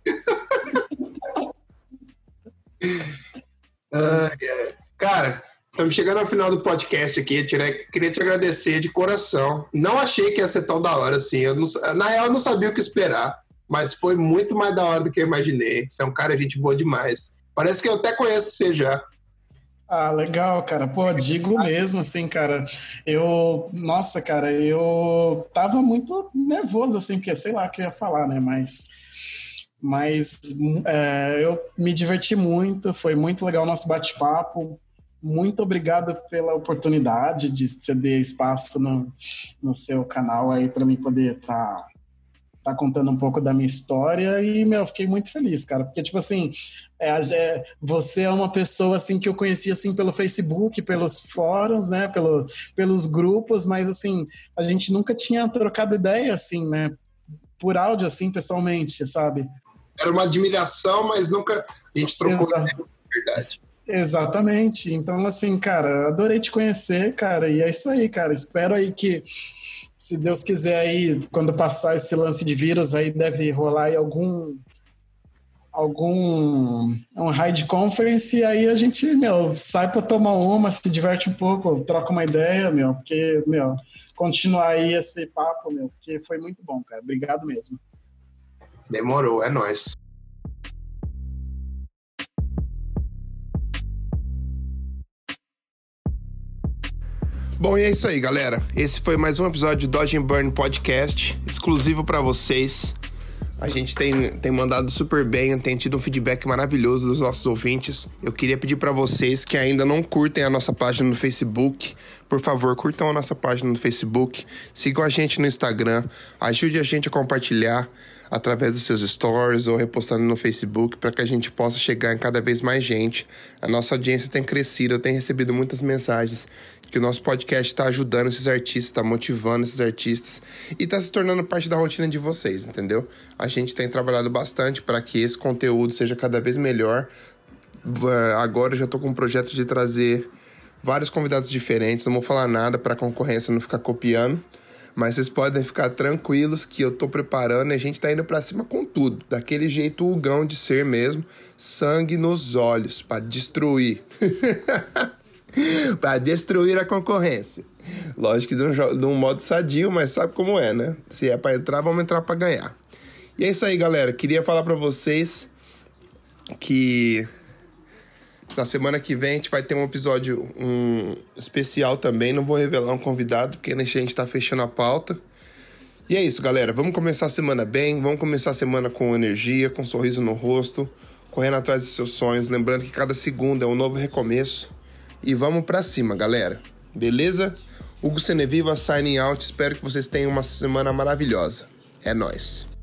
ah, é. Cara, estamos chegando ao final do podcast aqui. Eu queria te agradecer de coração. Não achei que ia ser tão da hora assim. Eu não, na real, eu não sabia o que esperar. Mas foi muito mais da hora do que eu imaginei. Você é um cara, gente boa demais. Parece que eu até conheço você já. Ah, legal, cara. Pô, digo mesmo, assim, cara. Eu... Nossa, cara, eu tava muito nervoso, assim, porque sei lá o que eu ia falar, né? Mas... Mas é, eu me diverti muito. Foi muito legal o nosso bate-papo. Muito obrigado pela oportunidade de ceder espaço no, no seu canal aí para mim poder estar tá, tá contando um pouco da minha história e, meu, fiquei muito feliz, cara, porque, tipo assim, é, é, você é uma pessoa, assim, que eu conheci, assim, pelo Facebook, pelos fóruns, né, pelo, pelos grupos, mas, assim, a gente nunca tinha trocado ideia, assim, né, por áudio, assim, pessoalmente, sabe? Era uma admiração, mas nunca a gente trocou ideia, de verdade. Exatamente. Então, assim, cara, adorei te conhecer, cara, e é isso aí, cara. Espero aí que, se Deus quiser aí, quando passar esse lance de vírus, aí deve rolar aí algum algum um raid conference, e aí a gente, meu, sai pra tomar uma, se diverte um pouco, troca uma ideia, meu, porque, meu, continuar aí esse papo, meu, porque foi muito bom, cara. Obrigado mesmo. Demorou, é nóis. Bom, e é isso aí, galera. Esse foi mais um episódio do Dodge and Burn Podcast, exclusivo para vocês. A gente tem, tem mandado super bem, tem tido um feedback maravilhoso dos nossos ouvintes. Eu queria pedir para vocês que ainda não curtem a nossa página no Facebook, por favor, curtam a nossa página no Facebook, sigam a gente no Instagram, ajude a gente a compartilhar através dos seus stories ou repostando no Facebook para que a gente possa chegar em cada vez mais gente. A nossa audiência tem crescido, eu tenho recebido muitas mensagens que o nosso podcast está ajudando esses artistas, está motivando esses artistas e está se tornando parte da rotina de vocês, entendeu? A gente tem trabalhado bastante para que esse conteúdo seja cada vez melhor. Agora eu já estou com um projeto de trazer vários convidados diferentes, não vou falar nada para a concorrência não ficar copiando, mas vocês podem ficar tranquilos que eu tô preparando e a gente tá indo pra cima com tudo. Daquele jeito Hugão de ser mesmo. Sangue nos olhos, pra destruir. Pra destruir a concorrência. Lógico que de um, de um modo sadio, mas sabe como é, né? Se é pra entrar, vamos entrar pra ganhar. E é isso aí, galera. Queria falar pra vocês que... na semana que vem a gente vai ter um episódio um, especial também. Não vou revelar um convidado, porque a gente tá fechando a pauta. E é isso, galera. Vamos começar a semana bem. Vamos começar a semana com energia, com um sorriso no rosto, correndo atrás dos seus sonhos. Lembrando que cada segundo é um novo recomeço. E vamos pra cima, galera. Beleza? Hugo Seneviva signing out. Espero que vocês tenham uma semana maravilhosa. É nóis.